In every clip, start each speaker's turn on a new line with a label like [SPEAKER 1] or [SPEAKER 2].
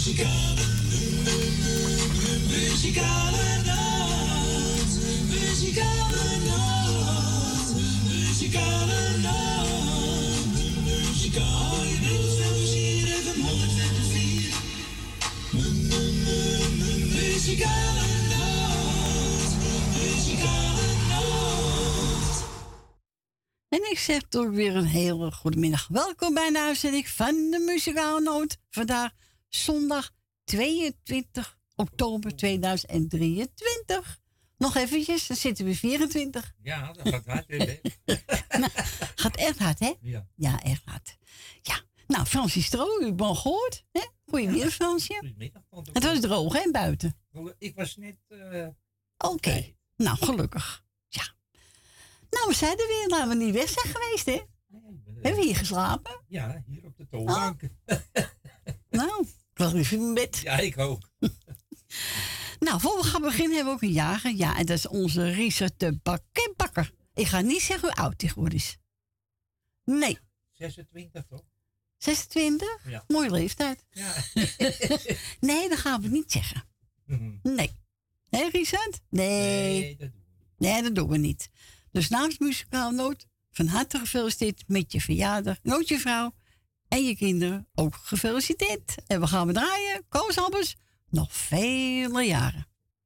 [SPEAKER 1] Muzikale nacht, muzikale nacht, muzikale nacht, muzikale plezier even 104. Muzikale nacht, muzikale nacht.
[SPEAKER 2] En ik zeg toch weer een hele goede middag. Welkom bij de uitzending van de Muzikale Noot. Vandaag zondag 22 oktober 2023. Nog eventjes, dan zitten we 24.
[SPEAKER 3] Ja, dat gaat hard, hè?
[SPEAKER 2] Gaat echt hard, hè?
[SPEAKER 3] Ja.
[SPEAKER 2] Ja, echt hard. Ja, nou, Fransje Stro, u hebt al gehoord, hè? Goedemiddag, Fransje.
[SPEAKER 3] Goedemiddag.
[SPEAKER 2] Het was droog, hè, buiten?
[SPEAKER 3] Ik was net...
[SPEAKER 2] Oké, nou, gelukkig. Ja. Nou, we zijn er weer, laten we niet weg zijn geweest, hè? Hebben we hier geslapen?
[SPEAKER 3] Ja, hier op de toonbank.
[SPEAKER 2] Nou, ik was even in bed.
[SPEAKER 3] Ja, ik ook.
[SPEAKER 2] Nou, voor we gaan beginnen hebben we ook een jager. Ja, en dat is onze Richard de Pakketbakker. Ik ga niet zeggen hoe oud hij geworden is. Nee.
[SPEAKER 3] 26, toch?
[SPEAKER 2] 26?
[SPEAKER 3] Ja.
[SPEAKER 2] Mooie leeftijd.
[SPEAKER 3] Ja.
[SPEAKER 2] Nee, dat gaan we niet zeggen. Nee. Hé, Richard? Nee. Nee, dat doen we niet. Dus namens Muzikale Noot, van harte gefeliciteerd met je verjaardag. Noot je vrouw en je kinderen ook gefeliciteerd. En we gaan we draaien, Koos Albers, nog vele jaren.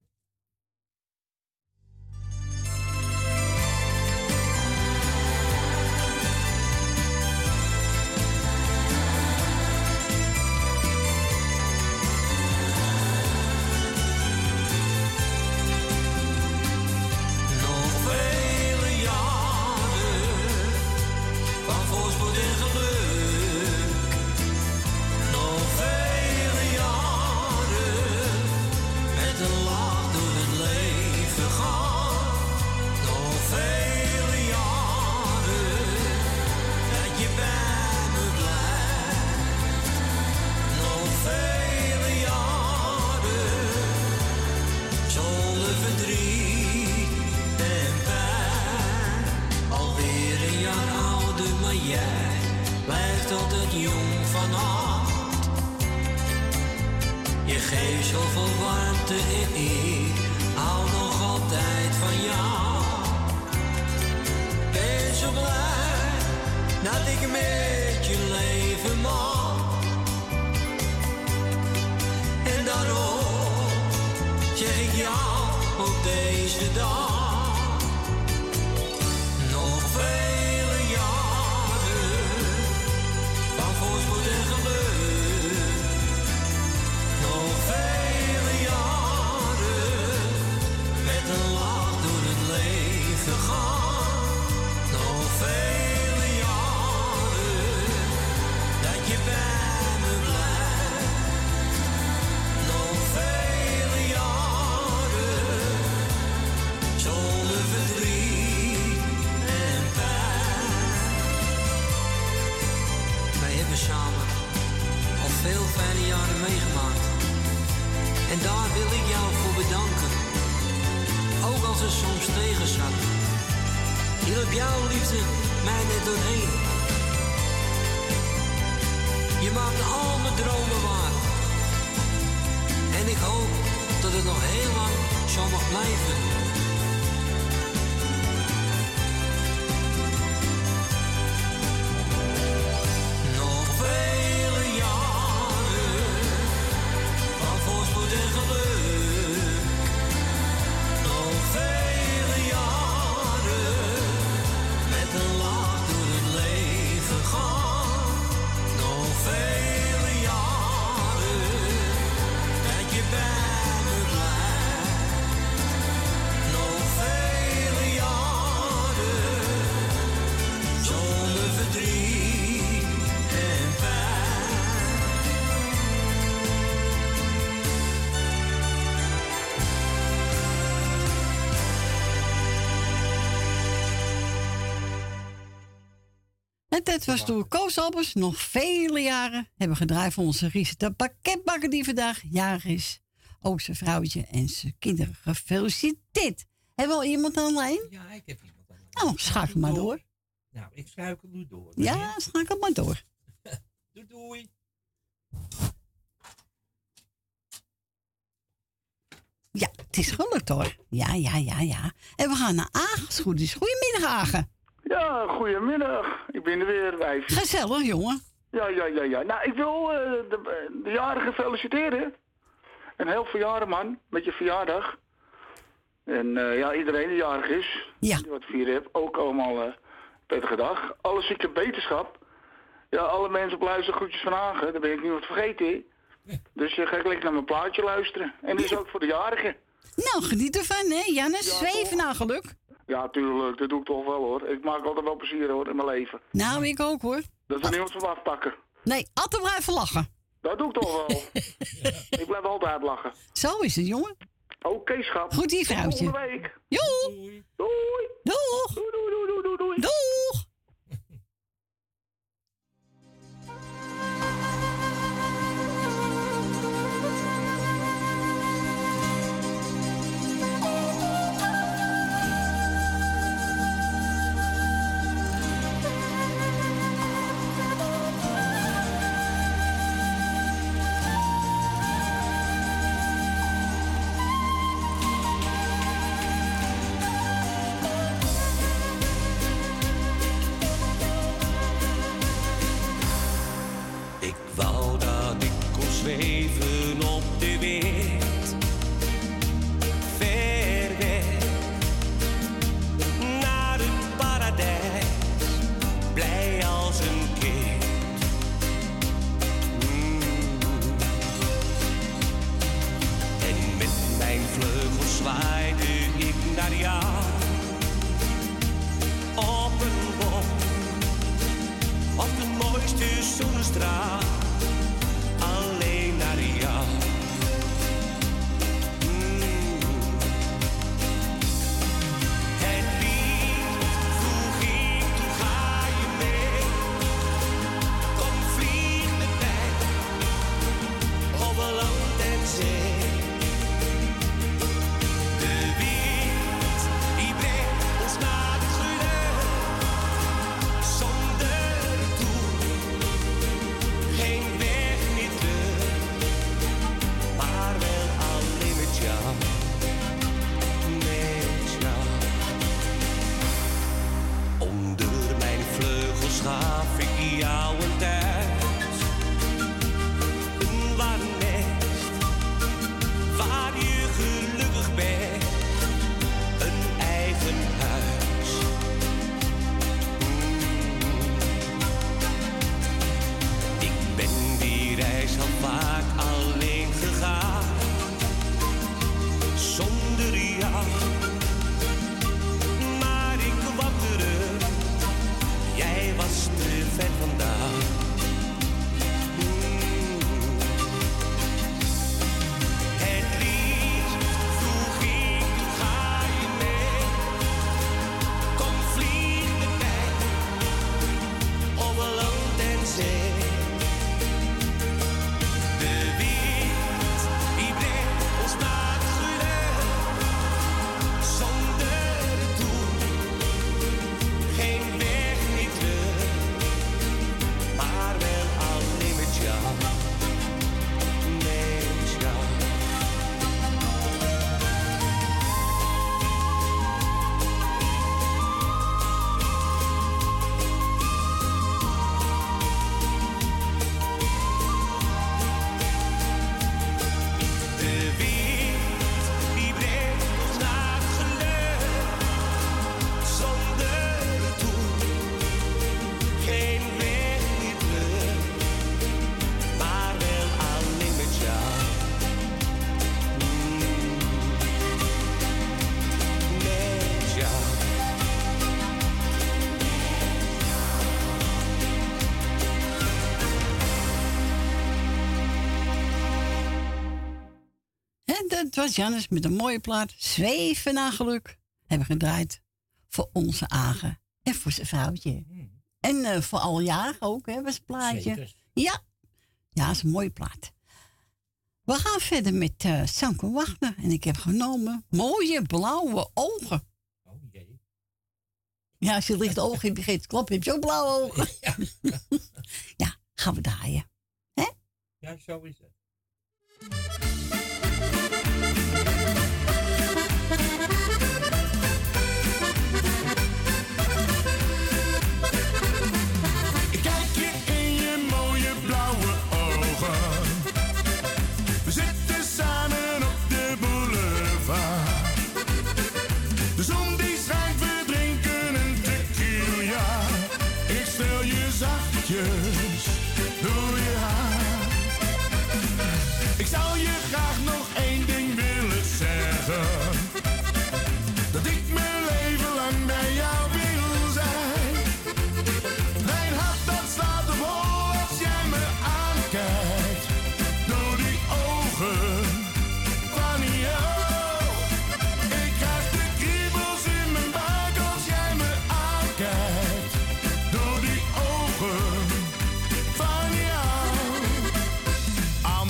[SPEAKER 1] Geef zoveel warmte en ik hou nog altijd van jou. Ben zo blij dat ik met je leven mag. En daarom zeg ik jou op deze dag nog vele jaren van voorspoed en geluk. Vele jaren met een lach door het leven gaan. Nog vele jaren dat je bij me blijft. Nog vele jaren zonder verdriet en pijn. Wij hebben samen al veel fijne jaren meegemaakt. En daar wil ik jou voor bedanken. Ook als het soms tegen zat. Hielp jouw liefde mij net doorheen. Je maakte al mijn dromen waar. En ik hoop dat het nog heel lang zo mag blijven. Nog vele jaren van voorspoed en geluk. Nog vele jaren met een lach door het leven gaan. Nog vele jaren dat je bij me blijft. Nog vele jaren zonder verdriet en pijn.
[SPEAKER 2] En dat was door Koos Albers. Nog vele jaren hebben gedraaid voor onze Richard de Pakketbakker die vandaag jarig is. Ook zijn vrouwtje en zijn kinderen gefeliciteerd. Hebben we al iemand aan de lijn?
[SPEAKER 3] Ja, ik heb iemand aan de lijn.
[SPEAKER 2] Nou, schakel maar door.
[SPEAKER 3] Nou, ik schuikel nu door.
[SPEAKER 2] Ja, schakel maar door.
[SPEAKER 3] Doei doei.
[SPEAKER 2] is gelukt hoor. Ja. En we gaan naar Agen, als het goed is. Goedemiddag, Agen.
[SPEAKER 4] Ja, goedemiddag. Ik ben er weer, wijf.
[SPEAKER 2] Gezellig, jongen.
[SPEAKER 4] Ja. Nou, ik wil de jarigen feliciteren. En heel veel jaren, man, met je verjaardag. En iedereen die jarig is, die wat vieren heeft, ook allemaal prettige dag. Alle zieke beterschap. Ja, alle mensen op luisteren, groetjes van Agen. Daar ben ik niet wat vergeten. Dus ga ik lekker naar mijn plaatje luisteren. En die is ook voor de jarigen.
[SPEAKER 2] Nou, geniet ervan, hè, Jannes. Zweven naar geluk.
[SPEAKER 4] Ja, tuurlijk. Dat doe ik toch wel, hoor. Ik maak altijd wel plezier, hoor, in mijn leven.
[SPEAKER 2] Nou, ik ook, hoor.
[SPEAKER 4] Dat is er niemand van afpakken.
[SPEAKER 2] Nee, altijd blijven lachen.
[SPEAKER 4] Dat doe ik toch wel. Ik blijf altijd lachen.
[SPEAKER 2] Zo is het, jongen.
[SPEAKER 4] Oké, schat.
[SPEAKER 2] Goed, die vrouwtje.
[SPEAKER 4] Tot volgende week.
[SPEAKER 2] Doei.
[SPEAKER 4] Doei.
[SPEAKER 2] Doeg.
[SPEAKER 4] Doei.
[SPEAKER 2] Doeg.
[SPEAKER 5] Zweven op de wind, ver weg, naar het paradijs, blij als een kind. En met mijn vleugels zwaaide ik naar jou, op een boom, op de mooiste zonnestraal. Alleen naar jou. Het lied vroeg ik, toen ga je mee. Kom vlieg met mij, over land en zee. De wind die brengt ons naar het geluk, zonder doel, geen weg niet terug, maar wel alleen met jou, met jou. Onder mijn vleugels gaf ik jou een thuis, een warm nest, waar je gelukkig bent, een eigen huis. Ik ben die reis al vaak alleen gegaan, zonder jou. Maar ik kwam terug, jij was te ver vandaan. Het lied vroeg ik, toen ga je mee. Kom vlieg met mij, over land en zee. De wind die brengt ons naar het geluk, zonder doel, geen weg niet terug, maar wel alleen met jou, met jou. De wind die brengt ons naar het geluk, zonder doel, geen weg niet terug, maar wel alleen met jou, met jou.
[SPEAKER 2] En dat was Jannes met een mooie plaat. Zweven naar geluk. Hebben we gedraaid voor onze Agen. En voor zijn vrouwtje. En voor alle jaren ook, hè, was het plaatje.
[SPEAKER 3] Zeker.
[SPEAKER 2] Ja. Ja, dat is een mooie plaat. We gaan verder met Sanke Wagner. En ik heb genomen mooie blauwe ogen.
[SPEAKER 3] Oh jee.
[SPEAKER 2] Ja, als je licht ogen hebt, vergeet het kloppen, heb je ook blauwe ogen.
[SPEAKER 3] Ja.
[SPEAKER 2] Ja, gaan we draaien.
[SPEAKER 3] Ja, zo is het.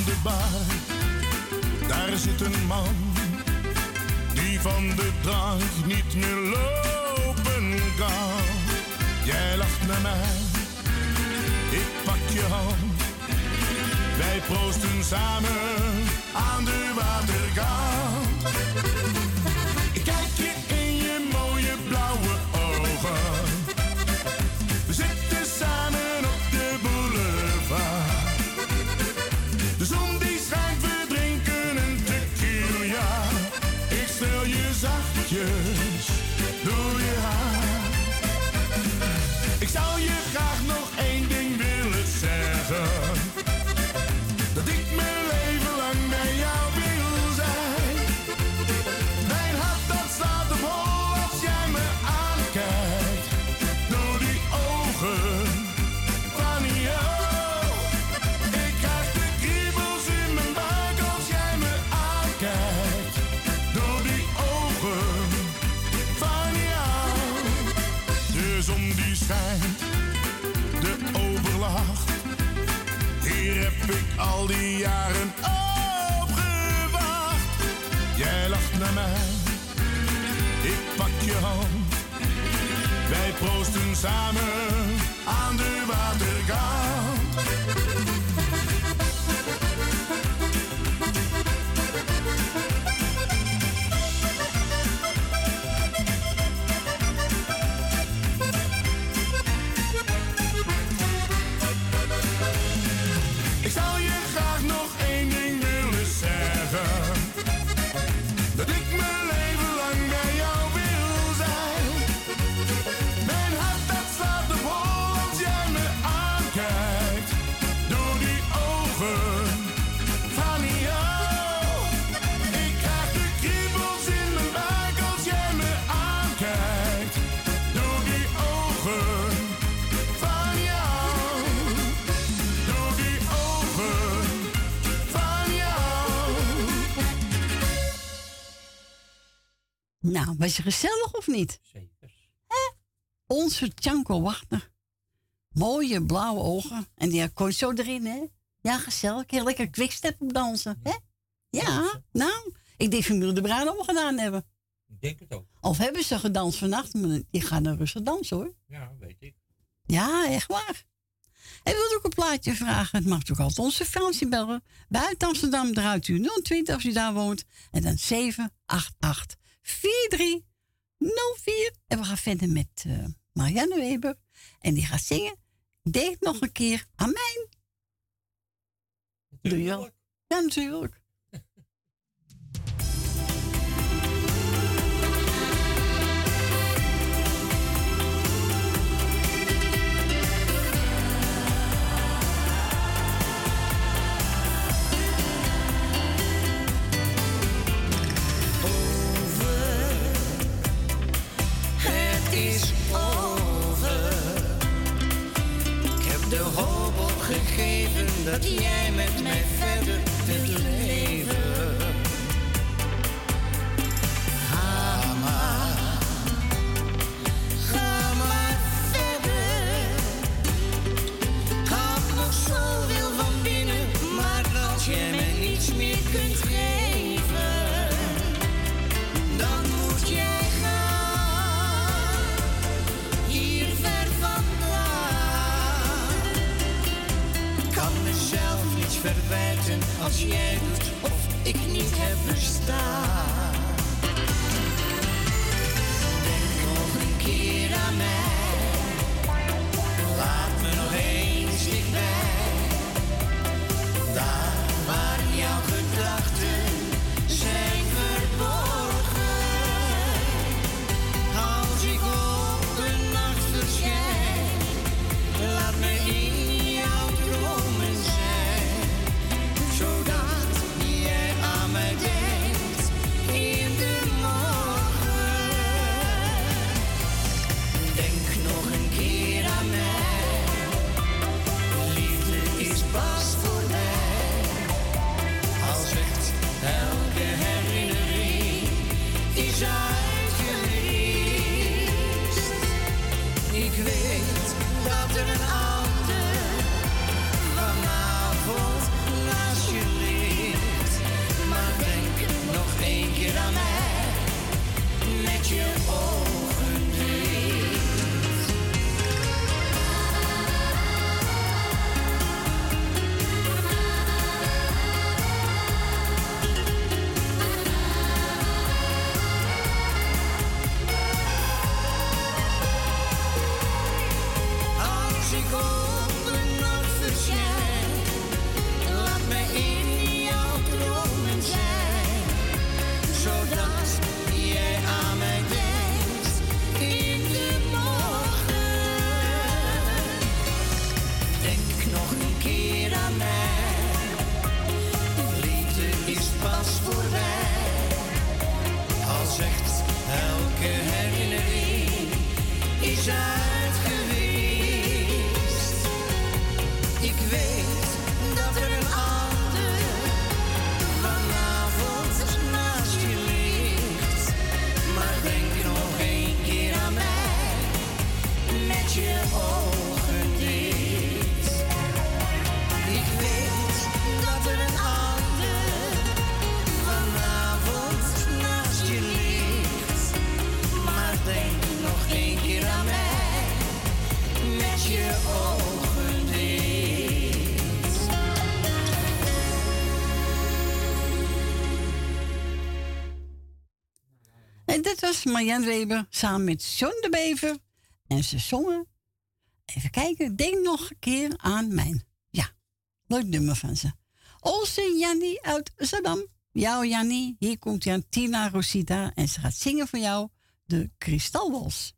[SPEAKER 6] aan de bar. Daar zit een man die van de drank niet meer lopen kan. Jij lacht naar mij, ik pak je hand. Wij proosten samen aan de waterkant. Ik kijk je in je mooie blauwe ogen. We zitten samen op de boulevard. De zon die schijnt, we drinken een tequila. Ik stel je zachtjes door je haar. Ik zou je graag nog één ding willen zeggen. Dat ik mijn leven lang bij jou wil zijn. Mijn hart dat slaat op hol als jij me aankijkt. Door die ogen van jou. Ik krijg de kriebels in mijn buik als jij me aankijkt. Door die ogen van jou. De zon die schijnt, de overlacht. Hier heb ik al die jaren op gewacht. Jij lacht naar mij, ik pak je hand. Wij proosten samen aan de waterkant. Ik zou je graag nog één ding willen zeggen. Dat ik mijn leven lang bij jou wil zijn. Mijn hart dat slaat op hol als jij me aankijkt. Door die ogen van jou. Ik krijg de kriebels in mijn buik als jij me aankijkt. Door die ogen van jou. Door die ogen van jou.
[SPEAKER 2] Nou, was je gezellig of niet?
[SPEAKER 3] Zeker.
[SPEAKER 2] Onze Tjanko Wagner. Mooie blauwe ogen. En die kon je zo erin, hè? Ja, gezellig. Heel lekker quickstep op dansen, hè? Ja, nou. Ik denk Familie de Bruin allemaal gedaan hebben.
[SPEAKER 3] Ik denk het ook.
[SPEAKER 2] Of hebben ze gedanst vannacht, maar die gaan naar rustig dansen, hoor.
[SPEAKER 3] Ja, weet ik.
[SPEAKER 2] Ja, echt waar. En wilt u ook een plaatje vragen? Het mag ook altijd onze Fransie bellen. Buiten Amsterdam draait u 020 als u daar woont. En dan 788 4304. En we gaan verder met Marianne Weber. En die gaat zingen. Denk nog een keer aan mij. Doe je wel? Ja, natuurlijk.
[SPEAKER 7] Het is over. Ik heb de hoop opgegeven dat jij met mij verder wilt leven. Ga maar verder. Ik had nog zoveel van binnen, maar als jij mij niets meer kunt geven, dan moet jij gaan, hier ver vandaan. Ik kan mezelf niets verwijten als jij doet of ik niet heb bestaan. Denk nog een keer aan mij, laat me nog eens dichtbij. Daar waar jouw gedachten zijn verborgen. Als ik op een nacht verschijn, laat me in jouw dromen zijn. Zodat jij aan mij denkt in de morgen. Denk nog een keer aan mij. Liefde is uit geweest. Ik weet dat er een ander vanavond naast je ligt. Maar denk nog een keer aan mij, met je ogen dicht. Ik weet dat er een ander vanavond naast je ligt. Maar denk nog een keer aan mij, met je ogen dicht.
[SPEAKER 2] En dit was Marjan Weber samen met John de Bever. En ze zongen, even kijken, denk nog een keer aan mijn. Ja, leuk nummer van ze. Onze Jannie uit Zandam. Jouw Jannie, hier komt Jan Tina Rosita. En ze gaat zingen voor jou de Kristalwals.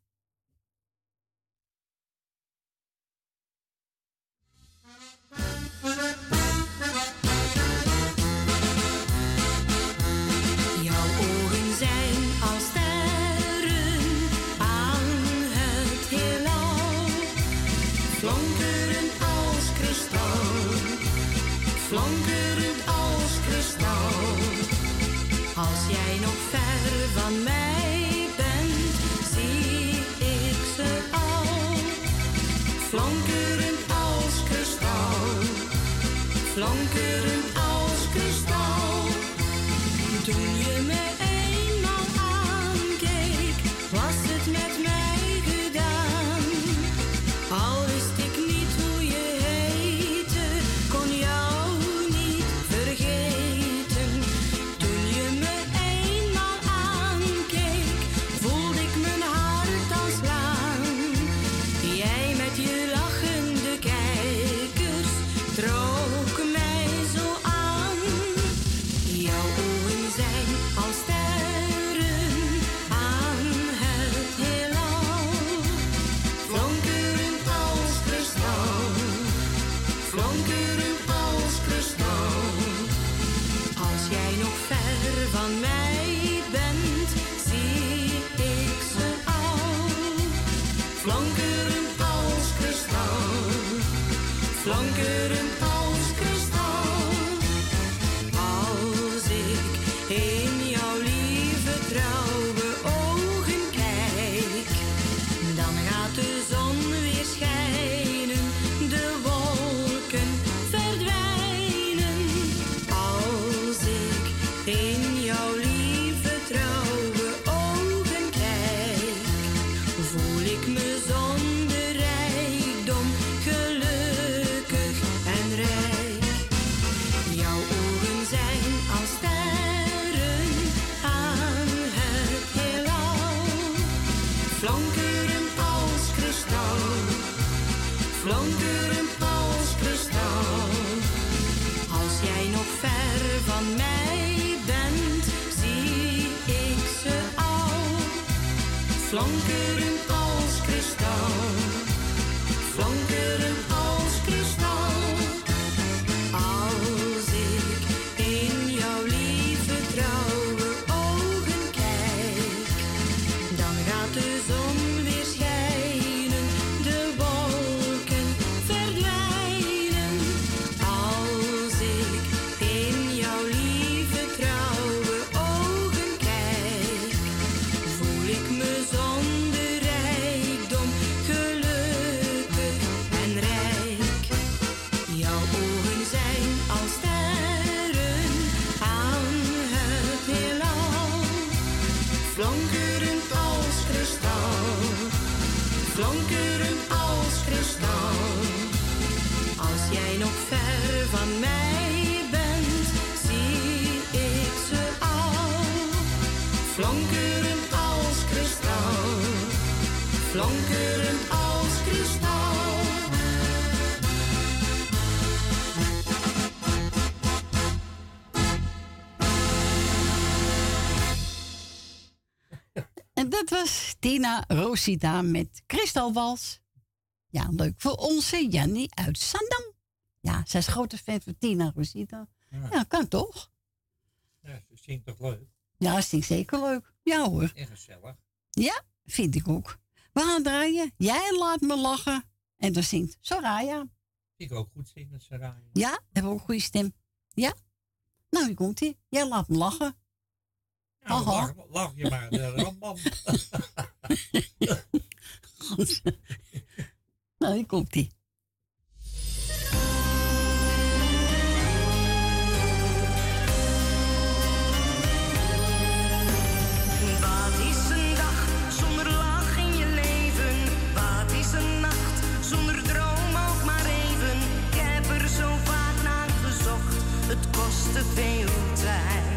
[SPEAKER 8] Jouw ogen zijn als sterren aan het heelal, flonkerend als kristal, flonkerend als kristal. Als jij nog ver van mij bent, zie ik ze al, flonkerend als kristal, flonkerend als kristal. Toen je me eenmaal aankeek, was het met mij gedaan. Al wist ik niet hoe je heette, kon jou niet vergeten. Toen je me eenmaal aankeek, voelde ik mijn hart al slaan. Jij met je lachende kijkers trok mij zo aan. Jouw ogen zijn als sterren aan het heelal, flonkerend als kristal, flonkerend als kristal. Als jij nog ver van mij bent, zie ik ze al, flonkerend als kristal, flonkerend als kristal. Als ik in jouw lieve trouwe ogen kijk, dan gaat de zon weer schijnen, de wolken verdwijnen. Als ik in jouw lieve trouwe ogen kijk, voel ik me zonder rijkdom gelukkig en rijk. Jouw ogen zijn als sterren aan het heelal, flonkerend als kristal, flonkerend als kristal. Als jij nog ver van mij bent, zie ik ze al, flonkerend als kristal, flonkerend als kristal. Als ik in jouw lieve trouwe ogen kijk, dan gaat de zon weer schijnen, de wolken verdwijnen. Als ik in jouw lieve trouwe ogen kijk, voel ik me zonder rijkdom gelukkig en rijk. Jouw ogen zijn als sterren aan het heelal, flonkerend als kristal, flonkerend als kristal. Als jij nog ver van mij bent, zie ik ze al, flonkerend als kristal, flonkerend als kristal.
[SPEAKER 2] En dat was Tina Rosita met Kristalwals. Ja, leuk voor onze Jannie uit Zandam. Ja, zij is grote fan van Tina Rosita. Ja, kan toch?
[SPEAKER 3] Ja, ze zingt toch leuk?
[SPEAKER 2] Ja, ze zingt zeker leuk. Ja hoor.
[SPEAKER 3] En gezellig.
[SPEAKER 2] Ja, vind ik ook. We gaan draaien. Jij laat me lachen. En dan zingt Soraya.
[SPEAKER 3] Ik ook goed zingen, Soraya.
[SPEAKER 2] Ja, hebben we een goede stem. Ja? Nou, hier komt ie. Jij laat me lachen.
[SPEAKER 3] Nou, lach je maar, de ramman.
[SPEAKER 2] Nou, hier komt ie.
[SPEAKER 9] Wat is een dag zonder lach in je leven? Wat is een nacht zonder droom ook maar even? Ik heb er zo vaak naar gezocht, het kostte veel tijd.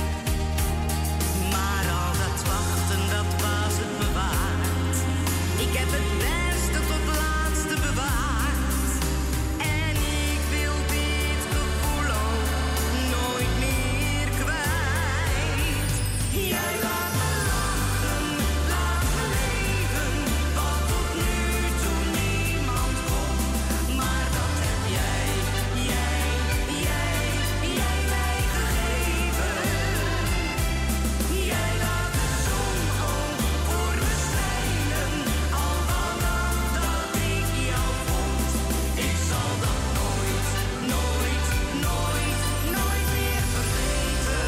[SPEAKER 9] Maar al dat wachten, dat was het me waard. Ik heb het beste tot laatste bewaard. En ik wil dit gevoel ook nooit meer kwijt. Jij laat me lachen, laat me leven. Wat tot nu toe niemand kon. Maar dat heb jij mij gegeven. Jij laat de zon ook voor me schijnen. Al vanaf dat ik jou vond. Ik zal dat nooit, nooit, nooit, nooit meer vergeten.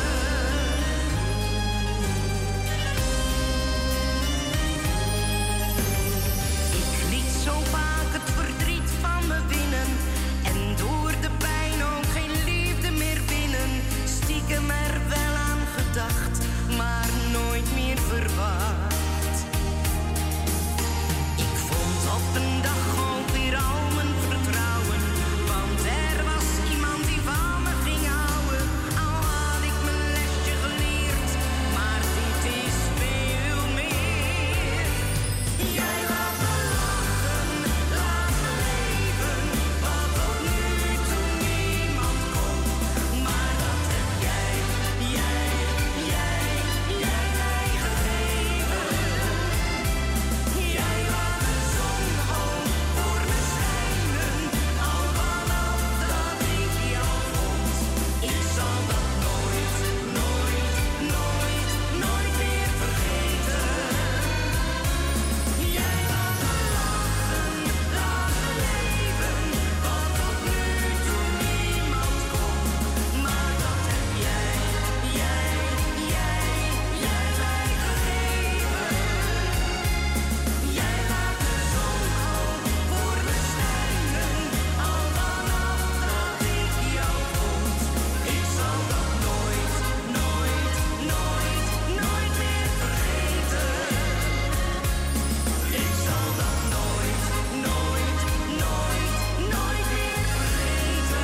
[SPEAKER 9] Ik liet zo vaak het verdriet van me winnen. En door de pijn ook geen liefde meer winnen. Stiekem er wel aan gedacht, maar nooit meer verwacht. Ik vond op een dag ook weer al mijn vertrouwen. Want er was iemand die van me ging houden. Al had ik mijn lesje geleerd, maar dit is veel meer. Jij laat me lachen, laat me leven. Wat tot nu toe niemand kon. Maar dat heb jij mij gegeven. Jij laat de zon ook voor me schijnen. Al vanaf dat ik jou vond. Ik zal dat nooit, nooit, nooit, nooit meer vergeten. Jij laat me lachen, laat me leven. Wat tot nu toe niemand kon. Maar dat heb jij mij gegeven. Jij laat de zon ook voor me schijnen. Al vanaf dat ik jou vond. Ik zal dat nooit, nooit, nooit, nooit meer vergeten. Ik zal dat nooit, nooit, nooit, nooit meer vergeten.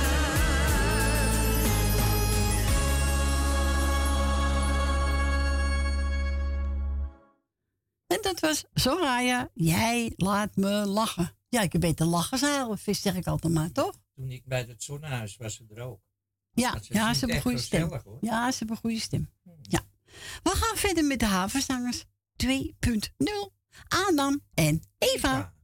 [SPEAKER 2] En dat was Soraya. Jij laat me lachen. Ja, ik heb beter lachen zeilen, zeg ik altijd maar, toch?
[SPEAKER 3] Toen ik bij het zonnehuis was, ze er ook.
[SPEAKER 2] Ja,
[SPEAKER 3] Dat ze
[SPEAKER 2] ja,
[SPEAKER 3] zingt
[SPEAKER 2] ze hebben een
[SPEAKER 3] echt
[SPEAKER 2] goede stem.
[SPEAKER 3] gezellig, hoor.
[SPEAKER 2] Ja, ze hebben een goede stem. Ja. We gaan verder met de havenzangers 2.0. Adam en Eva.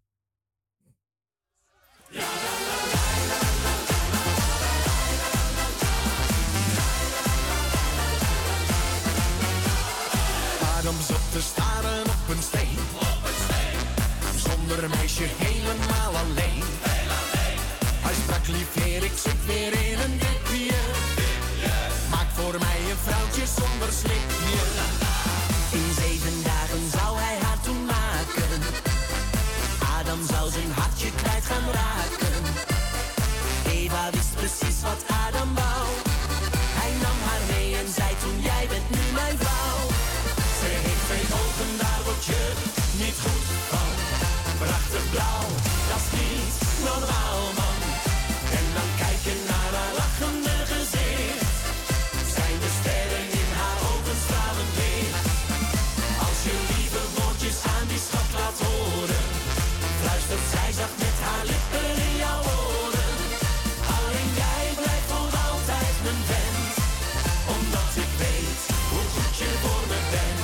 [SPEAKER 10] Adam zat te staren op een steen. Zonder meisje helemaal alleen. Hij sprak lief heer, ik zit weer in een dipje. Maak voor mij een vrouwtje zonder slipje. In 7 dagen zou hij haar toen maken. Adam zou zijn hartje kwijt gaan raken. Eva wist precies wat Adam wou. Hij nam haar mee en zei toen, jij bent nu mijn vrouw. Ze heeft 2 ogen, daar word je niet goed van. Prachtig blauw, dat is niet normaal, man. En dan kijk je naar haar lachende gezicht. Zijn de sterren in haar ogen stralend licht. Als je lieve woordjes aan die schat laat horen, fluistert zij zacht met haar lippen in jouw oren. Alleen jij blijft voor altijd mijn vent, omdat ik weet hoe goed je voor me bent.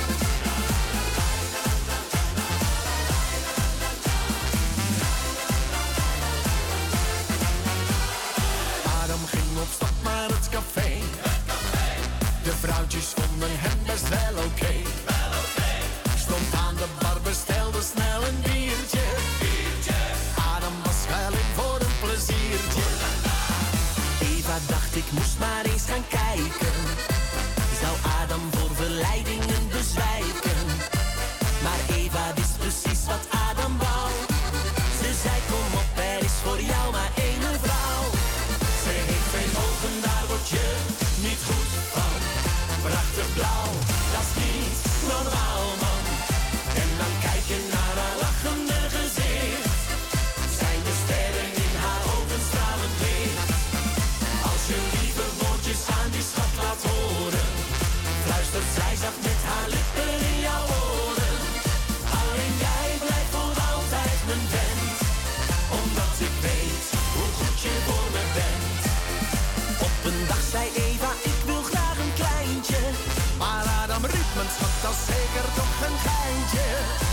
[SPEAKER 10] Adam ging op stap naar het café. De vrouwtjes vonden hem best wel oké. Stond aan de bar, bestelde dacht ik moest maar eens gaan kijken. Zou Adam voor verleidingen bezwijken? Maar Eva wist precies wat Adam wou. Ze zei kom op, er is voor jou maar één vrouw. Ze heeft twee ogen, daar word je niet goed van. Prachtig blauw, dat is niet normaal man. En dan kijk je naar haar lachende gezicht. Zijn de sterren in haar ogen stralend licht. Als je lieve woordjes aan die schat laat horen, fluistert zij zacht met haar lippen in jouw oren. Alleen jij blijft voor altijd mijn vent, omdat ik weet hoe goed je voor me bent. Op een dag zei Eva, ik wil graag een kleintje. Maar Adam riep, mijn schat, dat is zeker toch een geintje.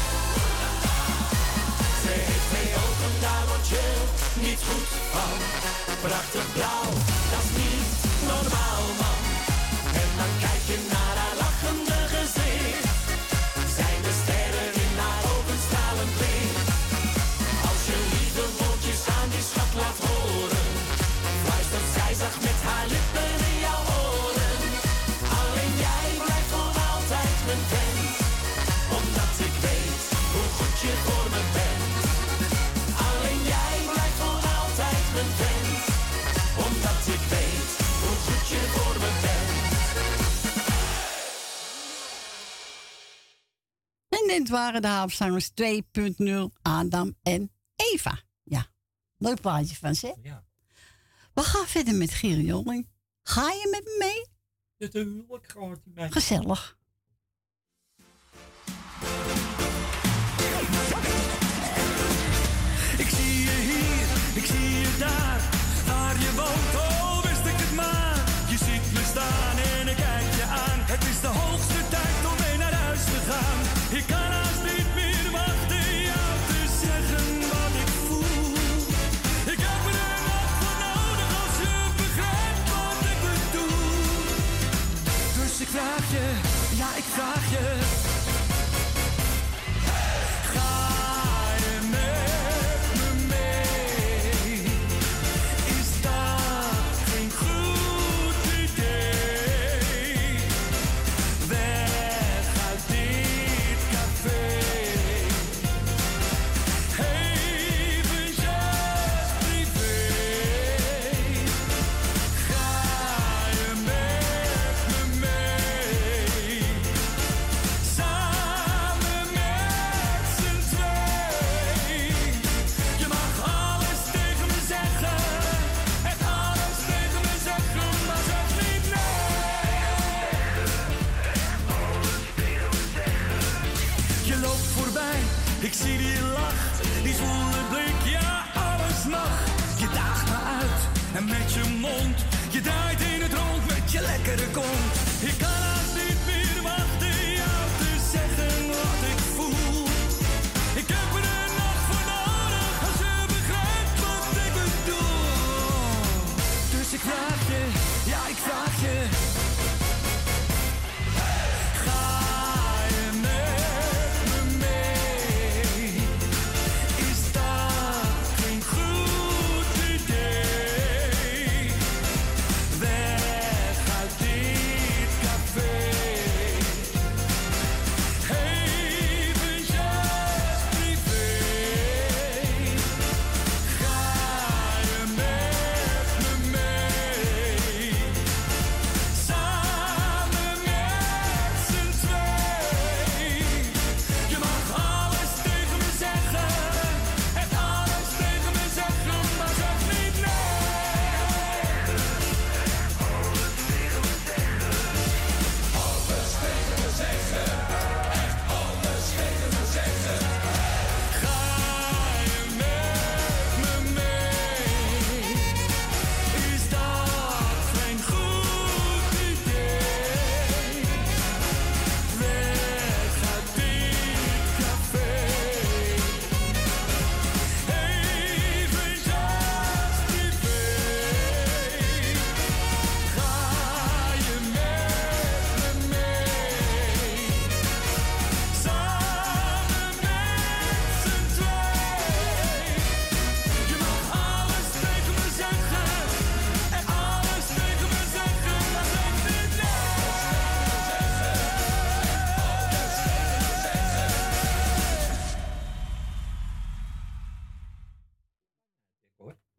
[SPEAKER 10] Ze heeft twee ogen, daar word je niet goed van. Prachtig blauw, dat is niet normaal man. En dan kijk je naar haar lachende gezicht. Zijn de sterren in haar ogen stralend licht. Als je lieve woordjes aan die schat laat horen, fluistert zij zacht met haar lippen in jouw oren. Alleen jij blijft voor altijd mijn vent, omdat ik weet hoe goed je voor me bent. Alleen jij blijft voor altijd mijn vent, omdat ik weet hoe goed je voor me bent.
[SPEAKER 2] En dit waren de Haapzangers 2.0, Adam en Eva. Ja, leuk plaatje van ze.
[SPEAKER 3] Ja.
[SPEAKER 2] We gaan verder met Giel Joling. Ga je met me mee?
[SPEAKER 3] Natuurlijk gaat hij mee.
[SPEAKER 2] Gezellig.
[SPEAKER 11] Ik zie je hier, ik zie je daar. Waar je woont, oh wist ik het maar. Je ziet me staan en ik kijk je aan. Het is de hoogste tijd om mee naar huis te gaan. Ik kan haast niet meer wachten jou te zeggen wat ik voel. Ik heb er een nacht voor nodig als je begrijpt wat ik bedoel. Dus ik vraag je, ja ik vraag je. Ga je met me mee? Is dat geen goed idee? Weg uit dit café. Eventjes privé. Ga je met me mee? Samen met z'n twee. Je mag alles tegen me zeggen, echt alles tegen me zeggen, maar zeg niet nee. Je loopt voorbij, ik zie die lach, die zwoele blik, ja alles mag. Je daagt me uit en met je mond, je draait in het rond met je lekkere kont. Ik kan haast niet meer wachten jou te zeggen wat ik voel. Ik heb er een nacht voor nodig als je begrijpt wat ik bedoel. Dus ik vraag je, ja ik vraag je. Ga je met me mee? Is dat geen goed idee? Weg uit dit café.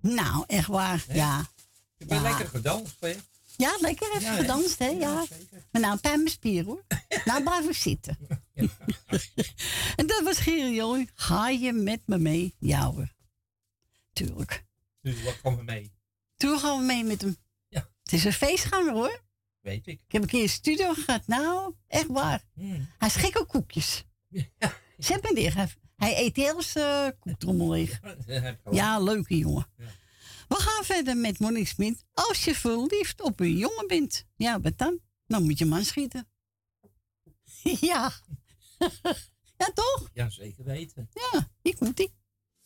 [SPEAKER 2] Nou, echt waar, ja.
[SPEAKER 3] Je bent lekker gedanst, hè?
[SPEAKER 2] Ja, lekker even gedanst, hè? Ja. Maar nou, pijn mijn spier, hoor. Nou, blijf ik zitten. En dat was Gerry. Ga je met me mee? Ja, hoor. Tuurlijk.
[SPEAKER 3] Dus wat gaan we mee?
[SPEAKER 2] Toen gaan we mee met hem.
[SPEAKER 3] Ja.
[SPEAKER 2] Het is een feestganger, hoor.
[SPEAKER 3] Weet ik.
[SPEAKER 2] Ik heb een keer in de studio gehad. Nou, echt waar. Hij is gek op koekjes. Zet me neer. Hij eet heel zijn koektrommel leeg. Ja, leuke jongen. Ja. We gaan verder met Monique Smit. Als je verliefd op een jongen bent. Ja, wat dan? Dan moet je man schieten. Ja. Ja, toch?
[SPEAKER 3] Ja, zeker weten.
[SPEAKER 2] Ja, hier komt ie.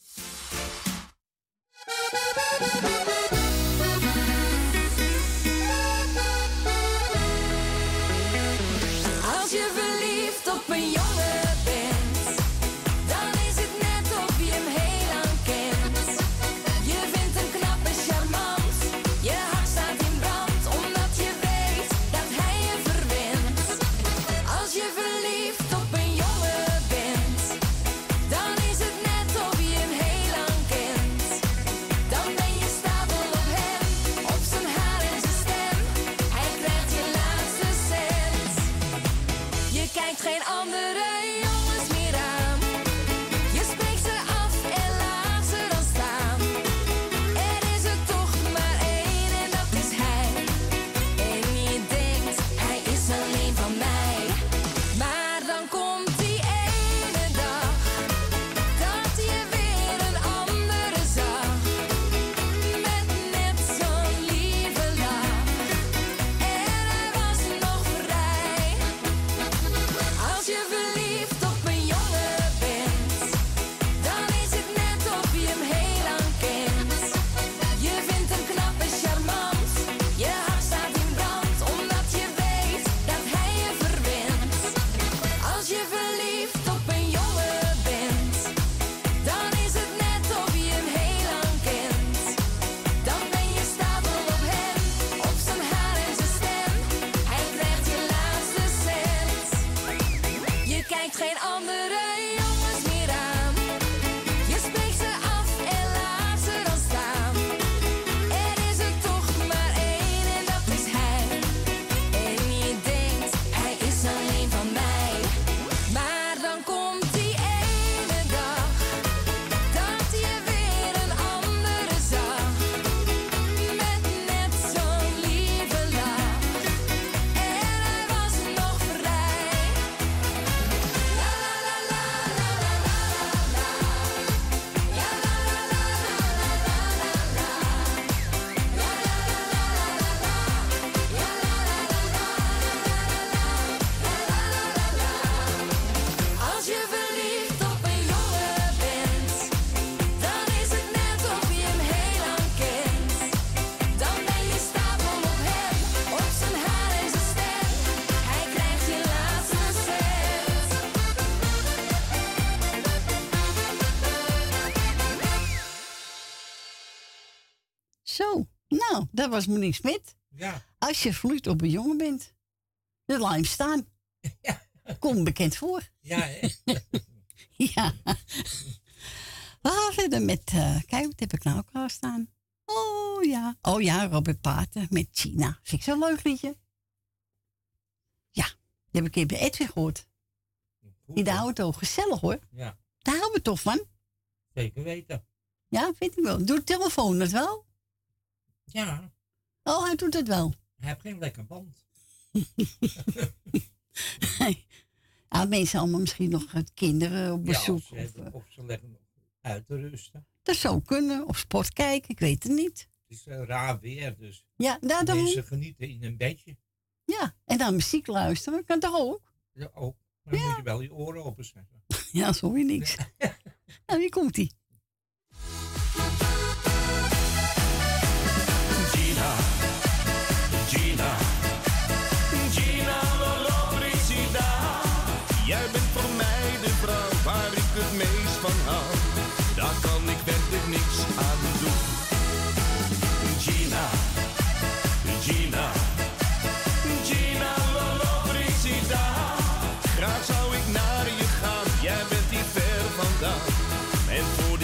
[SPEAKER 12] Als je verliefd op een jongen bent, dan is het net of je hem heel lang kent. Je vindt hem knap en charmant, je hart staat in brand, omdat je weet dat hij je verwint. Als je verliefd op een jongen bent, dan is het net of je hem heel lang kent. Dan ben je stapel op hem, op zijn haar en zijn stem. Hij krijgt je laatste cent. Je kijkt geen andere jongens meer aan. Je spreekt ze af en laat ze dan staan. Er is er toch maar één en dat is hij. En je denkt, hij is alleen van mij. Maar dan komt die ene dag dat je weer een andere zag. Met net zo'n lieve lach. En hij was nog vrij. Als je verliefd op een jongen bent, dan is het net of je hem heel lang kent. Je vindt hem knap en charmant, je hart staat in brand, omdat je weet dat hij je verwint. Als je verliefd op een jongen bent, dan is het net of je hem heel lang kent. Dan ben je stapel op hem, op zijn haar en zijn stem. Hij krijgt je laatste cent. Je kijkt geen andere jongens meer aan. Je spreekt ze af en laat ze dan staan. Er is er toch maar één en dat is hij. En je denkt, hij is alleen van mij. Maar dan komt die ene dag dat je weer een andere zag. Met net zo'n lieve lach. En hij was nog vrij. Als je verliefd op een jongen bent, dan is het net of je hem heel lang kent. Dan ben je stapel op hem, op zijn haar en zijn stem. Hij krijgt je laatste cent.
[SPEAKER 2] Zo, nou, dat was Monique Smit.
[SPEAKER 3] Ja.
[SPEAKER 2] Als je verliefd op een jongen bent, dan laat je hem staan. Komt bekend voor.
[SPEAKER 3] Ja, hè?
[SPEAKER 2] Ja. We gaan verder met, kijk, wat heb ik nou klaarstaan? Oh ja, Robert Paten met China. Vind ik zo'n leuk liedje. Ja, die heb ik een keer bij Edwin gehoord. In de auto, gezellig hoor.
[SPEAKER 3] Ja.
[SPEAKER 2] Daar houden we toch van?
[SPEAKER 3] Zeker weten.
[SPEAKER 2] Ja, vind ik wel. Doet de telefoon dat wel?
[SPEAKER 3] Ja.
[SPEAKER 2] Oh, hij doet het wel.
[SPEAKER 3] Hij heeft geen lekker band.
[SPEAKER 2] Ja, mensen allemaal misschien nog met kinderen op bezoek.
[SPEAKER 3] Ja, of ze leggen uit te rusten.
[SPEAKER 2] Dat zou kunnen. Of sport kijken, ik weet het niet.
[SPEAKER 3] Het is raar weer, dus
[SPEAKER 2] ja, daarom...
[SPEAKER 3] mensen genieten in een bedje.
[SPEAKER 2] Ja, en dan muziek luisteren, kan toch ook?
[SPEAKER 3] Ja, ook. Maar dan moet je wel je oren openzetten.
[SPEAKER 2] Ja, zo weer niks. Nou, hier komt ie.
[SPEAKER 10] Gina, Gina, Gina Lollobrigida. Jij bent voor mij de vrouw waar ik het meest van hou. Daar kan ik werkelijk niks aan doen. Gina, Gina, Gina Lollobrigida. Graag zou ik naar je gaan, jij bent hier ver vandaan. En voor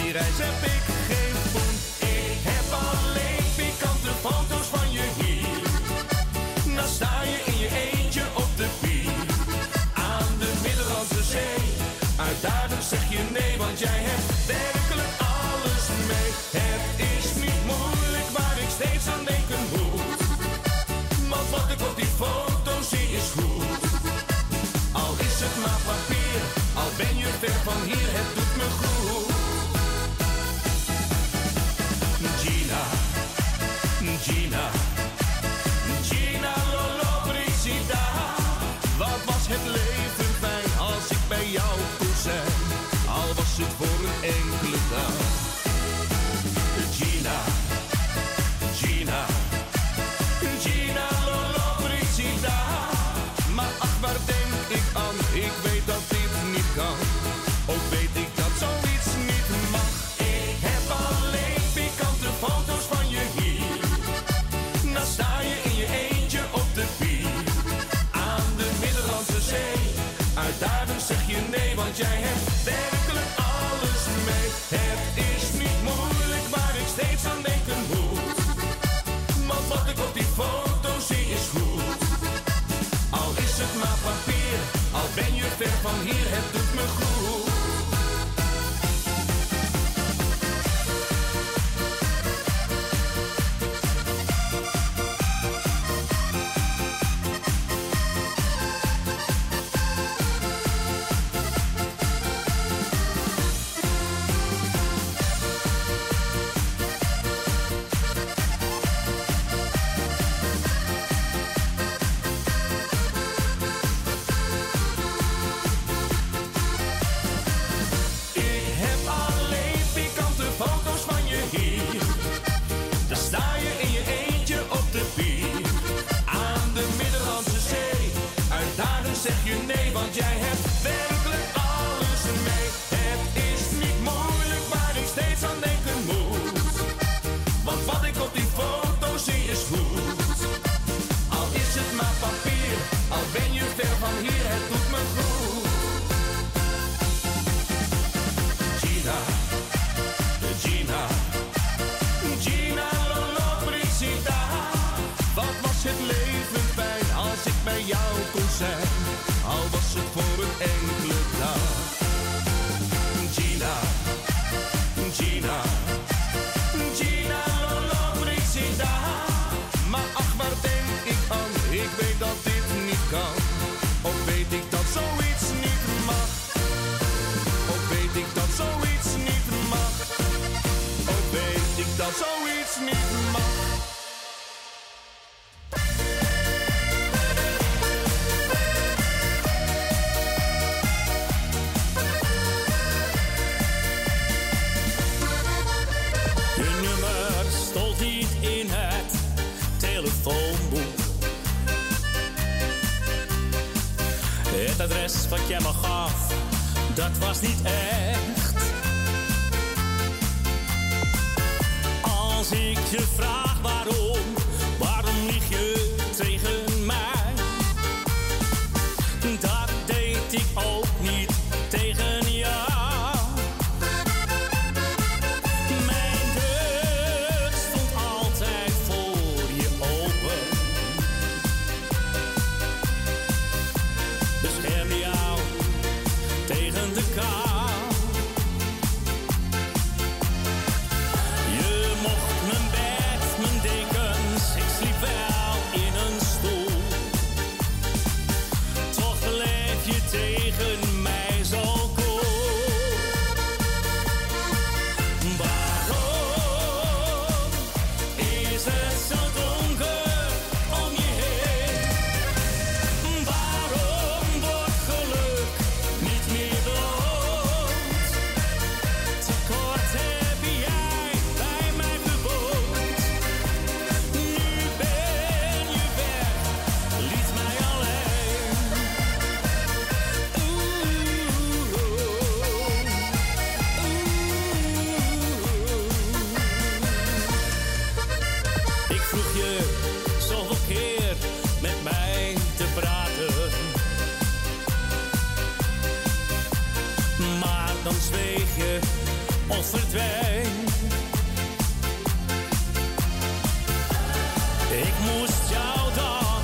[SPEAKER 5] zeg je nee, want jij hebt werkelijk alles mee. Het is niet moeilijk waar ik steeds aan denken moet. Want wat ik op die foto zie is goed. Al is het maar papier, al ben je ver van hier, het doet me goed. Gina, Gina, Gina Lollobrigida. Wat was het leven fijn als ik bij jou kon zijn, al was het voor een enkele dag. Gina, Gina, Gina Lollobrigida. Maar ach, waar denk ik aan? Ik weet dat dit niet kan. Ook weet ik dat zoiets niet mag. Ik heb alleen pikante foto's van je hier. Dan sta je in je eentje op de pier. Aan de Middellandse Zee. Uit Duiven zeg je nee, want jij hebt werkelijk alles mee. Het is niet moeilijk waar ik steeds aan denken moet. Want wat ik op die foto zie is goed. Al is het maar papier, al ben je ver van hier, het doet me goed. Zeg je nee, want jij hebt werkelijk alles mee. Het is niet moeilijk waar ik steeds aan denken moet. Want wat ik op die foto zie is goed. Al is het maar papier, al ben je ver van hier, het doet me goed. Gina, Gina, Gina Lollobrigida. Wat was het leven fijn als ik bij jou kon zijn, al was het voor een enkele dag. Gina, Gina, Gina Lollobrigida. Maar ach, waar denk ik aan? Ik weet dat dit niet kan. Of weet ik dat zoiets niet mag? Of weet ik dat zoiets niet mag? Of weet ik dat zoiets niet mag?
[SPEAKER 13] Het adres wat jij me gaf, dat was niet echt. Als ik je vraag waarom lieg je tegen mij? Dat deed ik ook niet tegen jou. Mijn deur stond altijd voor je open. Beschermde jou tegen de kou. Je mocht mijn bed, mijn dekens, ik sliep wel in een stoel. Toch bleef je tegen mij zo cool. Waarom is het zo donker om je heen? Waarom wordt geluk niet meer beloond? Te kort heb jij bij mij gewoond. Nu ben je weg, liet mij alleen. Ik vroeg je zoveel keer met mij te praten, maar dan zweeg je of verdween. Ik moest jou dan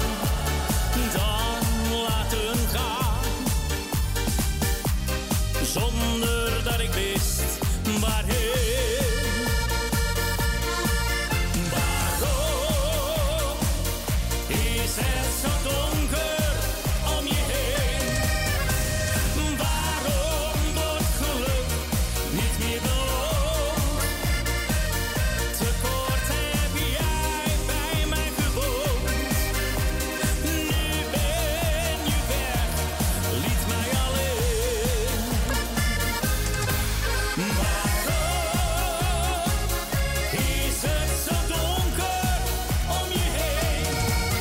[SPEAKER 13] laten gaan, zonder het zo donker om je heen? Waarom wordt geluk niet meer beloond? Te kort heb jij bij mij gewoond. Nu ben je weg, liet mij alleen. Waarom is het zo donker om je heen?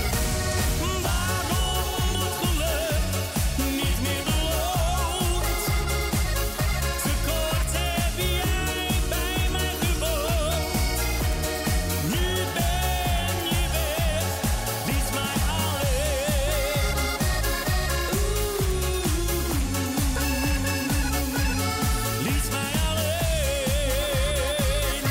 [SPEAKER 13] Waarom wordt geluk niet meer beloond? Te kort heb jij bij mij gewoond. Nu ben je weg, liet mij alleen. Liet mij alleen.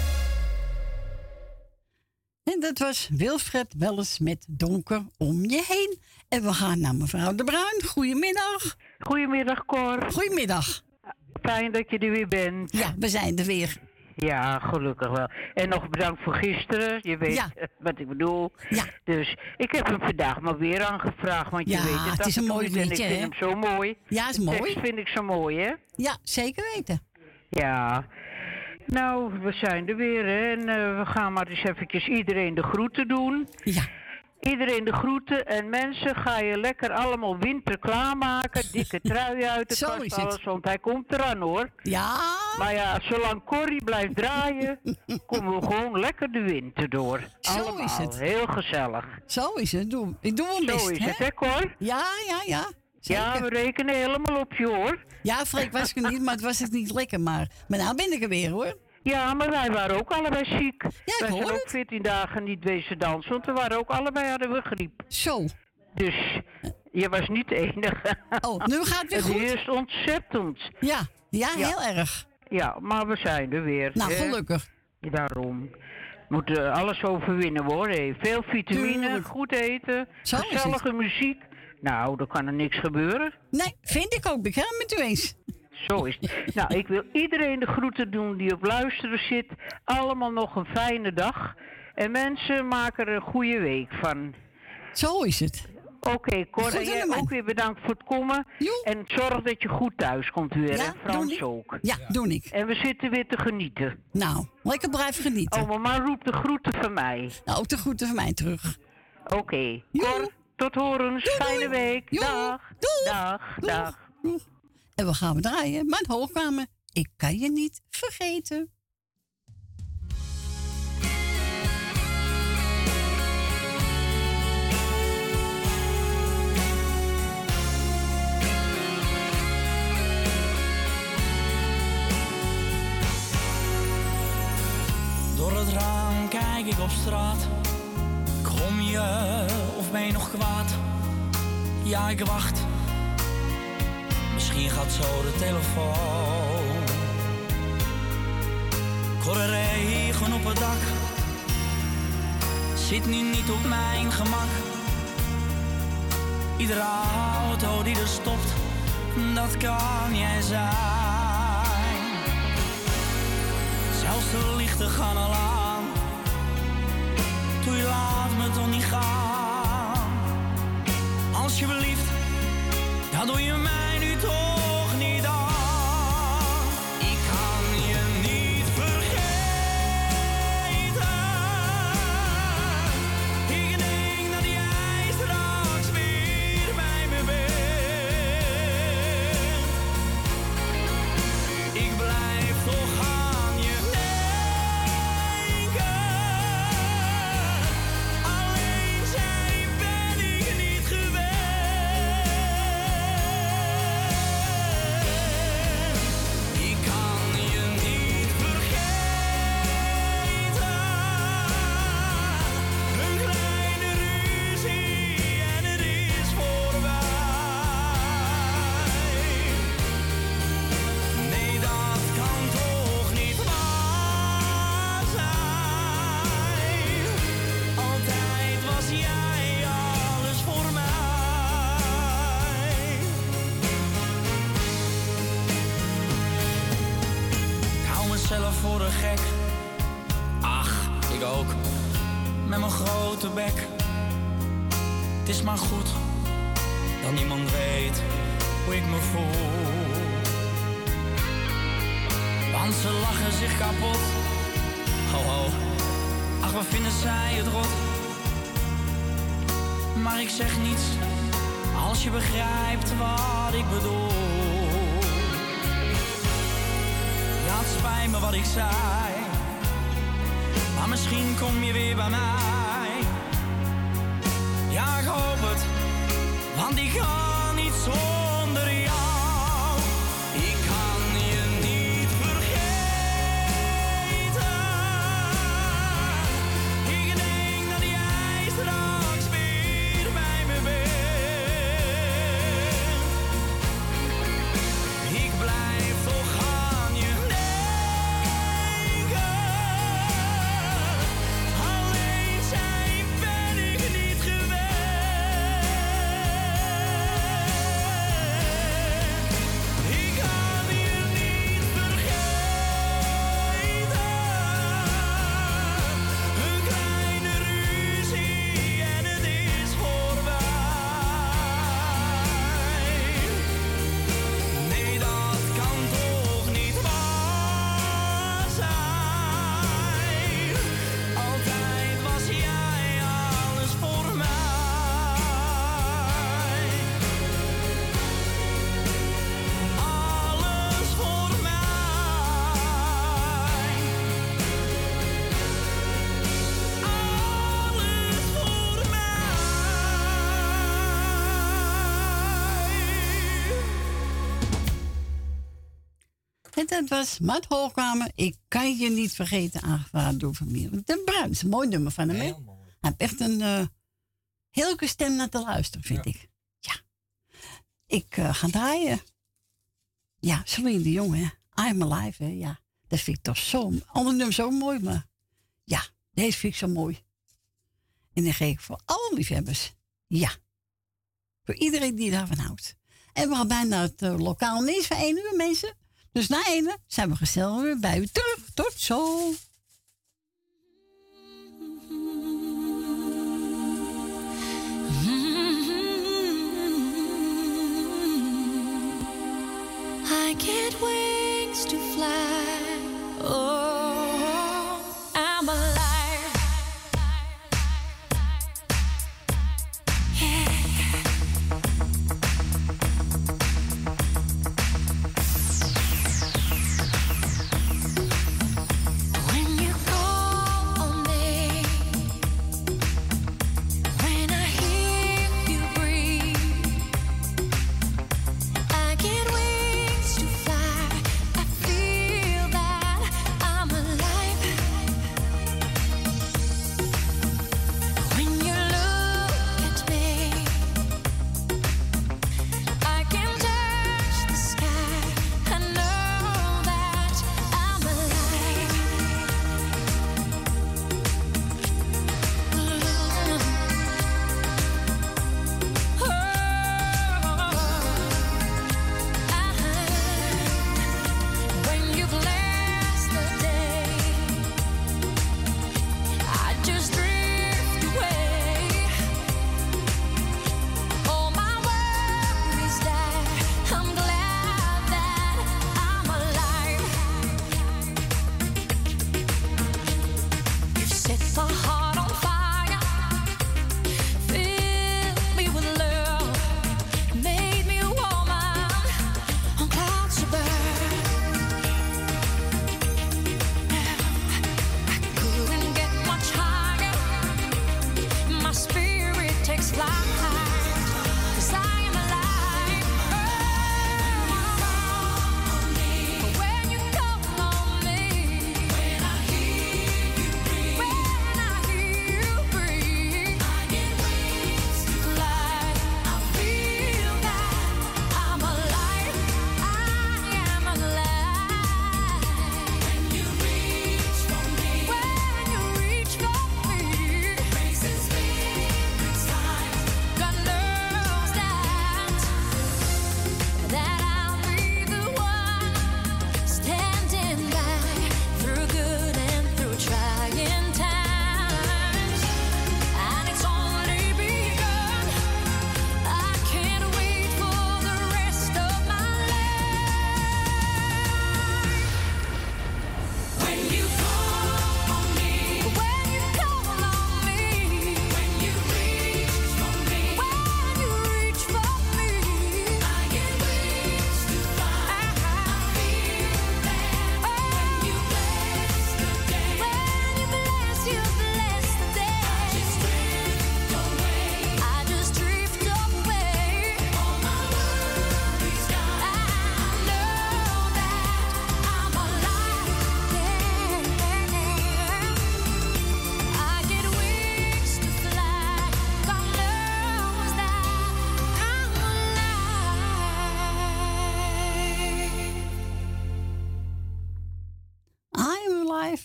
[SPEAKER 2] En dat was Wilfred Welles met Donker om je heen. En we gaan naar mevrouw De Bruin. Goedemiddag.
[SPEAKER 14] Goedemiddag, Cor.
[SPEAKER 2] Goedemiddag.
[SPEAKER 14] Fijn dat je er weer bent.
[SPEAKER 2] Ja, we zijn er weer.
[SPEAKER 14] Ja, gelukkig wel. En nog bedankt voor gisteren. Je weet wat ik bedoel.
[SPEAKER 2] Ja.
[SPEAKER 14] Dus ik heb hem vandaag maar weer aangevraagd. Want
[SPEAKER 2] Ja,
[SPEAKER 14] je weet
[SPEAKER 2] het is een mooi
[SPEAKER 14] en
[SPEAKER 2] liedje,
[SPEAKER 14] ik vind
[SPEAKER 2] hè?
[SPEAKER 14] hem zo mooi.
[SPEAKER 2] Ja, is
[SPEAKER 14] De
[SPEAKER 2] mooi.
[SPEAKER 14] tekst vind ik zo mooi, hè?
[SPEAKER 2] Ja, zeker weten.
[SPEAKER 14] Ja. Nou, we zijn er weer, hè. En we gaan maar eens eventjes iedereen de groeten doen.
[SPEAKER 2] Ja.
[SPEAKER 14] Iedereen de groeten. En mensen, ga je lekker allemaal winter klaarmaken. Dikke trui uit de
[SPEAKER 2] Zo
[SPEAKER 14] kast,
[SPEAKER 2] is het.
[SPEAKER 14] alles. Want hij komt eraan, hoor.
[SPEAKER 2] Ja.
[SPEAKER 14] Maar ja, zolang Corrie blijft draaien, komen we gewoon lekker de winter door.
[SPEAKER 2] Zo
[SPEAKER 14] Allemaal.
[SPEAKER 2] is het.
[SPEAKER 14] Heel gezellig.
[SPEAKER 2] Zo is het. Ik doe mijn best,
[SPEAKER 14] Zo is
[SPEAKER 2] hè?
[SPEAKER 14] het, hè, Cor?
[SPEAKER 2] Ja. Zeker.
[SPEAKER 14] Ja, we rekenen helemaal op je, hoor.
[SPEAKER 2] Ja, Freek was er niet, maar het was het niet lekker. Maar nou ben ik er weer, hoor.
[SPEAKER 14] Ja, maar wij waren ook allebei ziek.
[SPEAKER 2] Ja, ik
[SPEAKER 14] wij
[SPEAKER 2] hoor
[SPEAKER 14] zijn ook
[SPEAKER 2] het.
[SPEAKER 14] 14 dagen niet wezen dansen, want we waren ook allebei hadden we griep.
[SPEAKER 2] Zo.
[SPEAKER 14] Dus je was niet de enige.
[SPEAKER 2] Oh, nu gaat het weer goed.
[SPEAKER 14] Het is ontzettend.
[SPEAKER 2] Ja, heel erg.
[SPEAKER 14] Ja, maar we zijn er weer.
[SPEAKER 2] Nou,
[SPEAKER 14] hè?
[SPEAKER 2] gelukkig.
[SPEAKER 14] Daarom. Moeten alles overwinnen, hoor. Hey, veel vitamine,
[SPEAKER 2] Tuurlijk.
[SPEAKER 14] goed eten,
[SPEAKER 2] Zo is het.
[SPEAKER 14] gezellige muziek. Nou, dan kan er niks gebeuren.
[SPEAKER 2] Nee, vind ik ook. Ben ik helemaal met u eens.
[SPEAKER 14] Zo is het. Nou, ik wil iedereen de groeten doen die op luisteren zit. Allemaal nog een fijne dag. En mensen maken er een goede week van.
[SPEAKER 2] Zo is het.
[SPEAKER 14] Oké, Cor,
[SPEAKER 2] Goed,
[SPEAKER 14] en jij
[SPEAKER 2] helemaal.
[SPEAKER 14] ook weer bedankt voor het komen. En zorg dat je goed thuis komt weer.
[SPEAKER 2] Ja,
[SPEAKER 14] en Frans
[SPEAKER 2] doe ik.
[SPEAKER 14] ook.
[SPEAKER 2] Ja, doe ik.
[SPEAKER 14] En we zitten weer te genieten.
[SPEAKER 2] Nou, lekker blijven genieten.
[SPEAKER 14] Oh, mama roept de groeten van mij.
[SPEAKER 2] Nou, ook de groeten van mij terug.
[SPEAKER 14] Oké. Cor, tot horens. Fijne week. Dag. Dag.
[SPEAKER 2] En we gaan draaien. Mijn hoogkamer. Ik kan je niet vergeten.
[SPEAKER 13] Door het raam kijk ik op straat. Kom je of ben je nog kwaad? Ja, ik wacht. Misschien gaat zo de telefoon. Ik hoor er regen op het dak. Zit nu niet op mijn gemak. Iedere auto die er stopt, dat kan jij zijn. Zelfs de lichten gaan al aan. Doe je laat me toch niet gaan. Alsjeblieft, dat doe je mij nu toch niet aan. Ik kan je niet vergeten. Ik denk dat jij straks weer bij me bent. Ik blijf toch aan je denken. Alleen zijn ben ik niet gewend. Ik kan je niet vergeten. Een kleine ruzie en het is voorbij. Nee, dat kan toch niet waar zijn. Altijd was jij alles voor mij. Ik hou mezelf voor een gek. Ach, ik ook. Met mijn grote bek. Het is maar goed dat niemand weet hoe ik me voel. Want ze lachen zich kapot. Ho ho, ach wat vinden zij het rot. Maar ik zeg niets als je begrijpt wat ik bedoel. Ja, het spijt me wat ik zei, maar misschien kom je weer bij mij. Ja, ik hoop het, want ik ga niet zonder jou. Ik kan je niet vergeten. Ik denk dat jij straks weer bij me bent. Ik blijf toch aan je denken. Alleen zijn ben ik niet gewend. Ik kan je niet vergeten. Een kleine ruzie en het is voorbij. Nee, dat kan toch niet waar zijn. Altijd was jij alles voor mij. Alles voor mij. Alles voor mij.
[SPEAKER 2] En dat was Mart Hoogkamer. Ik kan je niet vergeten, aangevraagd door familie. De Bruin is een mooi nummer van hem. Hè? Hij heeft echt een heerlijke stem naar te luisteren, vind ik. Ja. Ik ga draaien. Ja, Celine de Jong, hè. I'm Alive, hè. Ja, dat vind ik toch zo... Alle nummers zo mooi, maar... Ja, deze vind ik zo mooi. En dan geef ik voor alle liefhebbers. Ja. Voor iedereen die daarvan houdt. En we gaan bijna het lokaal nieuws van 1 uur, mensen. Dus na 1 uur zijn we gezellig weer bij u terug. Tot zo.
[SPEAKER 12] I get wings to fly. Oh, I'm alive. Yeah. When you call on me, when I hear you breathe, I get wings to fly. I feel that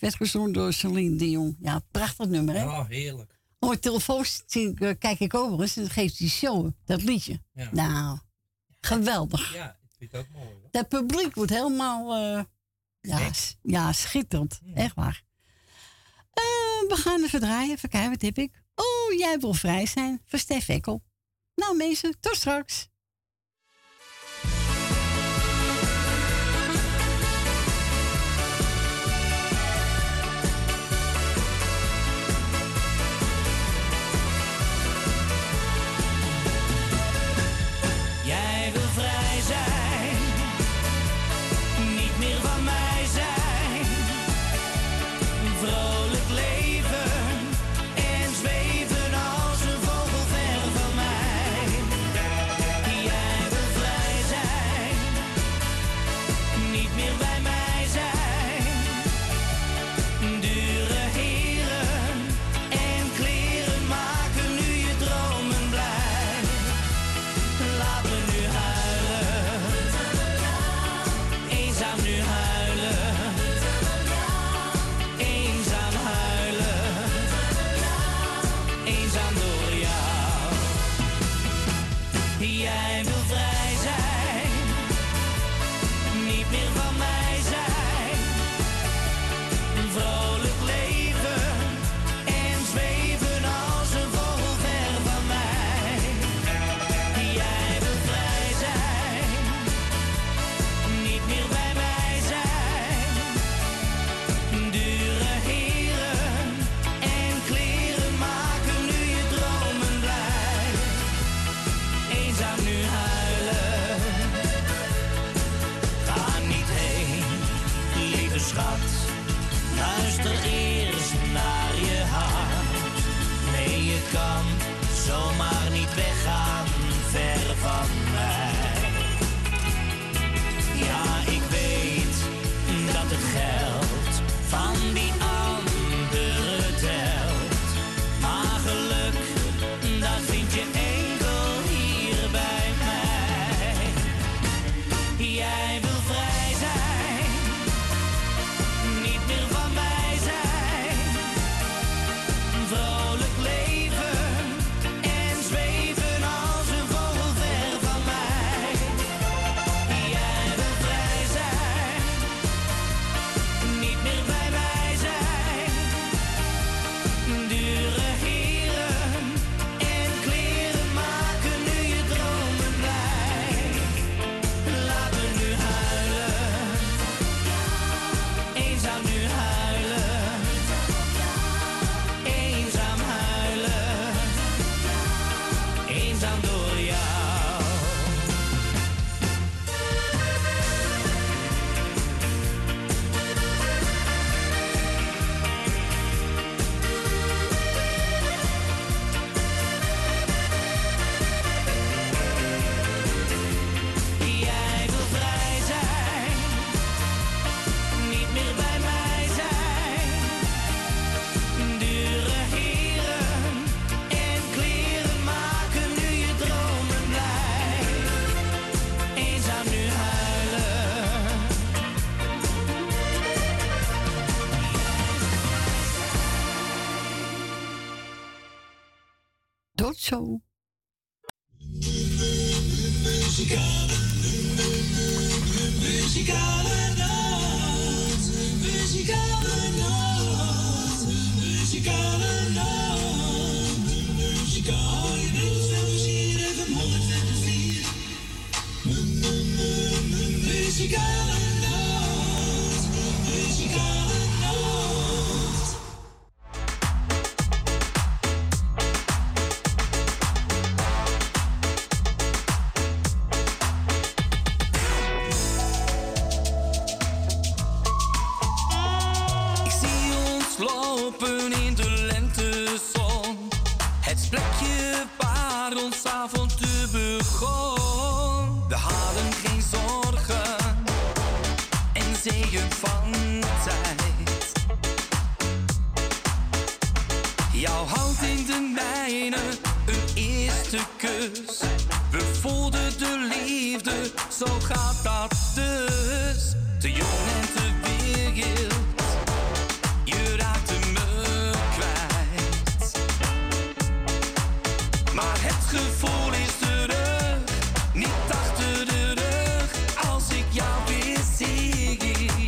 [SPEAKER 2] werd gezongen door Celine Dion. Ja, prachtig nummer, hè?
[SPEAKER 3] Ja, heerlijk.
[SPEAKER 2] Op mijn telefoon kijk ik over eens en dan geeft die show, dat liedje.
[SPEAKER 3] Ja.
[SPEAKER 2] Nou, geweldig.
[SPEAKER 3] Ja, ik vind het ook mooi. Hoor.
[SPEAKER 2] Dat publiek wordt helemaal, schitterend. Echt waar. We gaan even draaien. Even kijken, wat heb ik? Oh, jij wil vrij zijn. Voor Stef Ekkel. Nou mensen, tot straks.
[SPEAKER 13] Jij wil vrij zijn, niet meer van mij zijn. Vrolijk leven en zweven als een vogel ver van mij. Jij wil vrij zijn, niet meer bij mij zijn. Dure heren en kleren maken nu je dromen blij. Laat me nu huilen, eenzaam nu huilen, eenzaam huilen, eenzaam door jou. Jij wil vrij zijn, niet meer van mij zijn. Vrolijk leven en zweven als een vogel ver van mij. Jij wil vrij zijn, niet meer bij mij zijn. Dure heren en kleren maken nu je dromen blij. Eenzaam nu huilen, ga niet heen, lieve schat. Luister eerst naar je hart. Nee, je kan zomaar niet weggaan ver van mij. Ja, ik weet dat het geld van die andere telt. Maar geluk, dat vind je enkel hier bij mij. Jij wil vrij zijn, niet meer van mij zijn. Vrolijk leven en zweven als een vogel ver van mij. Jij wil vrij zijn, niet meer bij mij zijn. Dure heren en kleren maken nu je dromen blij. Laat me nu huilen, eenzaam nu huilen, eenzaam huilen, eenzaam door jou. Jij wil vrij zijn, niet meer bij mij zijn. Dure heren en kleren maken nu je dromen blij. Eenzaam nu huilen.
[SPEAKER 2] Tot zo.
[SPEAKER 15] Muzikale nacht, muzikale nacht, muzikale nacht, muzikale muzikale nacht, muzikale nacht.
[SPEAKER 13] Ik zie ons lopen in de lentezon. Het plekje waar ons avontuur begon. We hadden geen zorgen en zeeën van tijd. Jouw hand in de mijne, een eerste kus. We voelden de liefde, zo gaat dat dus. Te jong en te wild,
[SPEAKER 5] Maar het gevoel is terug, niet achter de rug, als ik jou weer zie.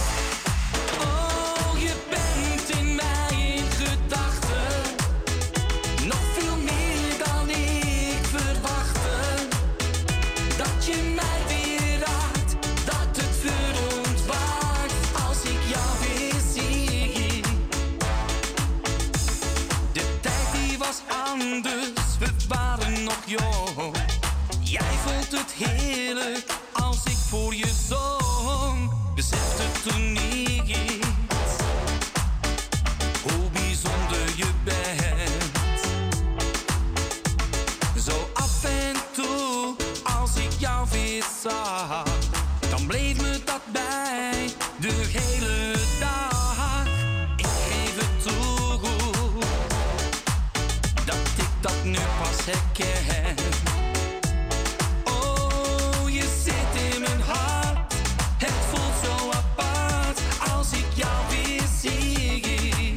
[SPEAKER 5] Oh, je bent in mij in gedachten, nog veel meer dan ik verwachtte. Dat je mij weer raakt, dat het vuur ontwaakt, als ik jou weer zie. De tijd die was anders, we waren nog jong. Jij vond het heerlijk als ik voor je zong. Besefte toen niet hoe bijzonder je bent. Zo af en toe, als ik jou weer zag, dan bleef me dat bij de hele dag. Ik geef het toe dat ik dat nu pas herken. Oh, je zit in mijn hart, het voelt zo apart als ik jou weer zie.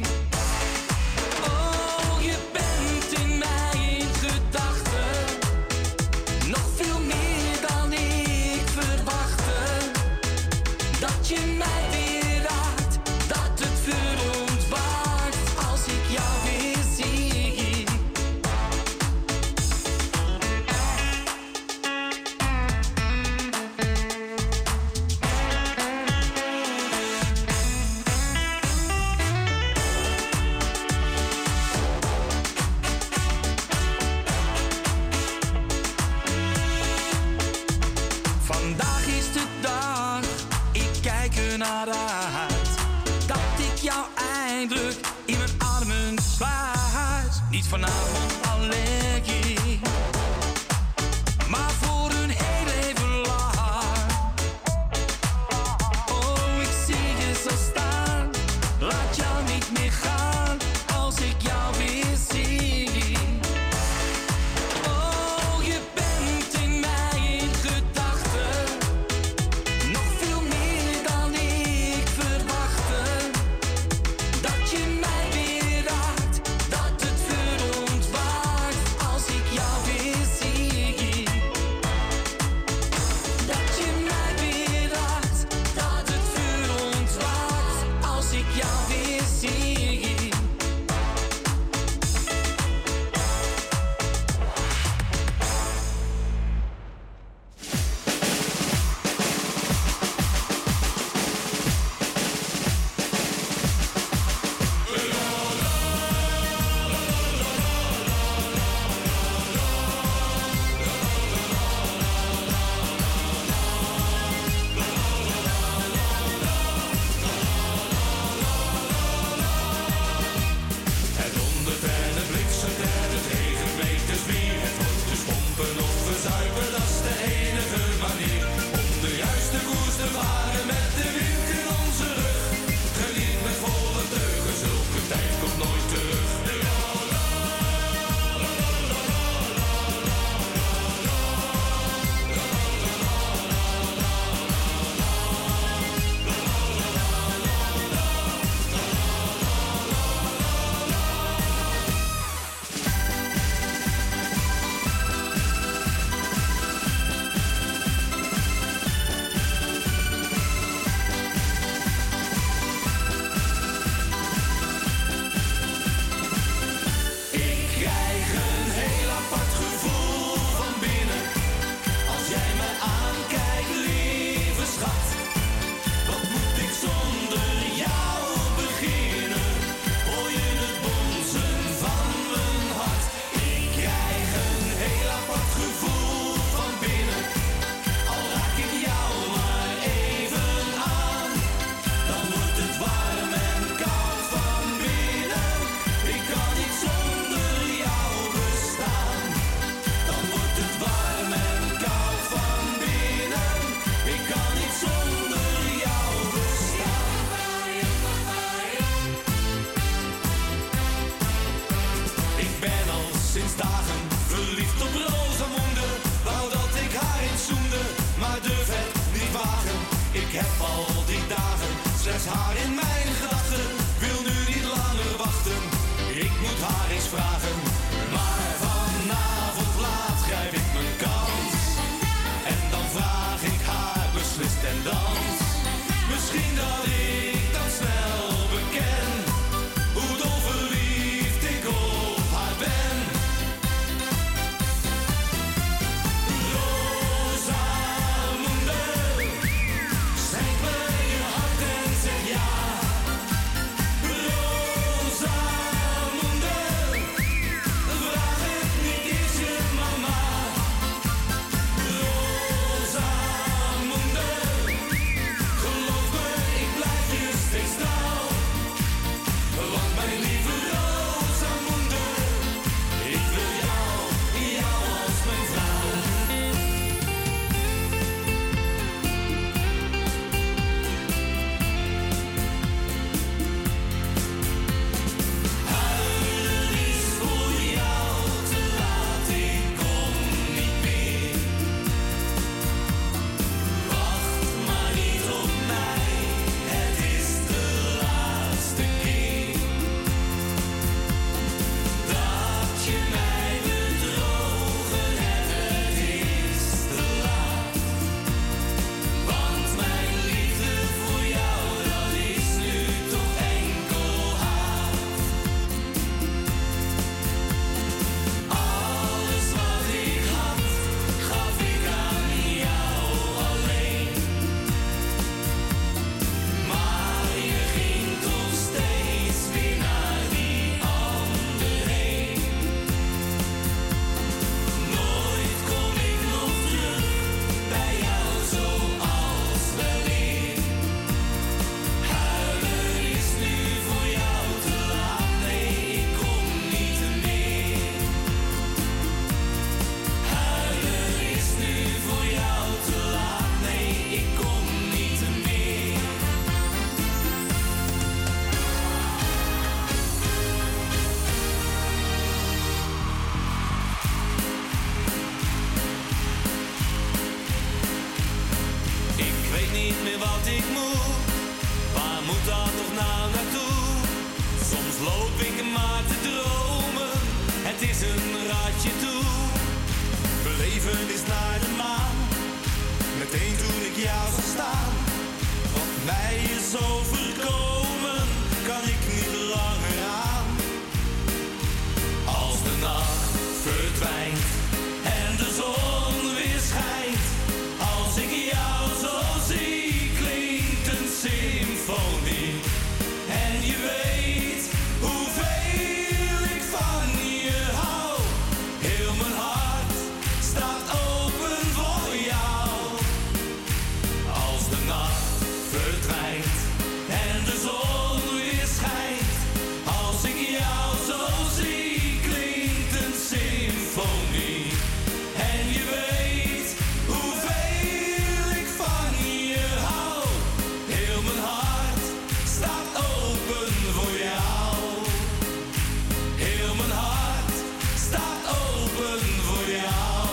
[SPEAKER 5] Oh, je bent in mij in gedachten, nog veel meer dan ik verwachtte. Dat je mij weer raakt, dat het vuur ontwaakt, als ik jou weer zie. Vandaag is de dag, ik kijk er naar uit, dat ik jou eindelijk in mijn armen sluit. Niet vanavond alleen, maar voor een heel leven lang. Oh, ik zie je zo staan, laat jou niet meer gaan, als ik jou weer zie. Oh, je bent in mij in gedachten, nog veel meer dan ik verwachtte. Dat je mij weer raakt, dat het vuur ontwaakt, als ik jou weer zie. Dat je mij weer raakt, dat het vuur ontwaakt, als ik jou weer zie. Het dondert en het bliksemt en het regent dus weer. Het wordt dus pompen of verzuipen, dat is de enige manier om de juiste koers te varen met de wind in onze rug. Geniet met volle teugen, zulke tijd komt nooit terug. Ik krijg een heel apart gevoel van binnen, als jij me aankijkt, lieve schat. Wat moet ik zonder jou beginnen? Hoor je het bonzen van mijn hart? Ik krijg een heel apart gevoel van binnen, al raak ik jou maar even aan. Dan wordt het warm en koud van binnen, ik kan niet zonder jou bestaan. Dan wordt het warm en koud van binnen, ik kan niet zonder jou bestaan. Ik ben al sinds dagen verliefd op Rosamunde, wou dat ik haar eens zoende, maar durf het niet wagen. Ik heb al die dagen slechts haar in mijn gedachten, wil nu niet langer wachten. Ik moet haar eens vragen, maar vanavond
[SPEAKER 13] ik moe. Waar moet dat toch nou naartoe? Soms loop ik maar te dromen. Het is een raadje toe. Beleven is naar de maan. Meteen toen ik jou zag staan. Wat mij is overkomen, kan ik niet langer aan. Als de nacht verdwijnt en de zon weer schijnt. Als ik jou zo zie, klinkt een symfonie. En je weet hoeveel ik van je hou. Heel mijn hart staat open voor jou. Als de nacht verdwijnt en de zon weer schijnt. Als ik jou zo zie, klinkt een symfonie. En je weet hoeveel ik van je hou. Heel mijn hart staat open voor jou. Heel mijn hart staat open voor jou.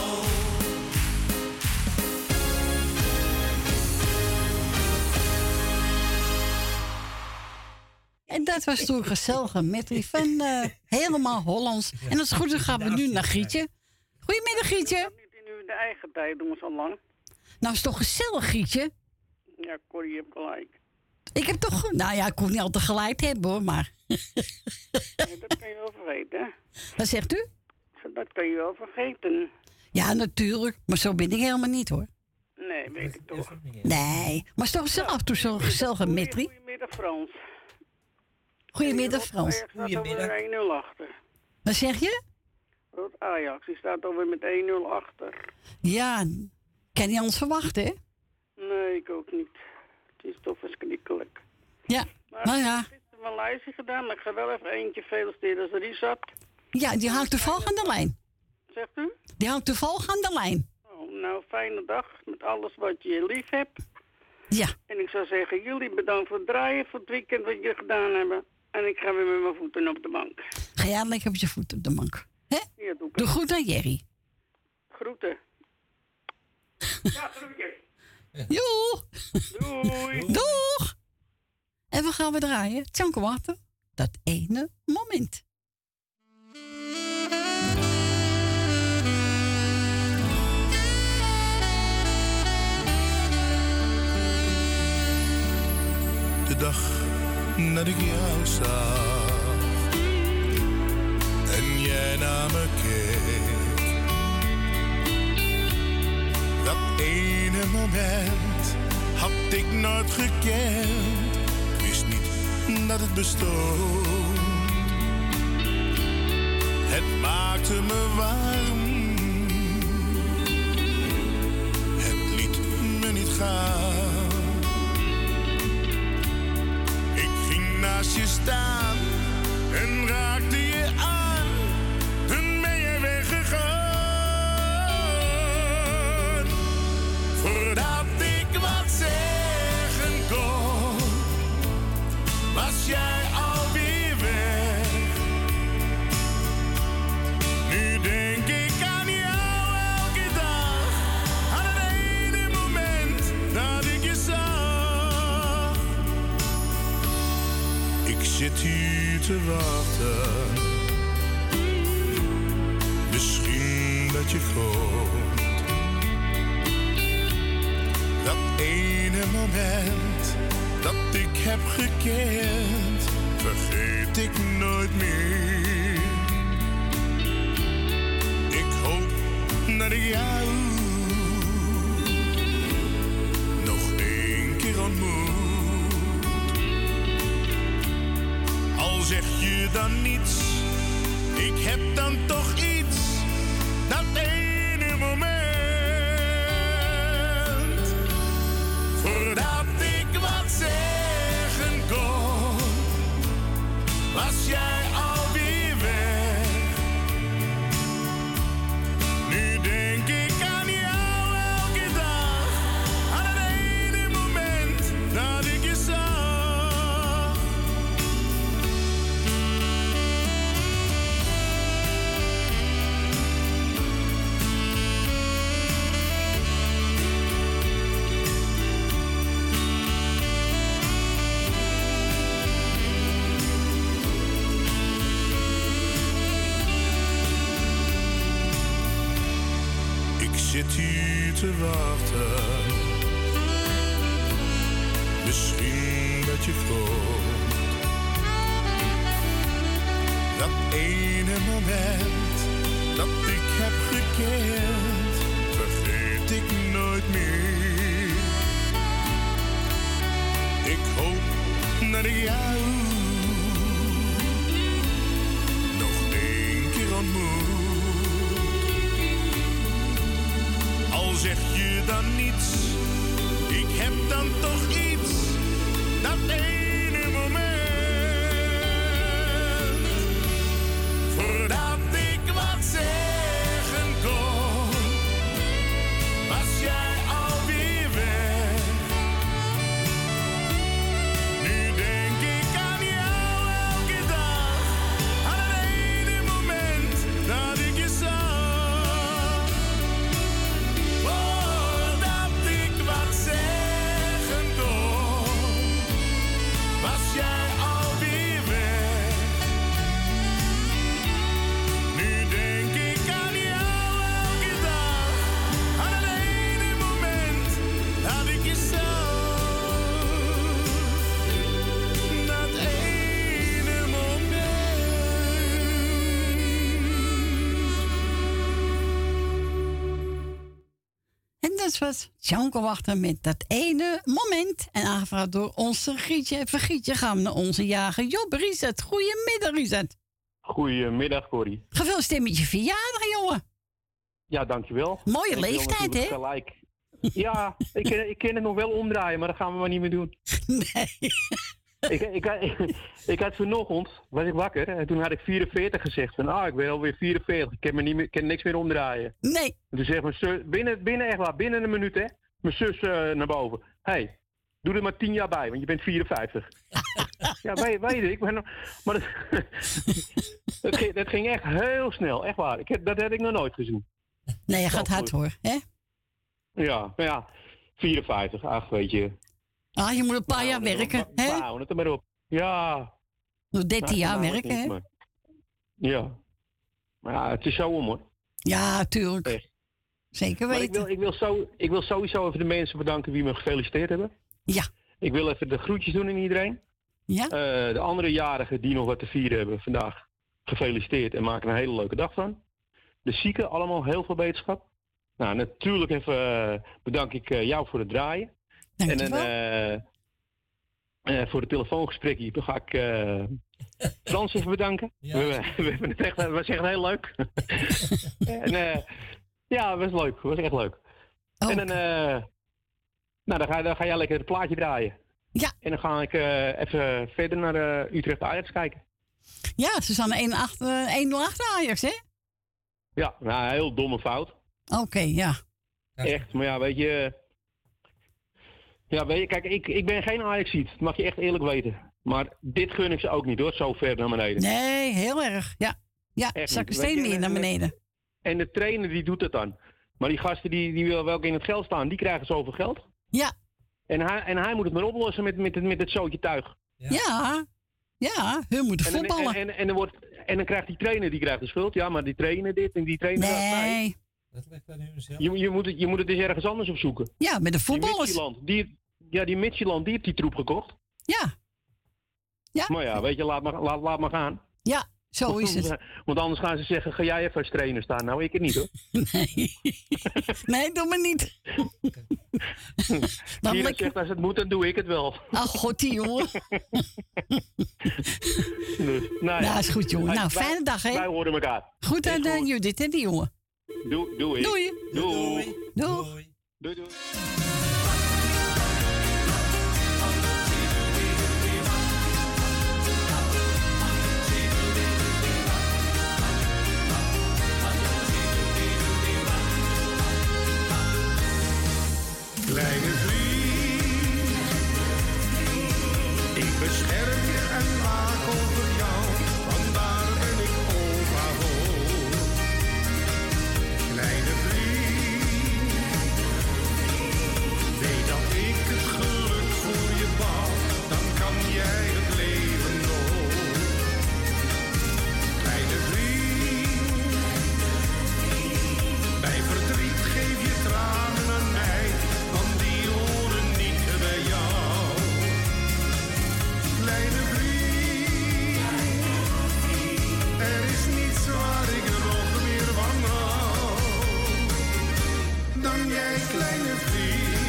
[SPEAKER 2] En dat was toen gezellige medley van helemaal Hollands. En als het goed is gaan we nu naar Gietje. Goedemiddag Gietje.
[SPEAKER 16] Niet in uw eigen tijd doen we zo lang.
[SPEAKER 2] Nou is toch gezellig Gietje?
[SPEAKER 16] Ja, Corrie, je hebt gelijk.
[SPEAKER 2] Ik heb toch... Nou ja, ik kon niet altijd gelijk hebben hoor, maar...
[SPEAKER 16] Nee, dat kan je wel vergeten, hè?
[SPEAKER 2] Wat zegt u?
[SPEAKER 16] Dat kan je wel vergeten.
[SPEAKER 2] Ja, natuurlijk. Maar zo ben ik helemaal niet hoor.
[SPEAKER 16] Nee, weet ik toch.
[SPEAKER 2] Nee, maar het is toch zelf toe zo'n gezellige medley.
[SPEAKER 16] Goedemiddag Frans.
[SPEAKER 2] Goedemiddag Frans.
[SPEAKER 16] Ajax staat alweer 1-0 achter.
[SPEAKER 2] Wat zeg je?
[SPEAKER 16] Dat Ajax, die staat alweer met 1-0 achter.
[SPEAKER 2] Ja, kan niet anders verwachten hè?
[SPEAKER 16] Nee, ik ook niet. Het is toch verschrikkelijk.
[SPEAKER 2] Ja,
[SPEAKER 16] Maar
[SPEAKER 2] nou ja.
[SPEAKER 16] ik heb een lijstje gedaan, maar ik ga wel even eentje feliciteren als Richard.
[SPEAKER 2] Ja, die hangt toevallig aan de lijn.
[SPEAKER 16] Zegt u?
[SPEAKER 2] Die hangt toevallig aan de lijn.
[SPEAKER 16] Oh, nou, fijne dag met alles wat je lief hebt.
[SPEAKER 2] Ja.
[SPEAKER 16] En ik zou zeggen, jullie bedankt voor het draaien, voor het weekend wat jullie gedaan hebben. En ik ga weer met mijn voeten op de bank.
[SPEAKER 2] Ga jij lekker op je voeten op de bank. Hè?
[SPEAKER 16] Ja, doe ik.
[SPEAKER 2] Doe goed aan Jerry.
[SPEAKER 16] Groeten. Ja, groetjes.
[SPEAKER 2] Joe.
[SPEAKER 16] Doei.
[SPEAKER 2] Doeg. En we gaan weer draaien. Tjanke Water. Dat ene moment.
[SPEAKER 6] De dag dat ik jou zag en jij naar me keek, dat ene moment had ik nooit gekend. Ik wist niet dat het bestond. Het maakte me warm, het liet me niet gaan. Naast je staan en raakte je aan, toen ben je weggegaan. Voordat ik wat zeggen kon, was jij alweer weg. Nu denk ik aan jou elke dag, aan het ene moment dat ik je zag. Ik zit hier te wachten, misschien dat je komt. Dat ene moment dat ik heb gekend, vergeet ik nooit meer. Ik hoop dat ik jou nog één keer ontmoet. Al zeg je dan niets, ik heb dan toch iets, dat ene moment. Voordat ik wat zeggen kon, was jij alweer weg. Nu denk ik aan jou elke dag, aan het ene moment dat ik je zag. zit hier te wachten. Misschien dat je komt. Dat ene moment dat ik heb gekend, vergeet ik nooit meer. Ik hoop dat ik jou nog één keer ontmoet. Al zeg je dan niets, ik heb dan toch iets, dat ene moment. Voordat ik wat zeggen kon, was jij alweer weg. Nu denk ik aan jou elke dag, aan het ene moment dat ik je zag. Voordat ik wat zeggen kon, was jij alweer weg. Nu denk ik aan jou elke dag, aan het ene moment dat ik je zag. Dat ene moment.
[SPEAKER 2] En dat was Janko Wachter met dat ene moment. En aangevraagd door onze Gietje. Vergietje gaan we naar onze jager Job Rizet. Goedemiddag, Rizet.
[SPEAKER 17] Goedemiddag, Corrie.
[SPEAKER 2] Gefeliciteerd met je verjaardag, jongen.
[SPEAKER 17] Ja, dankjewel.
[SPEAKER 2] Mooie
[SPEAKER 17] Ik wil
[SPEAKER 2] leeftijd,
[SPEAKER 17] natuurlijk
[SPEAKER 2] hè?
[SPEAKER 17] Gelijk. Ja, ik kan het nog wel omdraaien, maar dat gaan we maar niet meer doen.
[SPEAKER 2] Nee.
[SPEAKER 17] Ik had vanochtend, was ik wakker, en toen had ik 44 gezegd. Van, ik ben alweer 44, ik kan niks meer omdraaien.
[SPEAKER 2] Nee.
[SPEAKER 17] En toen zegt mijn zus, binnen een minuut, hè, mijn zus naar boven. Hey, doe er maar 10 jaar bij, want je bent 54. Ja, weet ik. Maar dat ging echt heel snel, echt waar. Dat heb ik nog nooit gezien.
[SPEAKER 2] Nee, je gaat hard hoor, hè?
[SPEAKER 17] Ja, maar ja, 54, ach, weet je.
[SPEAKER 2] Je moet een paar jaar werken, hè?
[SPEAKER 17] Bouwen het er maar op. Ja.
[SPEAKER 2] Nog 13 jaar werken, hè?
[SPEAKER 17] Maar. Ja. Maar ja, het is zo om, hoor.
[SPEAKER 2] Ja, tuurlijk.
[SPEAKER 17] Echt.
[SPEAKER 2] Zeker weten.
[SPEAKER 17] Maar ik wil sowieso even de mensen bedanken die me gefeliciteerd hebben.
[SPEAKER 2] Ja.
[SPEAKER 17] Ik wil even de groetjes doen aan iedereen.
[SPEAKER 2] Ja.
[SPEAKER 17] De andere jarigen die nog wat te vieren hebben vandaag, gefeliciteerd en maken een hele leuke dag van. De zieken, allemaal heel veel beterschap. Nou, natuurlijk even bedank ik jou voor het draaien.
[SPEAKER 2] Dankjewel.
[SPEAKER 17] En voor het telefoongesprek ga ik Frans even bedanken.
[SPEAKER 3] Ja.
[SPEAKER 17] We hebben het echt, het was echt heel leuk. En ja, het was leuk. Het was echt leuk.
[SPEAKER 2] Oh,
[SPEAKER 17] en dan ga jij lekker het plaatje draaien.
[SPEAKER 2] Ja.
[SPEAKER 17] En dan ga ik even verder naar Utrecht Ajax kijken.
[SPEAKER 2] Ja, ze staan 1-0 achter Ajax, hè?
[SPEAKER 17] Ja, nou, een heel domme fout.
[SPEAKER 2] Oké, ja.
[SPEAKER 17] Echt, maar ja, weet je... Ja, weet je, kijk, ik ben geen Ajaxiet. Dat mag je echt eerlijk weten. Maar dit gun ik ze ook niet, hoor. Zo ver naar beneden.
[SPEAKER 2] Nee, heel erg. Ja, zakken steen meer naar beneden.
[SPEAKER 17] En de trainer, die doet het dan. Maar die gasten die welke in het geld staan, die krijgen zoveel geld.
[SPEAKER 2] Ja.
[SPEAKER 17] En hij moet het maar oplossen met het zootje tuig.
[SPEAKER 2] Ja, hun moeten voetballen.
[SPEAKER 17] En dan krijgt die trainer de schuld. Ja, maar die trainer dit en die trainer dat.
[SPEAKER 2] Nee.
[SPEAKER 3] Dat ligt aan hunzelf.
[SPEAKER 17] Je moet het dus ergens anders opzoeken.
[SPEAKER 2] Ja, met de voetballers.
[SPEAKER 17] Die Midtjylland, die heeft die troep gekocht.
[SPEAKER 2] Ja.
[SPEAKER 17] Maar ja, weet je, laat maar gaan.
[SPEAKER 2] Ja, zo is het.
[SPEAKER 17] Want anders gaan ze zeggen, ga jij even als trainer staan. Nou, ik het niet, hoor.
[SPEAKER 2] Nee, doe me niet.
[SPEAKER 17] Dan zegt, als het moet, dan doe ik het wel.
[SPEAKER 2] Ach, god, die jongen.
[SPEAKER 17] Dus, nou,
[SPEAKER 2] is goed, jongen. Nou, fijne dag, hè.
[SPEAKER 17] Wij horen elkaar.
[SPEAKER 2] Goed aan Judith, hè, die jongen.
[SPEAKER 17] Doei.
[SPEAKER 2] Doei.
[SPEAKER 17] Doei.
[SPEAKER 2] Doei.
[SPEAKER 17] Doei.
[SPEAKER 6] Kleine vriend, ik bescherm je en waak over jou, vandaar en ik overhoop. Kleine vriend, vriend.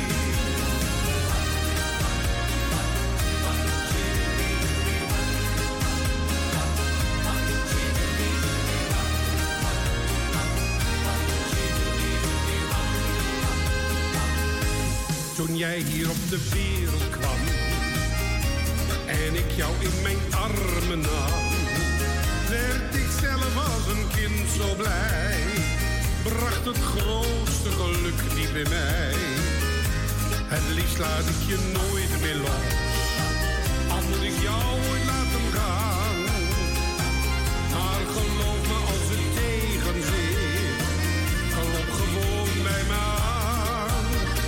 [SPEAKER 6] Toen jij hier op de wereld kwam en ik jou in mijn armen nam, werd ik zelf als een kind zo blij, bracht het grootste geluk diep in mij. Het liefst laat ik je nooit meer los, al moet ik jou ooit laten gaan. Maar geloof me als het tegen zit, loop gewoon bij me aan.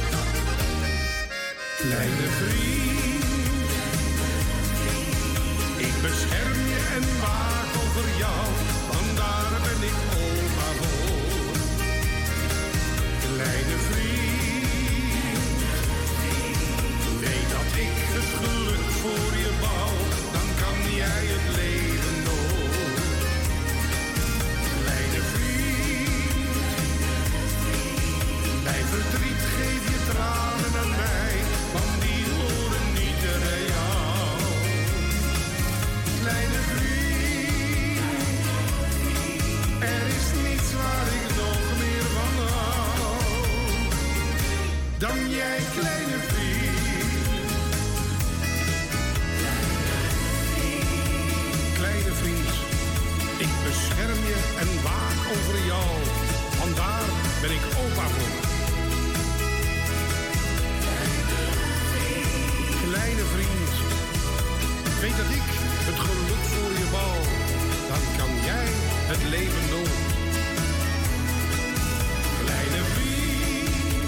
[SPEAKER 6] Kleine vriend, ik bescherm je en waak over jou, want daar ben ik oma voor. Kleine vriend, weet dat ik het geluk voor je bouw, dan kan jij het leven door. Kleine vriend, bij verdriet geef je tranen aan mij, want die horen niet bij jou. Kleine vriend, er is niets waar ik nog meer van hou dan jij, kleine vriend. Kleine vriend, ik bescherm je en waak over jou, want daar ben ik opa voor. Kleine vriend, weet dat ik het geluk voor je bouw, dan kan jij het leven door. Kleine vriend,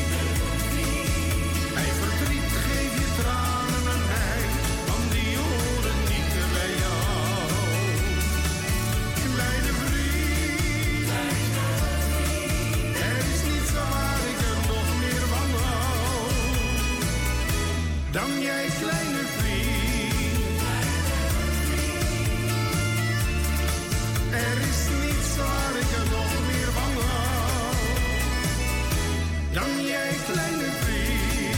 [SPEAKER 6] bij verdriet geef je tranen aan mij, want die horen niet bij jou. Kleine vriend, er is niets waar ik er nog meer van hou dan jij, kleine vriend. Er is niets waar ik er nog meer van hou dan jij, kleine vriend.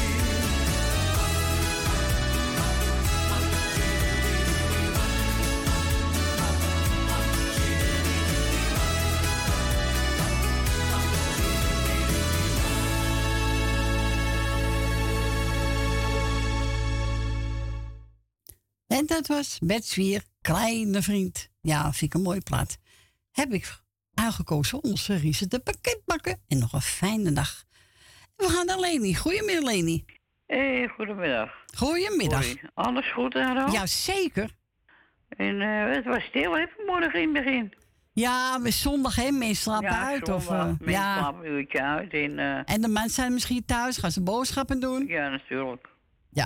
[SPEAKER 2] En dat was Bert Zwier, Kleine Vriend. Ja, vind ik een mooie plaat. Heb ik aangekozen onze Riese de pakketbakken. En nog een fijne dag. We gaan naar Leni. Goedemiddag, Leni.
[SPEAKER 18] Hey, goedemiddag.
[SPEAKER 2] Goedemiddag.
[SPEAKER 18] Hoi. Alles goed daar al?
[SPEAKER 2] Ja, zeker.
[SPEAKER 18] En het was stil, hè, vanmorgen in het begin.
[SPEAKER 2] Ja, met zondag, hè? Mensen slapen uit.
[SPEAKER 18] Zondag, mensen slapen een uurtje uit.
[SPEAKER 2] En de mensen zijn misschien thuis, gaan ze boodschappen doen.
[SPEAKER 18] Ja, natuurlijk.
[SPEAKER 2] Ja.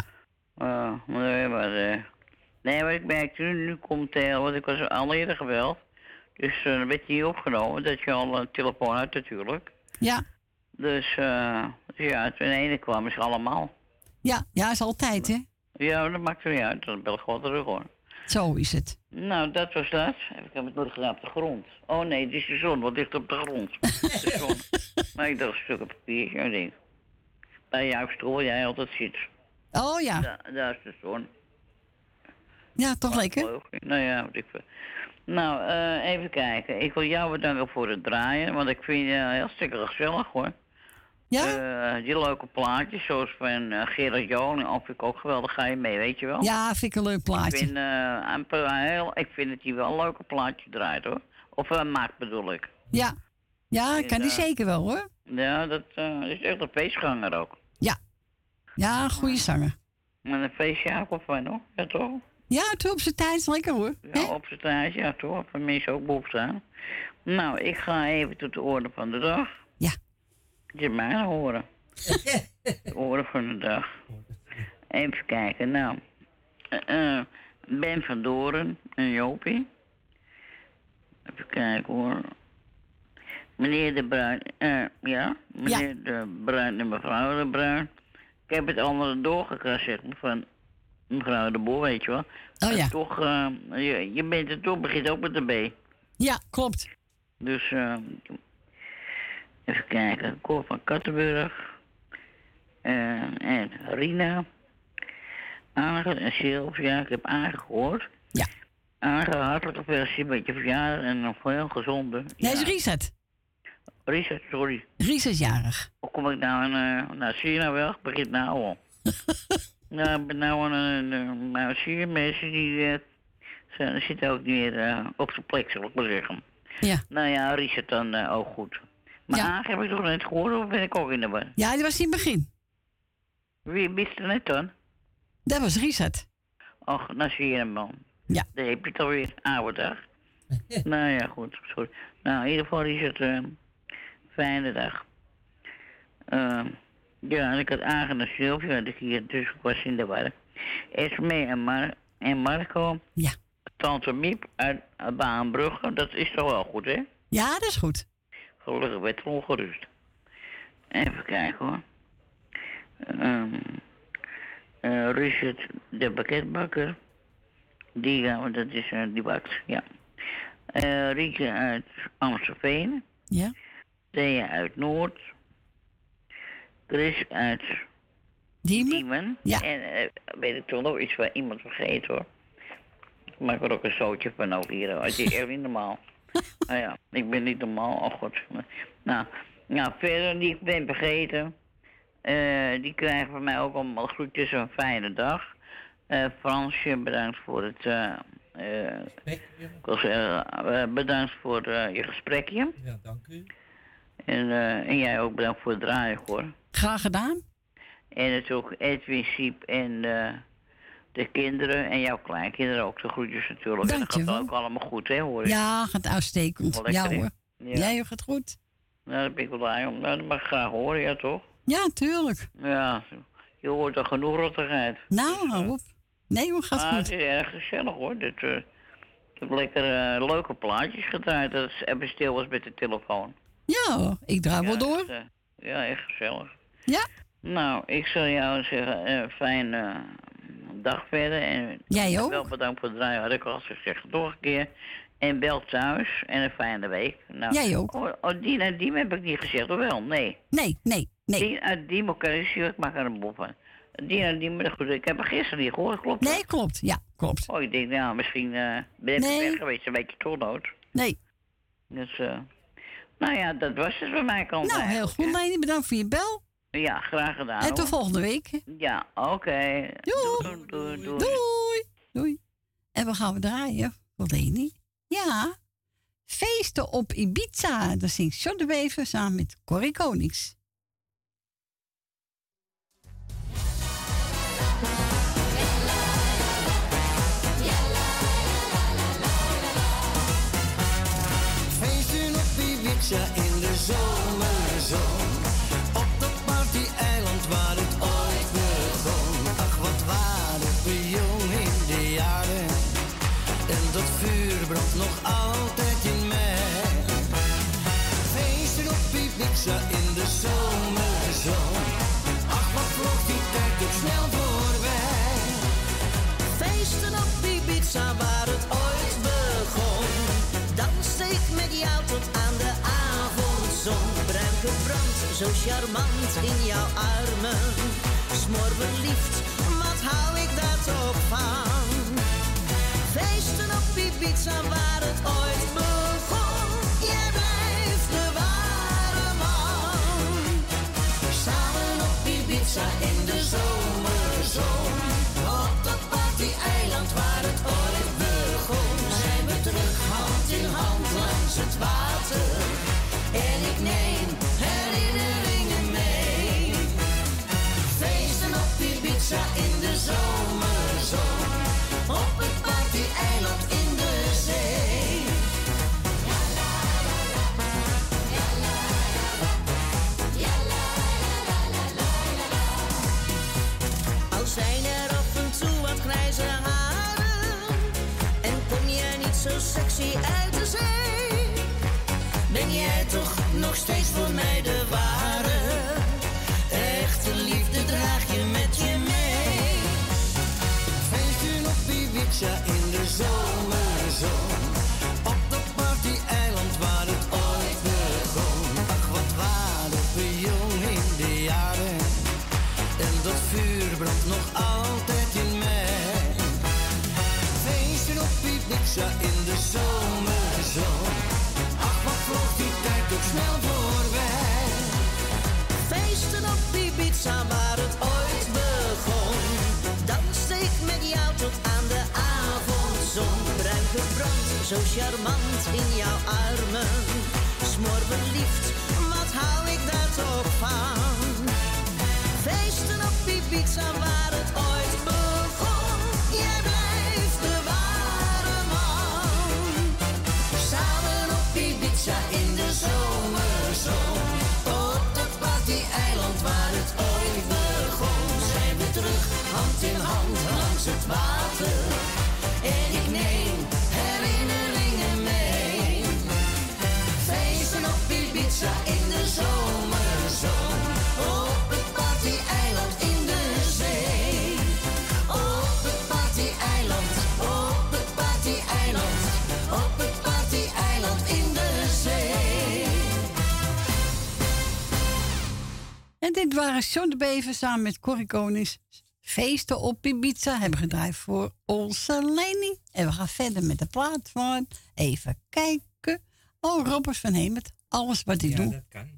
[SPEAKER 18] Nee, maar ik merkte nu komt want ik was al eerder gebeld. Dus dan werd niet opgenomen, dat je al een telefoon uit natuurlijk.
[SPEAKER 2] Ja.
[SPEAKER 18] Dus ja, toen ene kwam is allemaal.
[SPEAKER 2] Ja, is altijd, hè?
[SPEAKER 18] Ja, dat maakt er niet uit, dan bel ik gewoon terug, hoor.
[SPEAKER 2] Zo is het.
[SPEAKER 18] Nou, dat was dat. Ik heb het nog gedaan op de grond. Oh nee, het is de zon, wat ligt op de grond. De zon. Maar ik dacht een stuk papiertje, ik denk. Bij jouw stoel, jij altijd zit.
[SPEAKER 2] Oh ja.
[SPEAKER 18] Daar is de zon.
[SPEAKER 2] Ja, toch lekker?
[SPEAKER 18] Nou ja, wat ik... Nou, even kijken. Ik wil jou bedanken voor het draaien, want ik vind je hartstikke gezellig, hoor.
[SPEAKER 2] Ja?
[SPEAKER 18] Die leuke plaatjes, zoals van Gerard Joling, vind ik ook geweldig. Ga je mee, weet je wel?
[SPEAKER 2] Ja, vind ik een leuk plaatje.
[SPEAKER 18] Ik vind dat hij wel een leuke plaatje draait, hoor. Of maakt, bedoel ik.
[SPEAKER 2] Ja. Ja, kan die zeker wel, hoor.
[SPEAKER 18] Ja, dat is echt een feestganger ook.
[SPEAKER 2] Ja. Ja, een goede zanger.
[SPEAKER 18] En een feestje ook van, hoor. Ja, toch?
[SPEAKER 2] Ja, toen op zijn tijd is lekker, hoor.
[SPEAKER 18] Ja, op zijn tijd, ja, toch? Voor mensen ook behoefte aan. Nou, ik ga even tot de orde van de dag.
[SPEAKER 2] Ja.
[SPEAKER 18] Je mij horen. De orde van de dag. Even kijken, nou. Ben van Doren en Jopie. Even kijken, hoor. Meneer de Bruin, meneer de Bruin en mevrouw de Bruin. Ik heb het andere doorgekrast, zeg maar, van mevrouw de Boer, weet je wel.
[SPEAKER 2] Oh ja.
[SPEAKER 18] Toch, je bent er toch, begint ook met de B.
[SPEAKER 2] Ja, klopt.
[SPEAKER 18] Dus, even kijken. Cor van Kattenburg. En Rina. Ange en Sylvia. Ik heb Ange gehoord.
[SPEAKER 2] Ja.
[SPEAKER 18] Ange, hartelijk gefeliciteerd met je verjaardag en een veel gezonde.
[SPEAKER 2] Nee, is Richard.
[SPEAKER 18] Richard, sorry.
[SPEAKER 2] Richard jarig.
[SPEAKER 18] Hoe kom ik nou, zie je nou wel? Ik begin nou al. Nou, ik ben nou zie je mensen die zitten ook niet meer op zijn plek, zal ik maar zeggen.
[SPEAKER 2] Ja.
[SPEAKER 18] Nou ja, Richard dan ook goed. Maar Aange heb ik toch net gehoord of ben ik ook in de war?
[SPEAKER 2] Ja, die was in het begin.
[SPEAKER 18] Wie wist er net dan?
[SPEAKER 2] Dat was Richard.
[SPEAKER 18] Och, nou zie je hem dan.
[SPEAKER 2] Ja.
[SPEAKER 18] Dan heb je het alweer, oude dag. Nou ja, goed, sorry. Nou, in ieder geval is het fijne dag. Ja, en ik had Aange en Sylvia, dus ik was in de war. Esme en Marco.
[SPEAKER 2] Ja.
[SPEAKER 18] Tante Miep uit Baanbrugge, dat is toch wel goed, hè?
[SPEAKER 2] Ja, dat is goed.
[SPEAKER 18] Gelukkig werd er ongerust. Even kijken hoor. Richard de pakketbakker. Die gaan we, dat is die bakt, ja. Rieke uit Amstelveen.
[SPEAKER 2] Ja.
[SPEAKER 18] Thea uit Noord. Chris uit Diemen.
[SPEAKER 2] Ja.
[SPEAKER 18] En weet ik toch nog iets waar iemand vergeten hoor. Ik maak er ook een zootje van ook hier. Het is echt niet normaal. Nou ja, ik ben niet normaal. Oh god. Nou, verder die ik ben vergeten. Die krijgen van mij ook allemaal groetjes. Een fijne dag. Fransje, bedankt voor het... bedankt voor je gesprekje.
[SPEAKER 3] Ja, dank u.
[SPEAKER 18] En jij ook bedankt voor het draaien, hoor.
[SPEAKER 2] Graag gedaan.
[SPEAKER 18] En natuurlijk Edwin Siep en de kinderen en jouw kleinkinderen ook de groetjes natuurlijk.
[SPEAKER 2] Dank je wel.
[SPEAKER 18] En dat gaat ook allemaal goed, hè, hoor ik.
[SPEAKER 2] Ja, gaat uitstekend. Ja hoor.
[SPEAKER 18] Ja.
[SPEAKER 2] Jij gaat goed.
[SPEAKER 18] Nou, daar ben ik wel blij om. Nou, dat mag ik graag horen, ja toch?
[SPEAKER 2] Ja, tuurlijk.
[SPEAKER 18] Ja, je hoort er genoeg rottigheid.
[SPEAKER 2] Nou, hou op. Nee hoor, gaat goed.
[SPEAKER 18] Het is erg gezellig hoor. Ik heb lekker leuke plaatjes gedraaid dat het even stil was met de telefoon.
[SPEAKER 2] Ja hoor, ik draai wel door.
[SPEAKER 18] Ja, echt gezellig.
[SPEAKER 2] Ja.
[SPEAKER 18] Nou, ik zal jou zeggen, een fijne dag verder. En
[SPEAKER 2] jij ook?
[SPEAKER 18] Wel bedankt voor het draaien, had ik al gezegd. Nog een keer. En bel thuis en een fijne week. Nou,
[SPEAKER 2] jij ook?
[SPEAKER 18] Die heb ik niet gezegd, of wel? Nee.
[SPEAKER 2] Nee.
[SPEAKER 18] Die moet ik maak er een boel van. Die moet goed. Ik heb er gisteren niet gehoord, klopt dat?
[SPEAKER 2] Nee, klopt. Ja, klopt.
[SPEAKER 18] Oh, ik denk, nou, misschien ben ik weg geweest, een beetje tolnood.
[SPEAKER 2] Nee.
[SPEAKER 18] Dus, nou ja, dat was het bij mij kant.
[SPEAKER 2] Nou, heel goed, Leni. Bedankt voor je bel.
[SPEAKER 18] Ja, graag gedaan.
[SPEAKER 2] En tot volgende week.
[SPEAKER 18] Ja, oké.
[SPEAKER 2] Doei. Doei. En we gaan draaien voor Leni. Ja. Feesten op Ibiza. Dat zingt John de Wever samen met Corrie Konings.
[SPEAKER 10] Feesten op Ibiza in de zomerzon. Op dat party-eiland waar het ooit begon. Ach, wat waren we jong in de jaren. En dat vuur brandt nog altijd in mij. Feesten op Ibiza in de zomerzon. Ach, wat vloog die tijd ook snel voorbij.
[SPEAKER 19] Feesten op Ibiza waar het ooit begon. Danste ik met jou tot aan de avondzon. Bruin gebrand, zo charmant in jouw armen. Smoor verliefd, wat hou ik daar toch van. Feesten op Ibiza waar het ooit begon. Jij blijft de ware man. Samen op Ibiza in de zomerzon. Op dat party-eiland waar het ooit begon. Zijn we terug hand in hand langs het water. En ik neem herinneringen mee. Feesten op Ibiza in de zomerzon. Op het party-eiland in de zee. Al zijn er af en toe wat grijze haren. En kom jij niet zo sexy uit de zee. Ben jij toch nog steeds voor mij de ware. Echte liefde draag je met je mee.
[SPEAKER 10] Feesten op Ibiza in de zomerzon. Op dat party-eiland waar het ooit begon. Ach, wat waren we jong in de jaren.
[SPEAKER 7] Ibiza in de zomerzon. Ach, wat vloog die tijd ook snel voorbij.
[SPEAKER 19] Feesten op Ibiza waar het ooit begon. Danste ik met jou tot aan de avondzon. Bruin gebrand, zo charmant in jouw armen. Smoor verliefd, wat hou ik daar toch van. Feesten op Ibiza waar het ooit begon. Jij blijft de ware man. Samen op Ibiza in de zomerzon. Op dat party-eiland waar het ooit begon. Zijn we terug, hand in hand langs het water. En ik neem herinneringen mee. Feesten op Ibiza in de zomerzon. Op het party-eiland in de zee. Op het party-eiland, op het party-eiland. Op het party-eiland in de zee.
[SPEAKER 2] En dit waren John de Bever samen met Corrie Konings. Feesten op Ibiza hebben gedraaid voor onze Leni. En we gaan verder met de plaat van. Even kijken. Oh, Robert van Hemert. Alles wat ik doe.
[SPEAKER 3] Dat kan.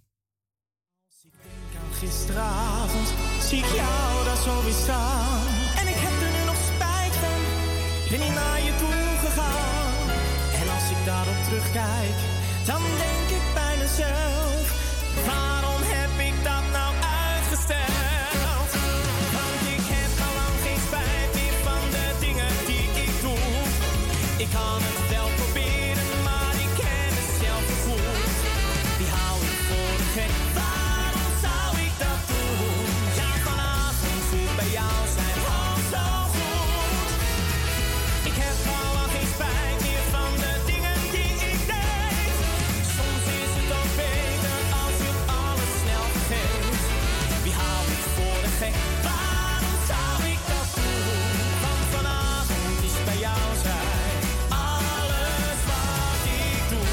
[SPEAKER 13] Gisteravond zie ik jou daar zo weer staan. En ik heb er nu nog spijt van. Ben niet naar je toe gegaan. En als ik daarop terugkijk, dan denk ik bij mezelf. Waarom heb ik dat nou uitgesteld? Want ik heb al lang geen spijt meer van de dingen die ik doe. Ik kan het wel proberen, maar ik ken het zelf te goed. Die hou ik voor de gek. Waarom zou ik dat doen? Ja, vanavond voelt bij jou zijn hand zo goed. Ik heb al lang geen spijt meer van de dingen die ik deed. Soms is het ook beter als je alles snel vergeet. Wie hou ik voor de gek? Waarom zou ik dat doen? Want vanavond is bij jou zijn alles wat ik doe.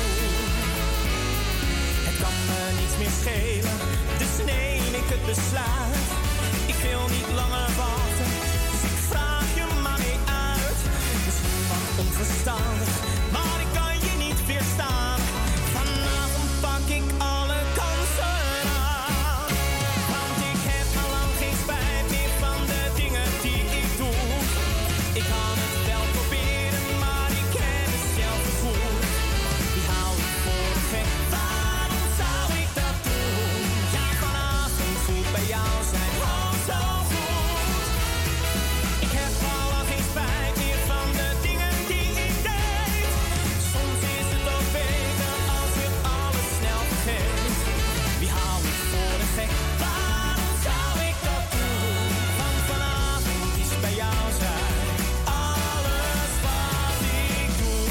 [SPEAKER 13] Het kan me niets meer schelen, dus neem ik het besluit. Ik wil niet langer wachten, dus ik vraag je maar mee uit. Misschien wat onverstandig, maar ik kan je niet weerstaan. Vanavond pak ik alle kansen aan. Want ik heb al lang geen spijt meer van de dingen die ik doe. Ik kan het wel proberen, maar ik ken het zelf te goed. Die hou ik voor de gek. Waarom zou ik dat doen? Ja, vanavond voelt bij jou zijn hand zo goed. Ik heb al lang geen spijt meer van de dingen die ik deed. Soms is het ook beter als je alles snel vergeet. Wie hou ik voor de gek? Waarom zou ik dat doen? Want vanavond is bij jou zijn alles wat ik doe.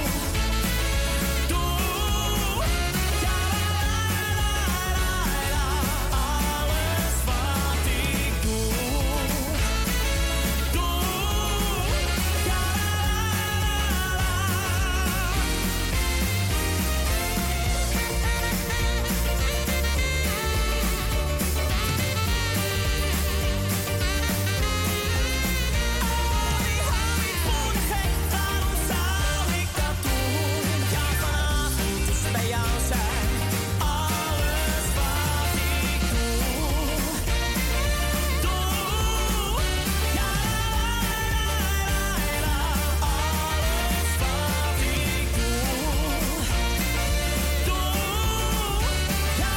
[SPEAKER 13] Doe, ja, alles wat ik doe. Doe, ja, voor de gek, waarom zou ik dat doen? Ja, vanavond is bij jou zijn alles wat ik doe. Doe, ja, alles wat ik doe. Doe, ja,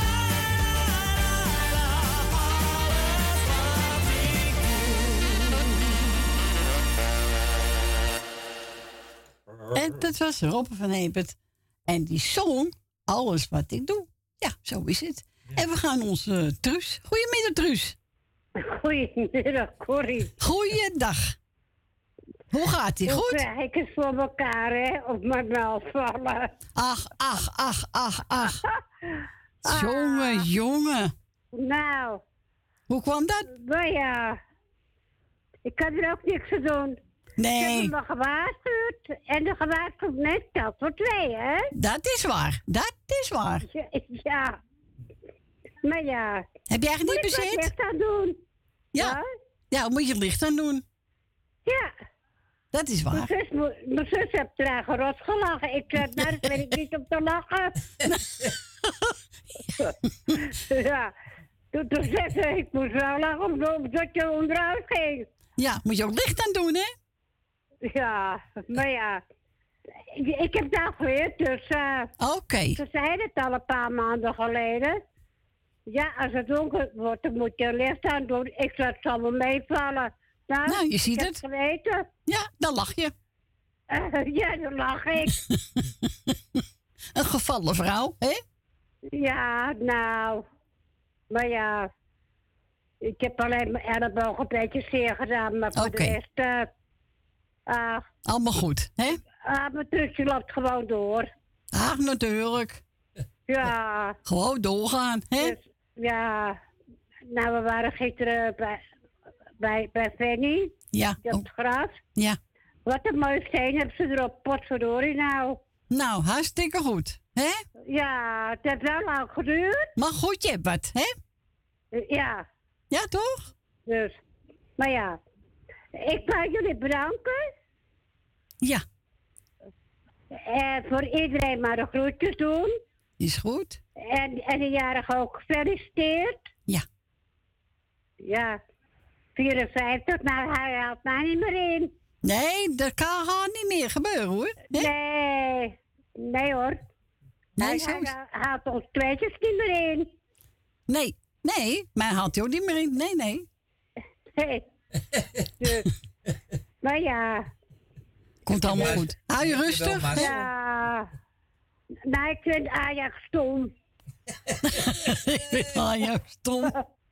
[SPEAKER 2] En dat was Robert van Hemert. En die zong Alles wat ik doe. Ja, zo is het. En we gaan onze Truus. Goedemiddag, Truus.
[SPEAKER 20] Goedemiddag, Corrie.
[SPEAKER 2] Goeiedag. Hoe gaat ie? Goed?
[SPEAKER 20] Hoe krijg ik het voor elkaar, hè? Op mijn mel vallen.
[SPEAKER 2] Ach. Jongen.
[SPEAKER 20] Nou.
[SPEAKER 2] Hoe kwam dat?
[SPEAKER 20] Nou ja. Ik kan er ook niks aan doen.
[SPEAKER 2] Nee.
[SPEAKER 20] Ik heb me gewaarschuwd. En de gewaarschuwd net telt voor 2, hè?
[SPEAKER 2] Dat is waar.
[SPEAKER 20] Ja. Maar ja.
[SPEAKER 2] Heb jij het niet bezit?
[SPEAKER 20] Moet ik wat licht aan doen?
[SPEAKER 2] Ja. Ja, moet je het licht aan doen.
[SPEAKER 20] Ja.
[SPEAKER 2] Dat is waar.
[SPEAKER 20] Mijn zus heeft trager rot gelachen. Ik zei, nou, dat weet ik niet om te lachen. Ja. Toen zei ze, ik moest wel lachen omdat je onderuit ging.
[SPEAKER 2] Ja, moet je ook licht aan doen, hè?
[SPEAKER 20] Ja, maar ja. Ik heb dat geleerd, dus...
[SPEAKER 2] Oké.
[SPEAKER 20] Ze zeiden het al een paar maanden geleden. Ja, als het donker wordt, dan moet je licht aan doen. Ik zou het allemaal meevallen.
[SPEAKER 2] Nou, je ziet het.
[SPEAKER 20] Geweten.
[SPEAKER 2] Ja, dan lach je.
[SPEAKER 20] Ja, dan lach ik.
[SPEAKER 2] Een gevallen vrouw, hè?
[SPEAKER 20] Ja, nou. Maar ja. Ik heb alleen mijn elleboog een beetje zeer gedaan, maar voor de rest...
[SPEAKER 2] allemaal goed, hè?
[SPEAKER 20] Mijn trucje loopt gewoon door.
[SPEAKER 2] Ach, natuurlijk.
[SPEAKER 20] Ja.
[SPEAKER 2] Gewoon doorgaan, hè?
[SPEAKER 20] Dus, ja. Nou, we waren gisteren bij Fanny.
[SPEAKER 2] Ja.
[SPEAKER 20] Op het gras.
[SPEAKER 2] Ja.
[SPEAKER 20] Wat een mooie steen hebben ze erop. Potverdorie nou.
[SPEAKER 2] Nou, hartstikke goed, hè?
[SPEAKER 20] Ja, het heeft wel lang geduurd.
[SPEAKER 2] Maar goed, je hebt wat, hè?
[SPEAKER 20] Ja.
[SPEAKER 2] Ja, toch?
[SPEAKER 20] Dus, maar ja. Ik wil jullie bedanken.
[SPEAKER 2] Ja.
[SPEAKER 20] Voor iedereen maar de groetjes doen.
[SPEAKER 2] Is goed.
[SPEAKER 20] En de jarige ook gefeliciteerd.
[SPEAKER 2] Ja.
[SPEAKER 20] Ja. 54, nou hij haalt mij niet meer in.
[SPEAKER 2] Nee, dat kan niet meer gebeuren, hoor.
[SPEAKER 20] Nee. Nee, hoor.
[SPEAKER 2] Nee,
[SPEAKER 20] hij haalt ons tweetjes niet meer in.
[SPEAKER 2] Nee, mij haalt hij ook niet meer in. Nee.
[SPEAKER 20] Nee. Dus, maar ja.
[SPEAKER 2] Komt allemaal goed. Hou je rustig.
[SPEAKER 20] Ja. Nou, ik vind Ajax stom.
[SPEAKER 2] Ik vind Ajax stom.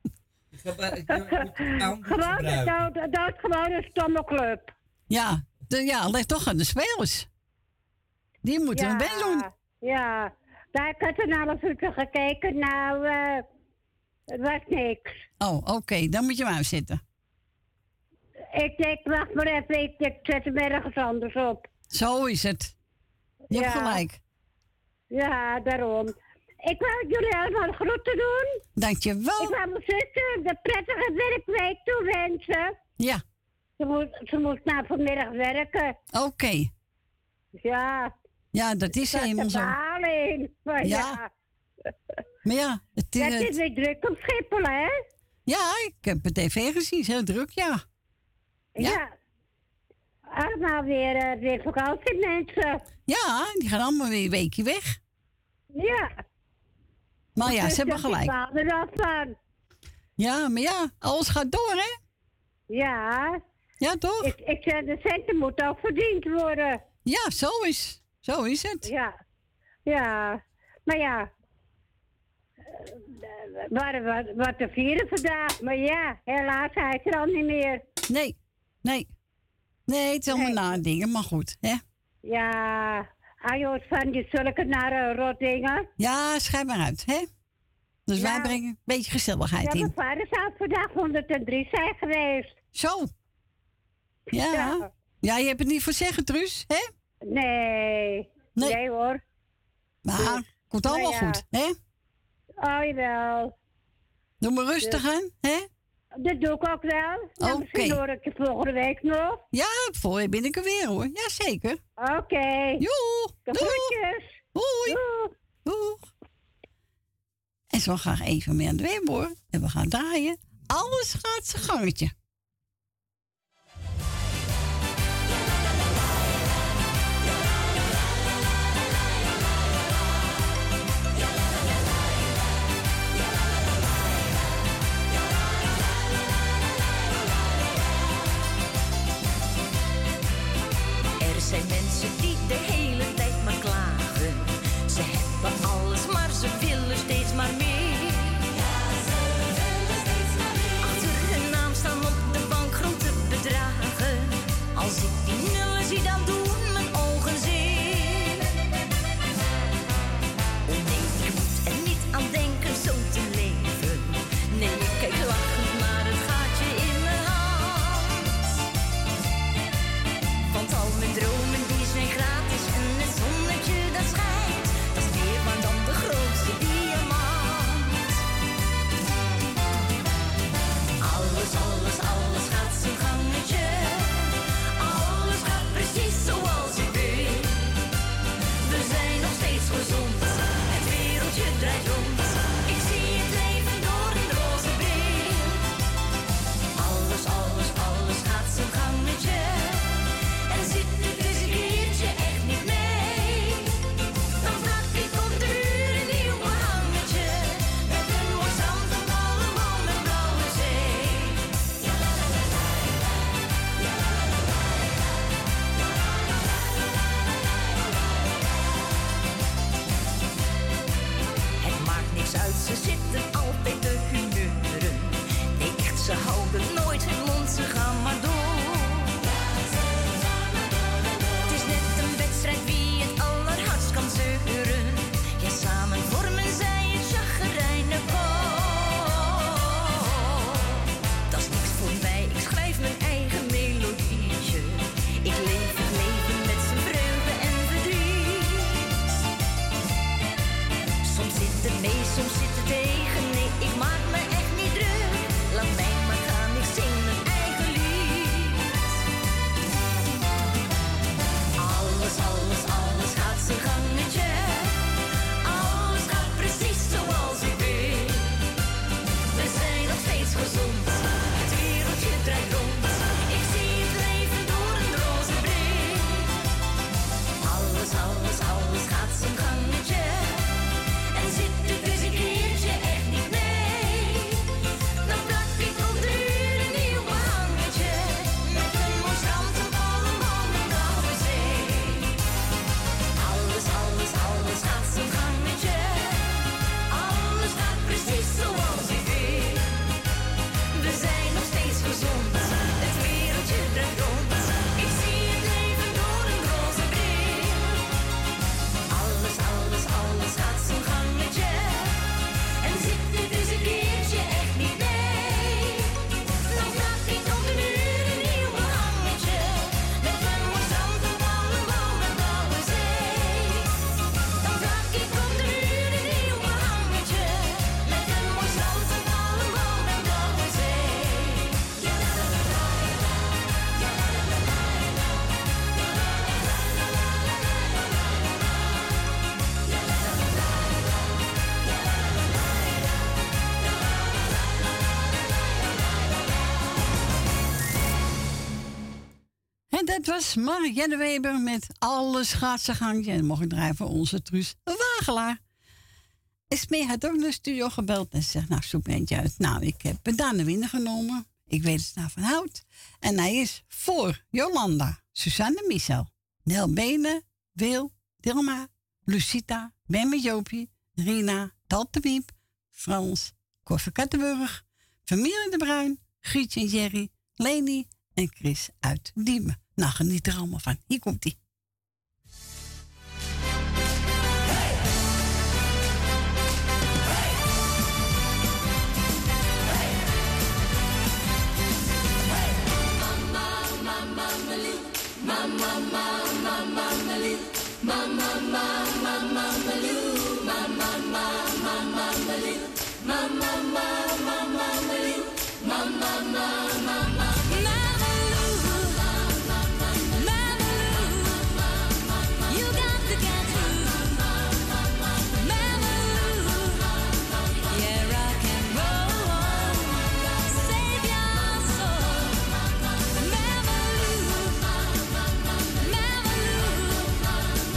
[SPEAKER 20] Dat is gewoon een stomme club.
[SPEAKER 2] Ja, leg toch aan de spelers. Die moeten hun best doen.
[SPEAKER 20] Ja, daar ik had een half uur gekeken. Nou, het was niks.
[SPEAKER 2] Oh, oké, dan moet je hem uitzetten.
[SPEAKER 20] Ik denk, wacht maar even, ik zet hem ergens anders op.
[SPEAKER 2] Zo is het. Je hebt gelijk.
[SPEAKER 20] Ja, daarom. Ik wil jullie allemaal groeten doen.
[SPEAKER 2] Dankjewel.
[SPEAKER 20] Ik wil mijn zuster de prettige werkweek toewensen.
[SPEAKER 2] Ja.
[SPEAKER 20] Ze moet nou vanmiddag werken.
[SPEAKER 2] Oké.
[SPEAKER 20] Ja.
[SPEAKER 2] Ja, dat is helemaal zo.
[SPEAKER 20] Maar ja.
[SPEAKER 2] Maar ja,
[SPEAKER 20] het is weer druk op Schiphol, hè?
[SPEAKER 2] Ja, ik heb het tv gezien. Is heel druk, ja.
[SPEAKER 20] Ja. Allemaal weer vakantiemensen.
[SPEAKER 2] Ja, die gaan allemaal weer een weekje weg.
[SPEAKER 20] Ja.
[SPEAKER 2] Maar ja, ze hebben gelijk.
[SPEAKER 20] Ik baal er al van.
[SPEAKER 2] Ja, maar ja, alles gaat door, hè?
[SPEAKER 20] Ja.
[SPEAKER 2] Ja, toch?
[SPEAKER 20] Ik zeg, de centen moeten ook verdiend worden.
[SPEAKER 2] Ja, zo is het.
[SPEAKER 20] Ja. Ja. Maar ja. Wat te vieren vandaag. Maar ja, helaas, hij is er al niet meer.
[SPEAKER 2] Nee, het is allemaal nadingen, maar goed, hè?
[SPEAKER 20] Ja, hij hoort van die zulke nare rotdingen.
[SPEAKER 2] Ja, schrijf maar uit, hè? Dus wij brengen een beetje gezelligheid in.
[SPEAKER 20] Mijn vader zou vandaag 103 zijn geweest.
[SPEAKER 2] Zo. Ja. Ja, je hebt het niet voor zeggen, Truus, hè?
[SPEAKER 20] Nee hoor.
[SPEAKER 2] Maar komt allemaal goed, hè?
[SPEAKER 20] Oh, jawel.
[SPEAKER 2] Doe maar rustig aan, hè?
[SPEAKER 20] Dat doe ik ook wel.
[SPEAKER 2] Oké.
[SPEAKER 20] Misschien hoor ik je volgende week nog.
[SPEAKER 2] Ja, volgende week ben ik er weer, hoor. Jazeker.
[SPEAKER 20] Oké.
[SPEAKER 2] Joe.
[SPEAKER 20] De groetjes.
[SPEAKER 2] Hoi. Doeg. En zo gaan even mee aan de weem, hoor. En we gaan draaien. Alles gaat zijn gangetje.
[SPEAKER 12] Er zijn mensen die de hele tijd maar klagen. Ze hebben alles, maar ze willen steeds maar meer. Achter hun naam staan op zitten altijd te humeuren. Nee, echt, ze houden nooit hun mond, ze gaan maar door. Het is net een wedstrijd wie het allerhardst kan zeuren. Ja, samen vormen zij het chagrijnen koor. Dat is niks voor mij, ik schrijf mijn eigen melodietje. Ik leef het leven met zijn vreugde en verdriet. Soms zit het mee, soms zit het tegen. Nee, ik maak me echt niet druk. Laat mij maar gaan, ik zing mijn eigen lied. Alles, alles, alles gaat zijn gangetje. Alles gaat precies zoals ik wil. We zijn nog steeds gezond. Het wereldje draait rond. Ik zie het leven door een roze bril. Alles, alles, alles gaat zijn gangetje. En zit het dus een keertje echt niet mee. Dan plak ik op de uur een nieuw behangetje. Met een mooi strand, een palm, een blauwe zee. Alles, alles, alles gaat zijn gangetje. Alles gaat precies zoals ik wil. We zijn nog steeds gezond. Het wereldje draait rond. Ik zie het leven door een roze bril. Alles, alles, alles gaat zijn gangetje. En zit er dus een keertje echt niet mee. Dan plak ik op de muur een nieuw behangetje. Met een mooi strand, een palmboom en blauwe zee. Dan plak ik op de muur een nieuw behangetje. Met een mooi strand, een palmboom en blauwe zee. Ja, la, la, la, la, la. Ja, la, la, la, la, la. Ja, la, la, la, la, la, la, la, la, la. Ja, la, la, la, la, la. Ja, la, la, la, la, la.
[SPEAKER 2] En dat was Marianne Weber met Alles gaat zijn gangje. En mocht ik draaien voor onze Truus Wagelaar. Esmee had ook naar de studio gebeld en ze zegt, nou, zoek me eentje uit. Nou, ik heb Daan de Winner genomen. Ik weet het nou van hout. En hij is voor Jolanda, Suzanne Michel, Nel Benen, Wil, Dilma, Lucita, Ben met Jopie, Rina, Tante Wiep, Frans, Koffer Kattenburg, Familie de Bruin, Grietje en Jerry, Leni en Chris uit Diemen. Nou, geniet er allemaal van. Hier komt-ie.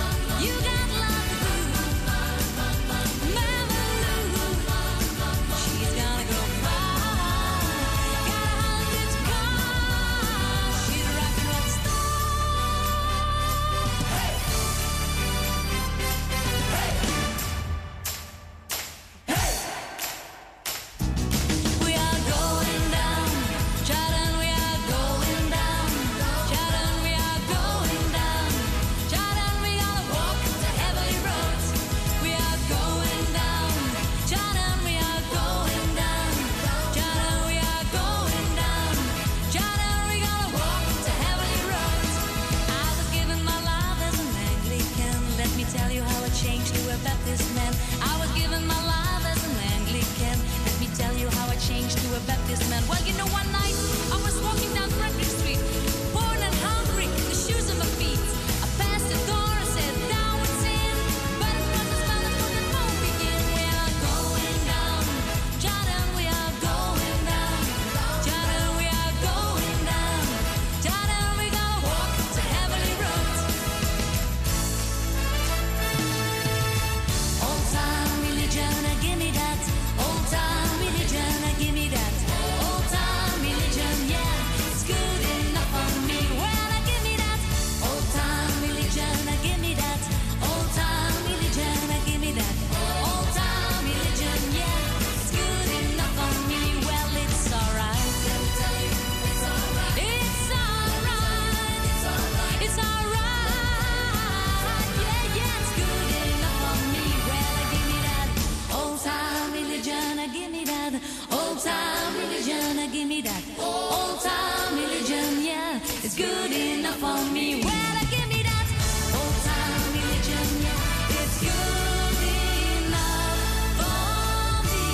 [SPEAKER 12] You got love. time religion, give me that. Old time religion, yeah, it's good enough for me. Well, give me that. Old time religion, yeah, it's good enough for me.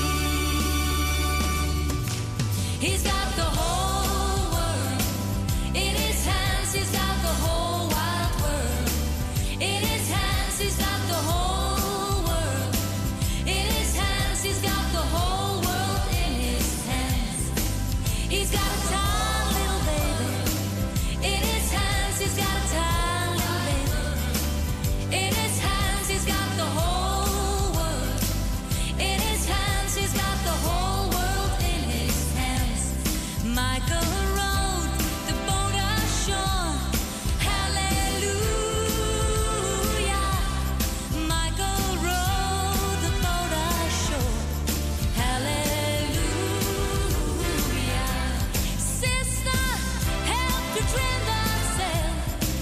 [SPEAKER 12] He's got the whole world in his hands. He's got the whole wide world in his hands. He's got the whole world in his hands. He's got the whole world in his hands. He's got a tiny little baby in his hands. He's got a tiny little baby in his hands. He's got the whole world in his hands. He's got the whole world in his hands. Michael rowed the boat ashore. Hallelujah. Michael rowed the boat ashore. Hallelujah. Sister, help to trim the sail.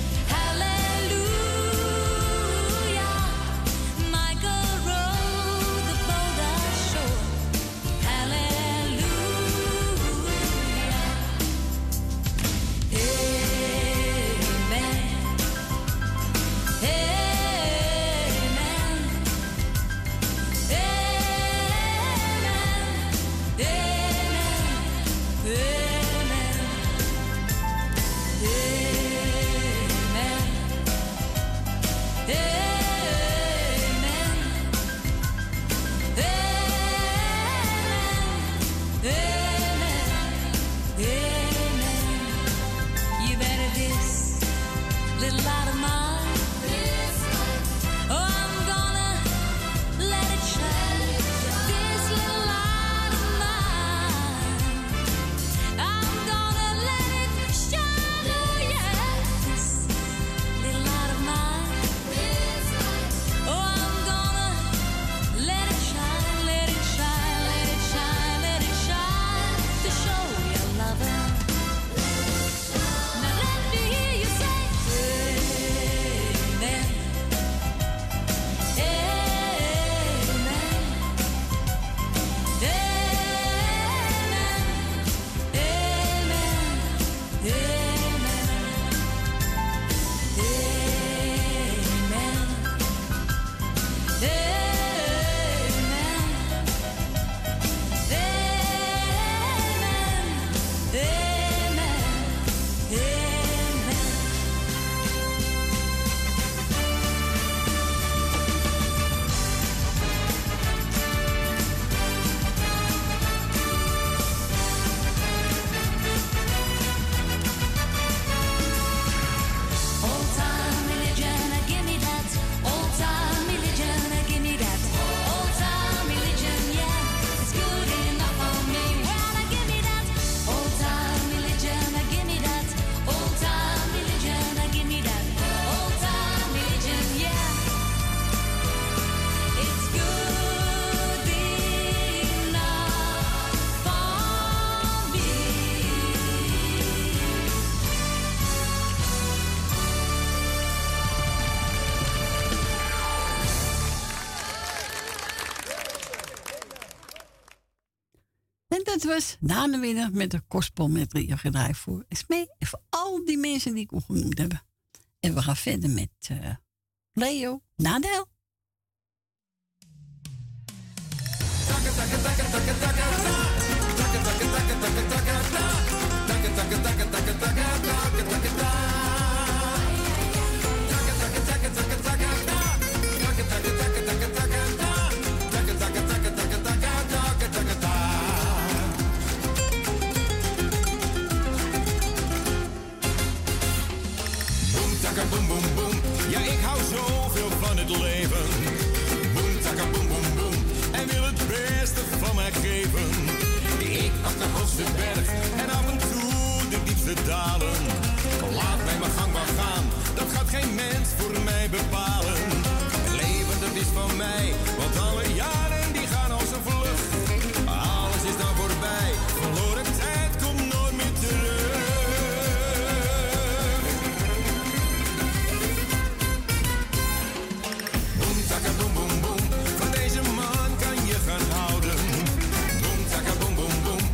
[SPEAKER 12] Hallelujah. Michael rowed the boat ashore. Hallelujah. Amen. You better this little light of mine. Oh, I'm gonna let it shine. This little light of mine. I'm gonna let it shine. Oh, yeah. This little light of mine. Oh, I'm gonna let it shine, let it shine, let it shine, let it shine to show your lover. Now let me hear you say amen. Amen. Old time religion, give me that. Old time religion, give me that. Old time religion, yeah, it's good enough for me. Well, give me that. Old time religion, give me that. Old time religion, give me that. Old time religion, yeah, it's good enough for me.
[SPEAKER 2] En dat was Daan Winner met de Gospel met Rio gedraaid voor Esmee. En voor al die mensen die ik opgenoemd heb. En we gaan verder met Leo Nadel.
[SPEAKER 5] Boom, taka, boom, boom, boom. Ja, ik hou zoveel van het leven. Boom, taka, boom, boom, boom. En wil het beste van mij geven. Ik af de hoogste berg en af en toe de diepste dalen. Laat mij mijn gang maar gaan, dat gaat geen mens voor mij bepalen. Het leven dat is van mij, want alle jaren die gaan als een vlucht. Alles is dan voorbij, verloren tijd komt nooit meer terug. Boom, taka, boom, boom, boom. Van deze man kan je gaan houden. Boom, taka, boom, boom, boom.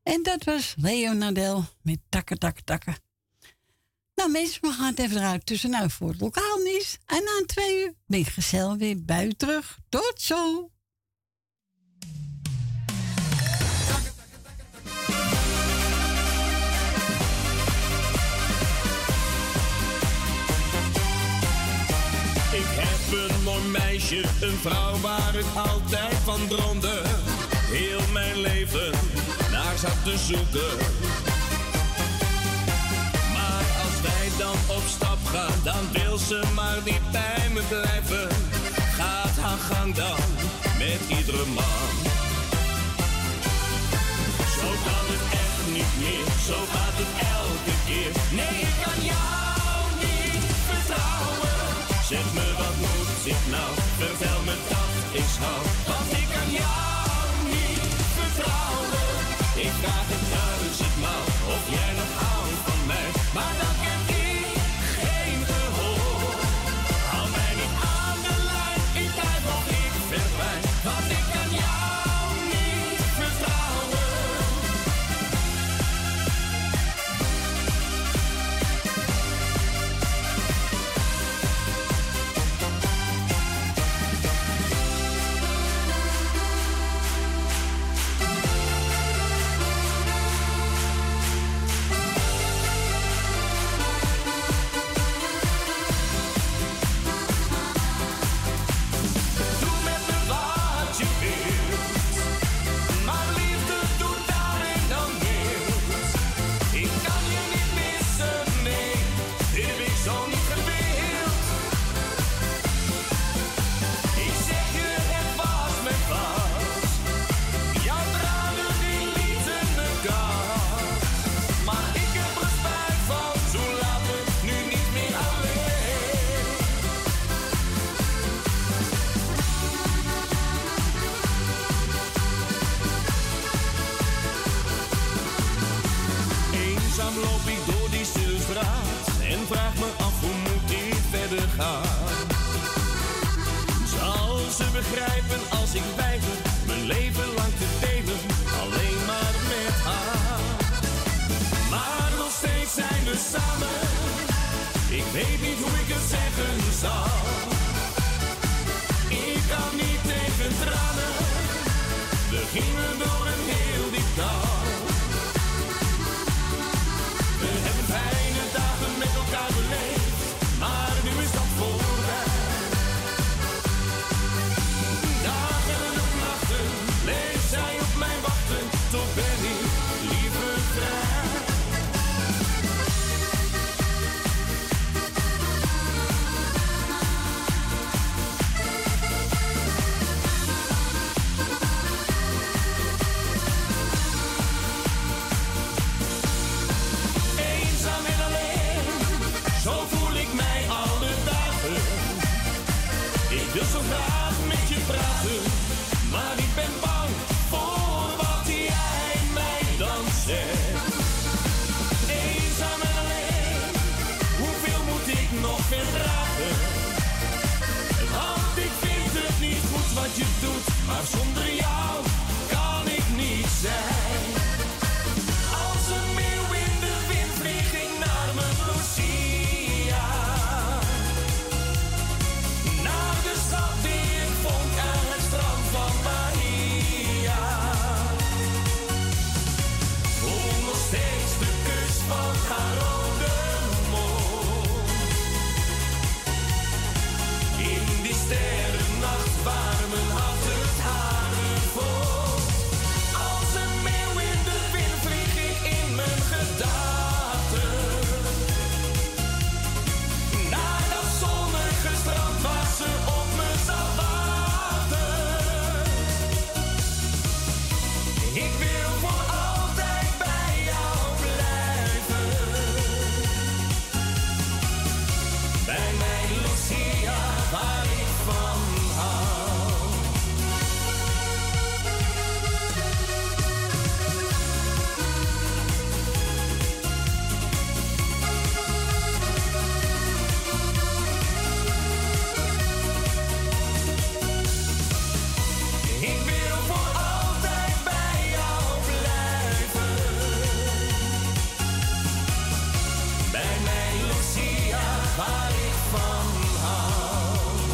[SPEAKER 2] En dat was Leonardel met takken, takken, takken. Nou mensen, we gaan het even eruit tussenuit voor het lokaal nieuws. En na 2 uur ben ik gezellig weer bij u terug. Tot zo!
[SPEAKER 5] Ik heb een mooi meisje, een vrouw waar ik altijd van droomde. Heel mijn leven naar zat te zoeken. Maar als wij dan op stap gaan, dan wil ze maar niet bij me blijven. Gaat haar gang dan met iedere man. Zo kan het echt niet meer, zo gaat het elke keer. Nee, ik kan jou niet vertrouwen. Zeg me wat moet ik nou, vertel me dat ik hou. Want ik kan jou niet vertrouwen. Ik vraag het duizendmaal of jij nog houdt van mij. Maar dan heb ik geen gehoor. Hou mij niet aan de lijn, ik blijf of ik verdwijn. Want ik kan jou niet vertrouwen. En vraag me af hoe moet dit verder gaan. Zal ze begrijpen als ik weiger mijn leven lang te delen, alleen maar met haar. Maar nog steeds zijn we samen, ik weet niet hoe ik het zeggen zal. Ik kan niet tegen tranen, we gingen door een heel diep dal. We hebben fijne dagen met elkaar beleefd, maar nu is dat voorbij. Dagen en nachten bleef zij op mij wachten, toch ben ik liever vrij. Ik wil zo graag met je praten, maar ik ben bang voor wat jij mij dan zegt. Eenzaam en alleen, hoeveel moet ik nog verdragen? Want ik vind het niet goed wat je doet, maar zonder jou kan ik niet zijn. Als een meeuw in de wind vlieg ik naar mijn Lucia. Naar de stad die ik vond aan het strand van Bahia. Voel nog steeds de kus van haar rode mond. In die sterrennacht waar mijn hart het haar waar ik van hou.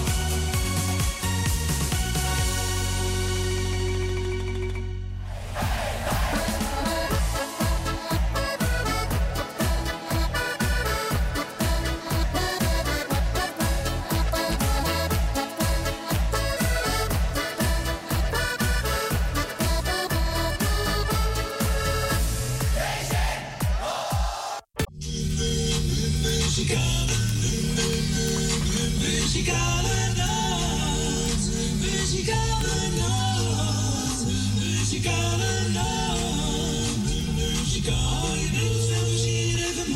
[SPEAKER 15] Muzikale nacht, muzikale nacht, muzikale nacht, muzikale nacht,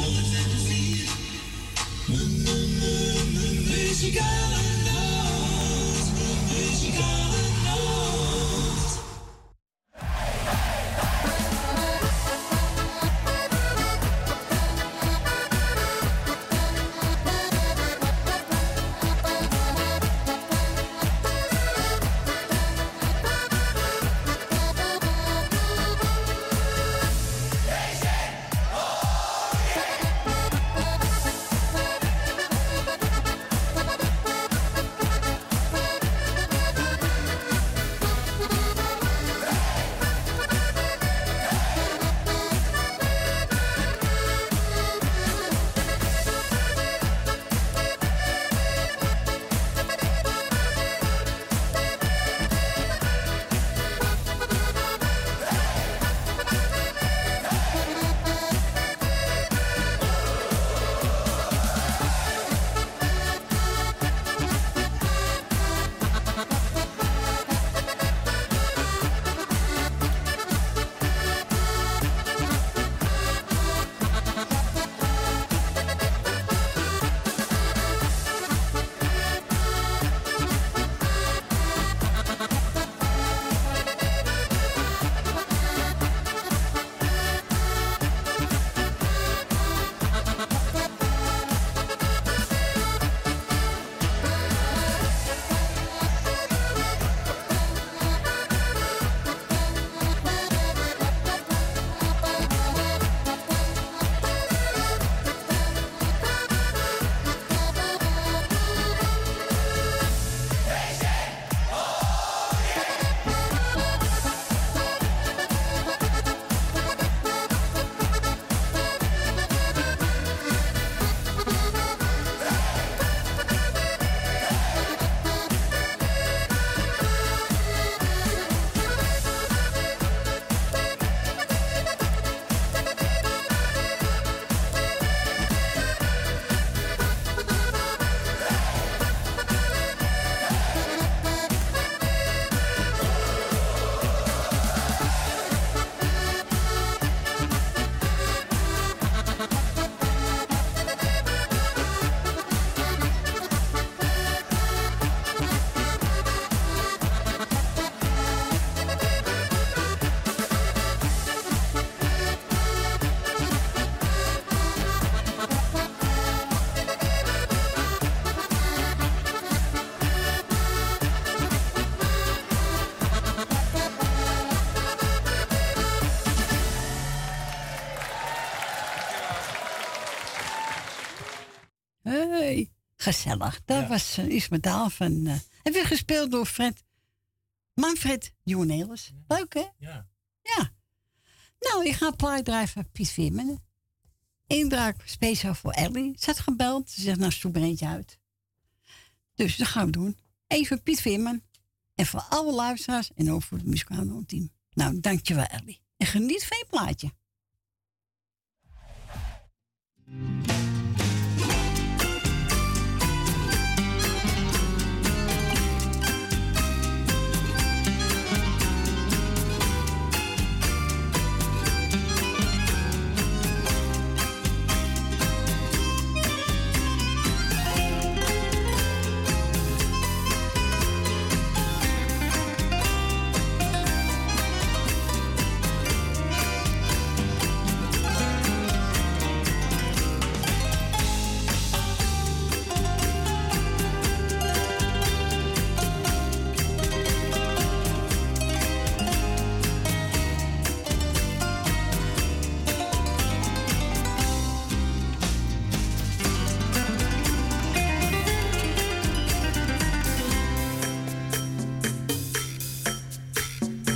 [SPEAKER 15] muzikale nacht, muzikale nacht.
[SPEAKER 2] Gezellig. Dat was Isma Daal van... en weer gespeeld door Manfred Jonelis. Leuk, hè?
[SPEAKER 3] Ja.
[SPEAKER 2] Ja. Nou, ik ga een plaat draaien van Piet Veerman. Indraak speciaal voor Ellie. Ze had gebeld. Ze zegt, nou, stoep er eentje uit. Dus dat gaan we doen. Even Piet Veerman. En voor alle luisteraars en ook voor het muzikale team. Nou, dankjewel, Ellie. En geniet van je plaatje.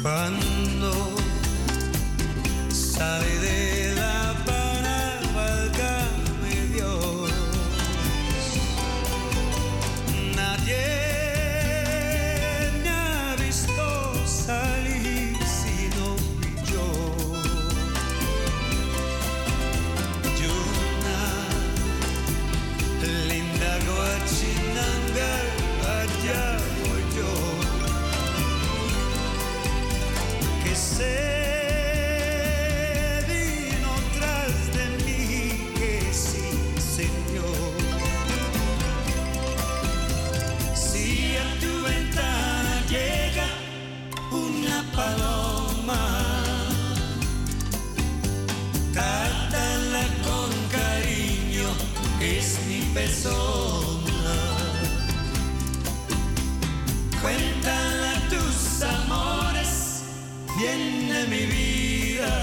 [SPEAKER 1] Cuando sale de La Habana, válgame Dios, nadie me ha visto salir sino yo. Yo una linda guachinanga, allá voy yo, que se vino tras de mí, que sí, señor. Si a tu ventana llega una paloma, trátala con cariño, es mi persona. Cuéntale a tus amores, viene mi vida,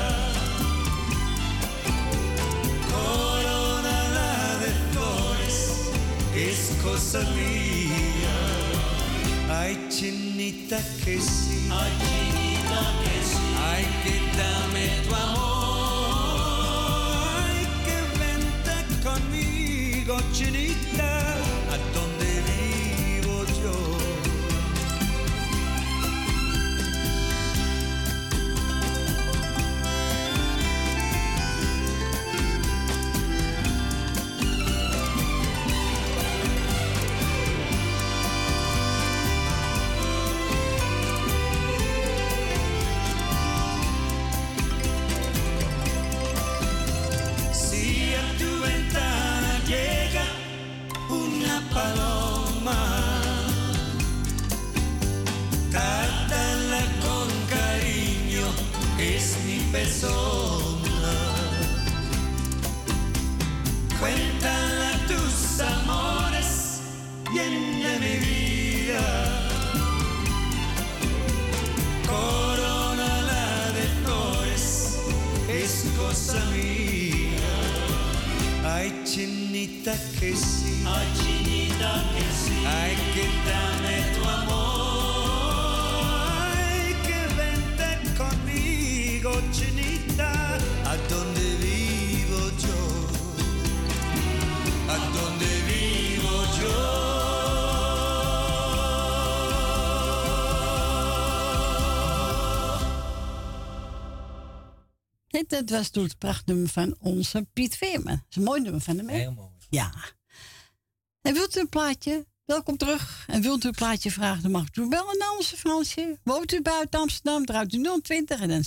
[SPEAKER 1] corónala de flores, es cosa mía. Ay, chinita que sí, ay, chinita que sí, ay, que dame tu amor, ay, que vente conmigo, chinita, a donde vivo yo. Si a tu ventana llega una paloma, trátala con cariño, es mi persona. Cuéntale a tus amores, viene mi vida, corónala de flores, es cosa mía. Ay, chinita que sí, ay, chinita que sí, ay, que dame tu amor, ay, que vente conmigo, chinita, a donde vivo yo, a donde vivo yo.
[SPEAKER 2] Dat was toen het prachtnummer van onze Piet Veerman. Dat is een mooi nummer van hem, hè?
[SPEAKER 3] Heel mooi.
[SPEAKER 2] Ja. En wilt u een plaatje? Welkom terug. En wilt u een plaatje vragen, dan mag u bellen naar onze Fransje. Woont u buiten Amsterdam, draait u 020 en dan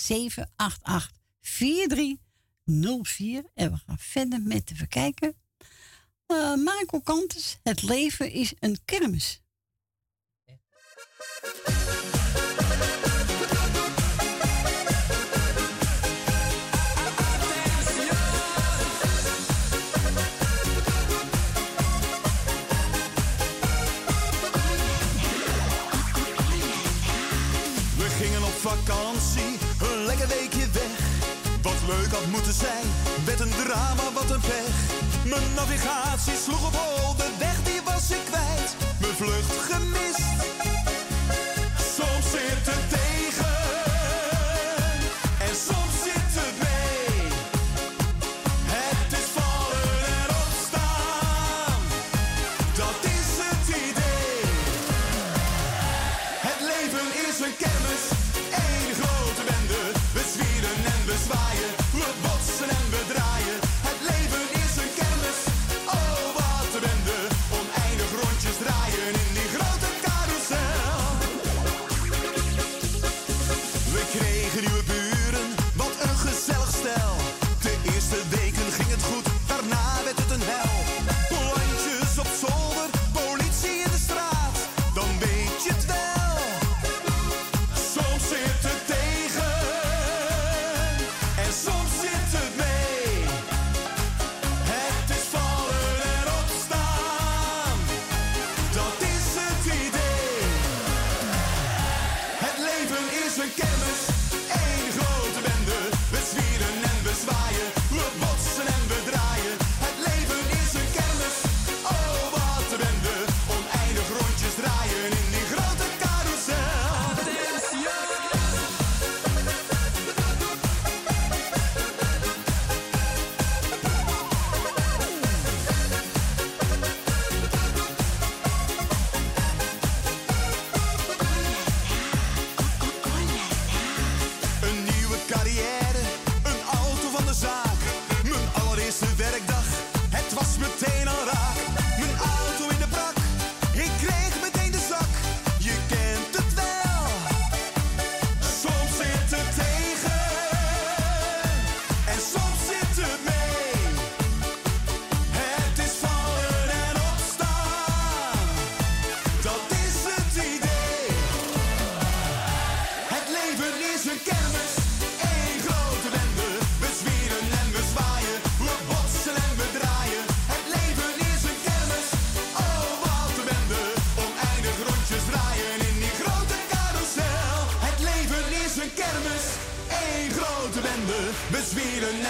[SPEAKER 2] 788-4304. En we gaan verder met even kijken. Marco Kantes, het leven is een kermis.
[SPEAKER 21] Vakantie, een lekker weekje weg. Wat leuk had moeten zijn, werd een drama, wat een pech. Mijn navigatie sloeg op hol, de weg die was ik kwijt. Mijn vlucht gemist, soms zit het tegen en soms zit het mee. Het is vallen en opstaan, dat is het idee. Het leven is een kermis, één grote bende. We zwieren en we zwaaien, we botsen en we draaien. Het leven is een kermis, oh wat een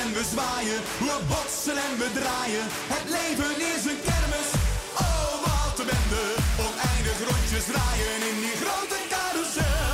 [SPEAKER 21] en we zwaaien, we botsen en we draaien. Het leven is een kermis, oh wat een bende. Oneindig rondjes draaien in die grote carousel.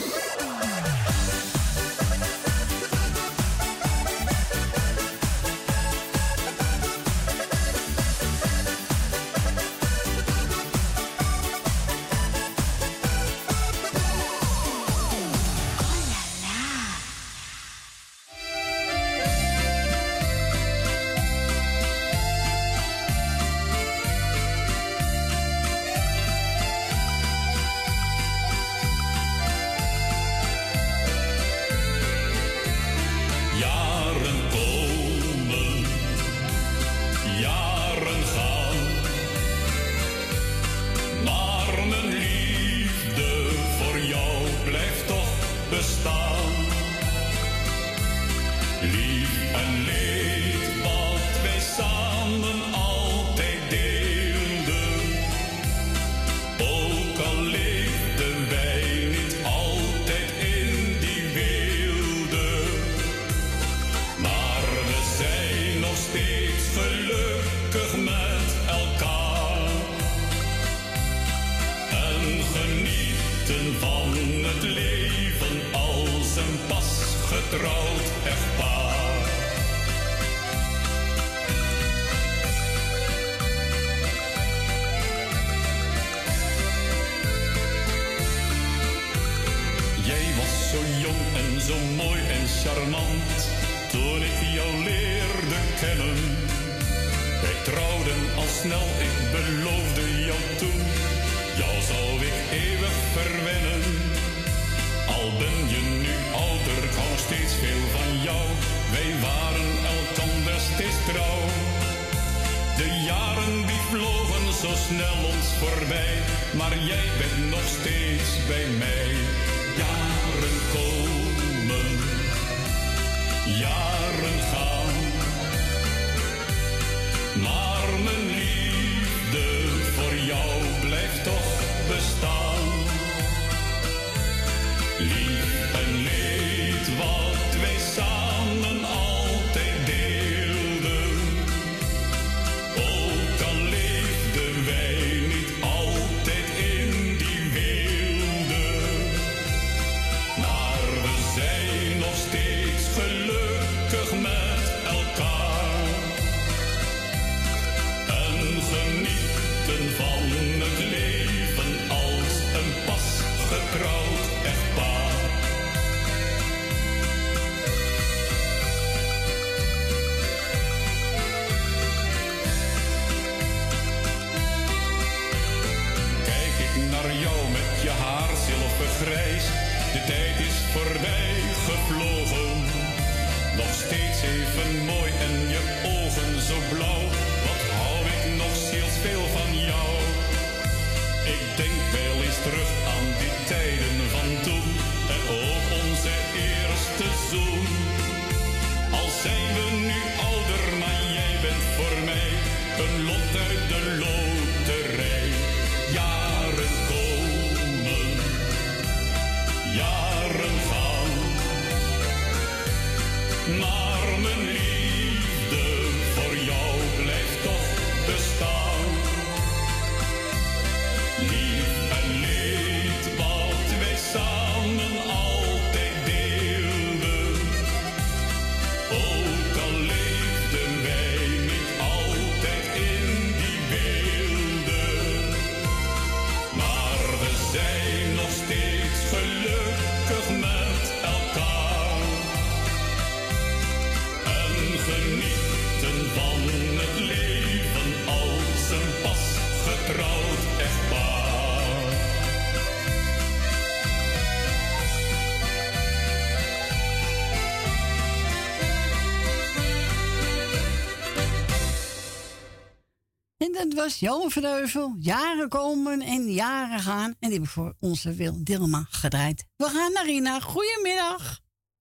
[SPEAKER 2] Dat was Johan Verheuvel. Jaren komen en jaren gaan. En die heb ik voor onze Wil Dilma gedraaid. We gaan naar Rina. Goedemiddag.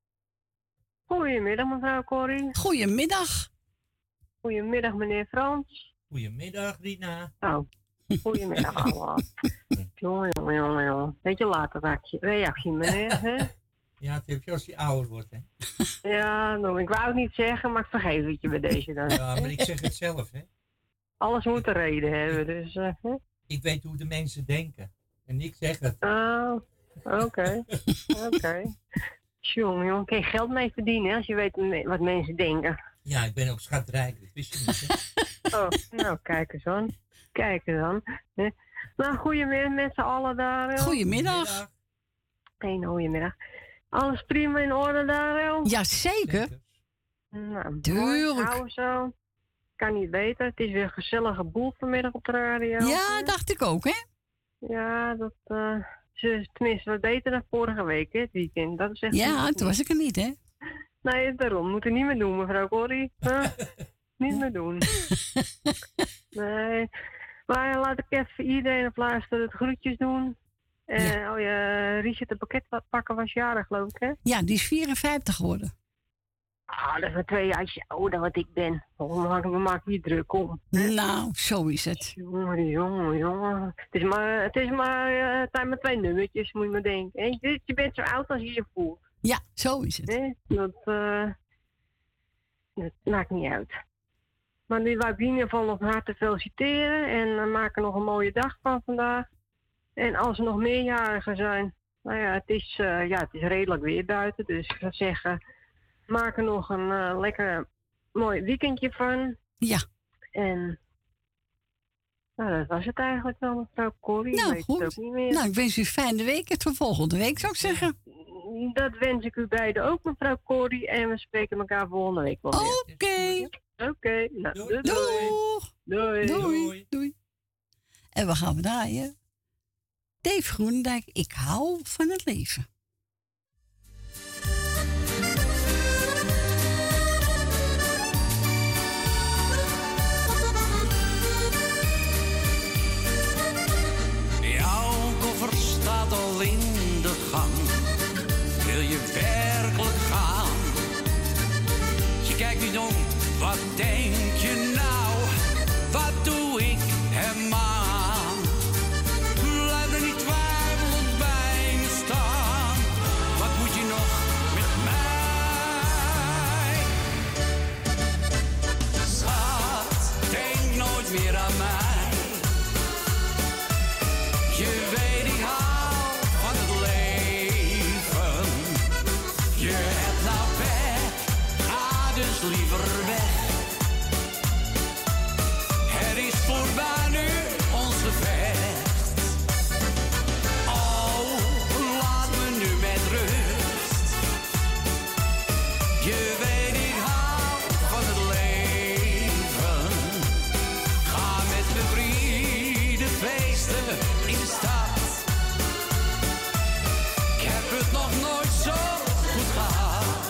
[SPEAKER 4] Goedemiddag, mevrouw Corrie.
[SPEAKER 2] Goedemiddag.
[SPEAKER 4] Goedemiddag, meneer Frans.
[SPEAKER 3] Goedemiddag, Rina.
[SPEAKER 4] Oh, goedemiddag allemaal. Jongen. Beetje later reactie, meneer. Hè?
[SPEAKER 3] Ja, dat heb je als je ouder wordt, hè?
[SPEAKER 4] Ja, nou, ik wou het niet zeggen, maar ik vergeef het je bij deze dan.
[SPEAKER 3] Ja, maar ik zeg het zelf, hè?
[SPEAKER 4] Alles moet een reden hebben, dus...
[SPEAKER 3] Ik weet hoe de mensen denken. En ik zeg het.
[SPEAKER 4] Oh, oké. Oké. Jongen, kun je geld mee verdienen hè, als je weet wat mensen denken.
[SPEAKER 3] Ja, ik ben ook schatrijk, dat wist je niet, hè?
[SPEAKER 4] Oh, nou, kijk eens aan. Kijk eens aan. Hè. Nou, goedemiddag met z'n allen daar.
[SPEAKER 2] Goedemiddag.
[SPEAKER 4] Een goedemiddag. Alles prima in orde daar, El?
[SPEAKER 2] Jazeker.
[SPEAKER 4] Nou,
[SPEAKER 2] tuurlijk.
[SPEAKER 4] Mooi, zo. Kan niet beter. Het is weer een gezellige boel vanmiddag op de radio.
[SPEAKER 2] Ja, dacht ik ook, hè?
[SPEAKER 4] Ja, dat is tenminste wat beter dan vorige week, hè, het weekend. Dat is echt
[SPEAKER 2] ja, toen was ik er niet, hè?
[SPEAKER 4] Nee, daarom. Moet er niet meer doen, mevrouw Corrie. Niet meer doen. Nee. Maar laat ik even iedereen op luisteren het groetjes doen.
[SPEAKER 2] Ja.
[SPEAKER 4] Oh ja, Richard de pakket pakken was jarig, geloof ik, hè?
[SPEAKER 2] Ja, die is 54 geworden.
[SPEAKER 4] Ah, dat is maar 2 jaar ouder dan wat ik ben. We maken hier druk om.
[SPEAKER 2] Nou, zo is het.
[SPEAKER 4] Jongen. Het is maar tijd met 2 nummertjes, moet je maar denken. En je bent zo oud als je je voelt.
[SPEAKER 2] Ja, zo is het.
[SPEAKER 4] Dat maakt niet uit. Maar nu wou ik in ieder geval nog van harte feliciteren. En maken nog een mooie dag van vandaag. En als er nog meerjarigen zijn. Nou ja, het is redelijk weer buiten. Dus ik zou zeggen, maak er nog een lekker mooi weekendje van.
[SPEAKER 2] Ja.
[SPEAKER 4] En nou, dat was het eigenlijk wel, mevrouw Corrie.
[SPEAKER 2] Nou,
[SPEAKER 4] weet
[SPEAKER 2] goed.
[SPEAKER 4] het ook niet meer.
[SPEAKER 2] Nou, ik wens u een fijne week. En tot volgende week, zou ik zeggen.
[SPEAKER 4] Dat wens ik u beiden ook, mevrouw Corrie. En we spreken elkaar volgende week wel weer. Oké. Nou,
[SPEAKER 2] Doei. En we gaan draaien. Dave Groenendijk, ik hou van het leven.
[SPEAKER 13] Jouw koffer staat al in de gang. Wil je werkelijk gaan? Je kijkt niet om, wat denk je nou? Wat doe ik hem aan? Blijf er niet twijfelend bij me staan. Wat moet je nog met mij? Schat, denk nooit meer aan mij. Je weet ik hou van het leven. Je hebt nou pech, ga dus liever weg. Het is voorbij nu, ons gevecht. Oh, laat me nu met rust. Je weet ik hou van het leven. Ga met mijn vrienden feesten in de stad. Ik heb het nog nooit zo goed gehad.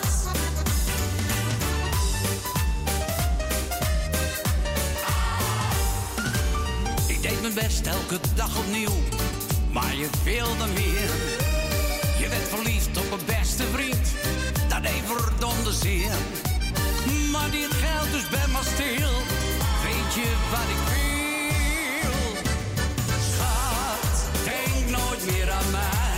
[SPEAKER 13] Ik deed mijn best elke dag opnieuw, maar je wilde meer. Je werd verliefd op mijn beste vriend, dat deed verdomde zeer. Maar dit geldt dus ben maar stil, weet je wat ik wil? Schat, denk nooit meer aan mij.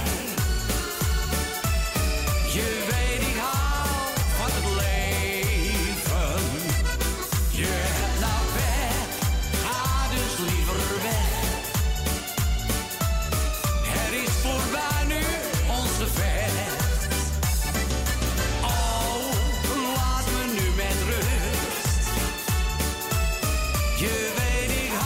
[SPEAKER 13] Je weet ik hou van het leven. Je hebt nou pech, ga dus liever weg. Het is voorbij nu, ons gevecht. Oh, laat me nu met rust. Je weet ik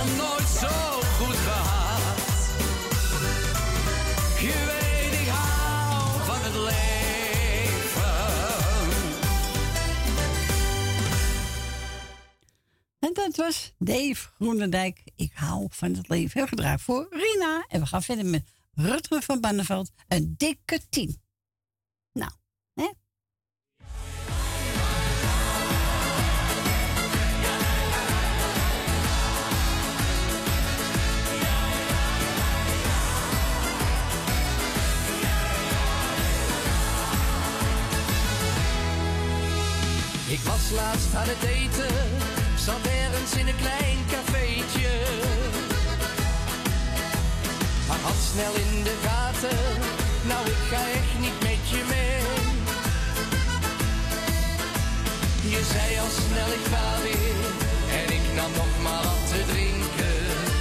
[SPEAKER 11] nog nooit zo goed gehad. Je weet, ik hou van het leven.
[SPEAKER 2] En dat was Dave Groenendijk. Ik hou van het leven. Heel gedraaid voor Rina. En we gaan verder met Rutger van Barneveld. Een dikke 10. Nou, hè?
[SPEAKER 8] Ik was laatst aan het eten, zat ergens in een klein cafeetje. Maar had snel in de gaten, nou ik ga echt niet met je mee. Je zei al snel ik ga weer, en ik nam nog maar wat te drinken.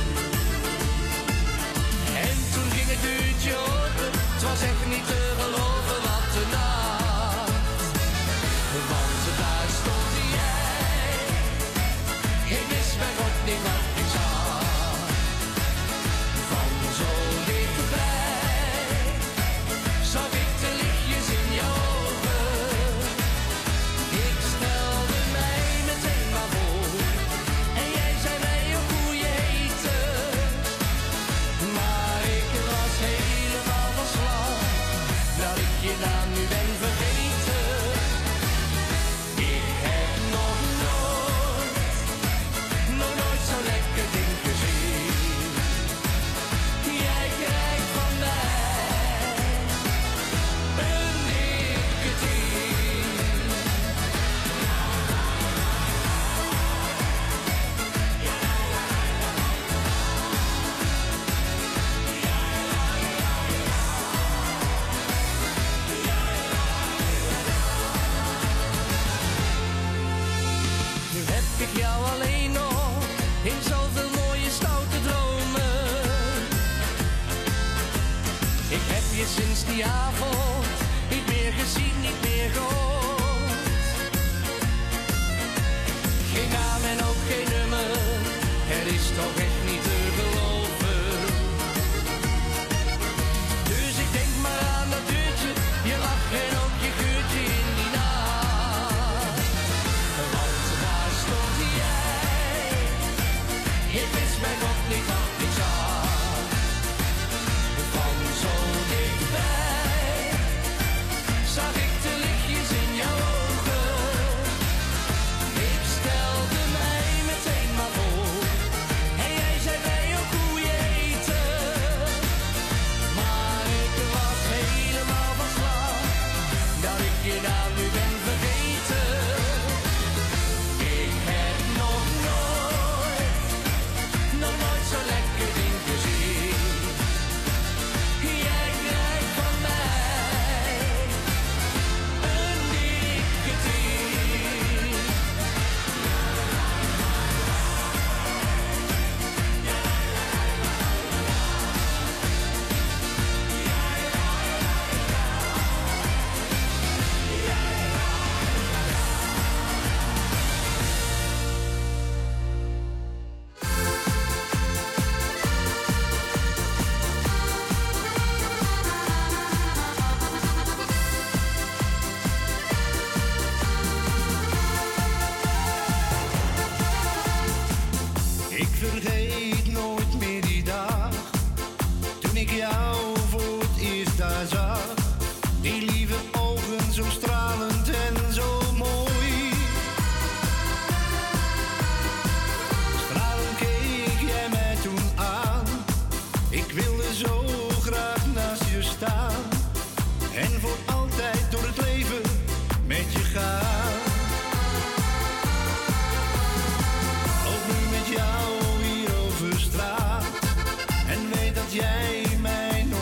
[SPEAKER 8] En toen ging het deurtje open, het was echt niet te geloven wat de nacht. Want daar stond jij, ik wist bij God niet wat ik zag. Van zo dichtbij zag ik de lichtjes in je ogen. Ik stelde mij meteen maar voor en jij zei mij ook hoe je heette. Maar ik was helemaal van slag dat ik je naam nu ben vergeten. Ik heb nog nooit zo'n lekker ding gezien. Jij krijgt van mij een dikke 10. Nu heb ik jou alleen nog in zoveel mooie stoute dromen. Ik heb je sinds die avond niet meer gezien, niet meer gehoord. Geen naam en ook geen nummer, het is toch echt niet te geloven. Dus ik denk maar aan dat uurtje, je lach en ook je geurtje in die nacht. Want daar stond jij, ik wist bij God niet wat ik zag. Van zo dichtbij zag ik de lichtjes in je ogen. Ik stelde mij meteen maar voor en jij zei mij ook hoe je heette. Maar ik was helemaal van slag dat ik je naam nu ben vergeten. Ik heb nog nooit zo'n lekker ding gezien. Jij krijgt van mij een dikke 10.
[SPEAKER 22] Ik vergeet nooit meer die dag, toen ik jou voor het eerst daar zag. Die lieve ogen zo stralend en zo mooi. Stralend keek jij mij toen aan, ik wilde zo graag naast je staan. En voor altijd door het leven met je gaan. Loop nu met jou hier over straat en weet dat jij mij nooit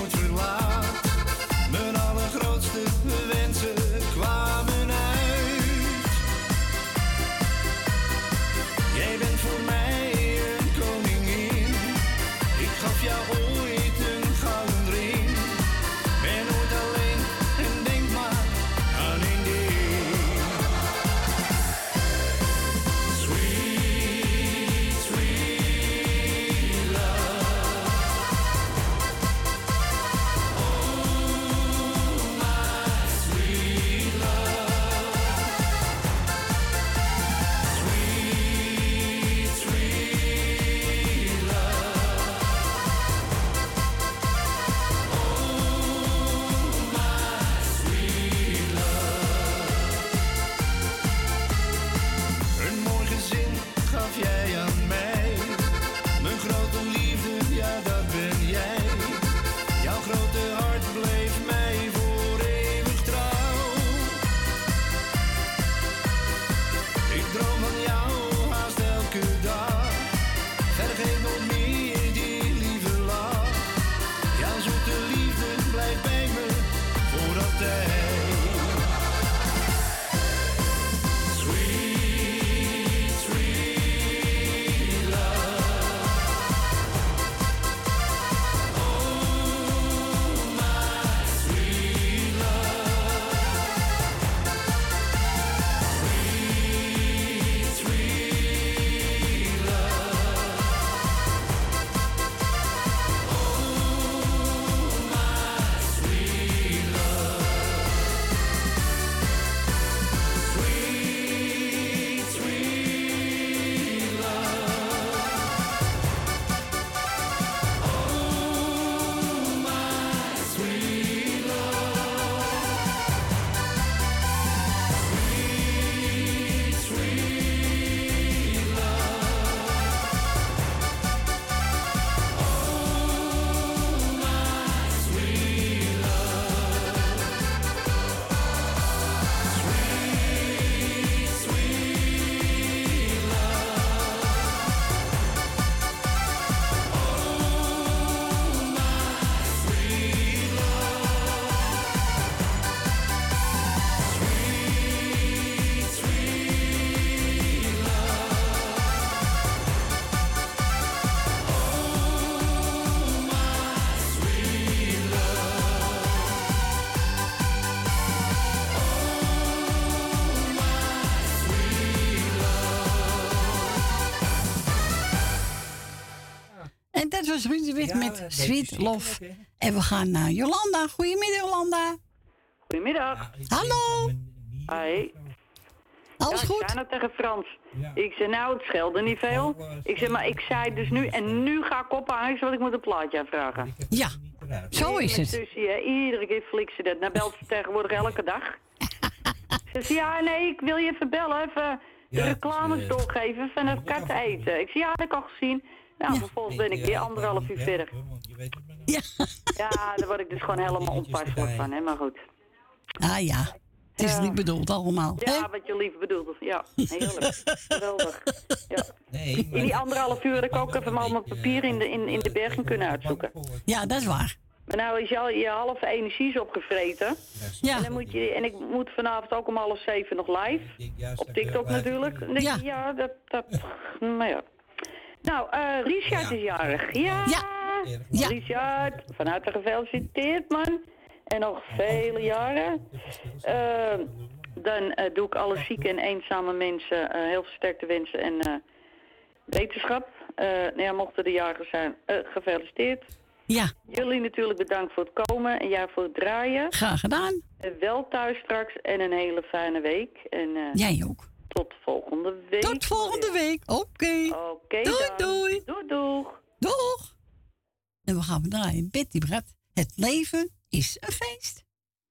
[SPEAKER 2] dat was Ruud de Wit met Sweet Love. En we gaan naar Jolanda. Goedemiddag, Jolanda.
[SPEAKER 9] Goedemiddag.
[SPEAKER 2] Hallo.
[SPEAKER 9] Hoi.
[SPEAKER 2] Alles goed?
[SPEAKER 9] Ik zei net tegen Frans. Ik zei, nou, het scheelde niet veel. Ik zei, maar ik zei dus nu, en nu ga ik op huis, want ik moet een plaatje aanvragen.
[SPEAKER 2] Ja, zo is het.
[SPEAKER 9] Tussie, iedere keer flikt ze dat. Nou belt ze tegenwoordig elke dag. Ze zei, ja, nee, ik wil je even bellen, even de reclames doorgeven van een kat eten. Ik zei, ja, dat heb ik al gezien. Nou, vervolgens ben ik weer 1,5 uur verder.
[SPEAKER 2] Ja.
[SPEAKER 9] Ja, daar word ik dus gewoon helemaal onpasselijk van, hè, maar goed.
[SPEAKER 2] Ah ja, het is niet bedoeld allemaal.
[SPEAKER 9] Ja,
[SPEAKER 2] hè?
[SPEAKER 9] wat je lief bedoelt. Ja, heerlijk. Geweldig. Ja. In die 1,5 uur had ik ook even allemaal papier in de bergen kunnen uitzoeken.
[SPEAKER 2] Ja, dat is waar.
[SPEAKER 9] Maar nou is je halve energie is opgevreten.
[SPEAKER 2] Ja.
[SPEAKER 9] En, dan moet en ik moet vanavond ook om 6:30 nog live. Op TikTok natuurlijk. Dan denk je, ja, dat... Maar ja. Nou, Richard is jarig. Ja. Richard, van harte gefeliciteerd, man. En nog vele jaren. Dan doe ik alle zieke en eenzame mensen heel veel sterkte wensen en wetenschap. Ja, mochten de jagers zijn, gefeliciteerd.
[SPEAKER 2] Ja.
[SPEAKER 9] Jullie natuurlijk bedankt voor het komen en jij voor het draaien.
[SPEAKER 2] Graag gedaan.
[SPEAKER 9] Wel thuis straks en een hele fijne week. En,
[SPEAKER 2] jij ook.
[SPEAKER 9] Tot volgende week.
[SPEAKER 2] Tot volgende week. Oké. Doei, doei.
[SPEAKER 9] Doeg.
[SPEAKER 2] Doeg. En we gaan draaien. Betty Brad. Het leven is een feest.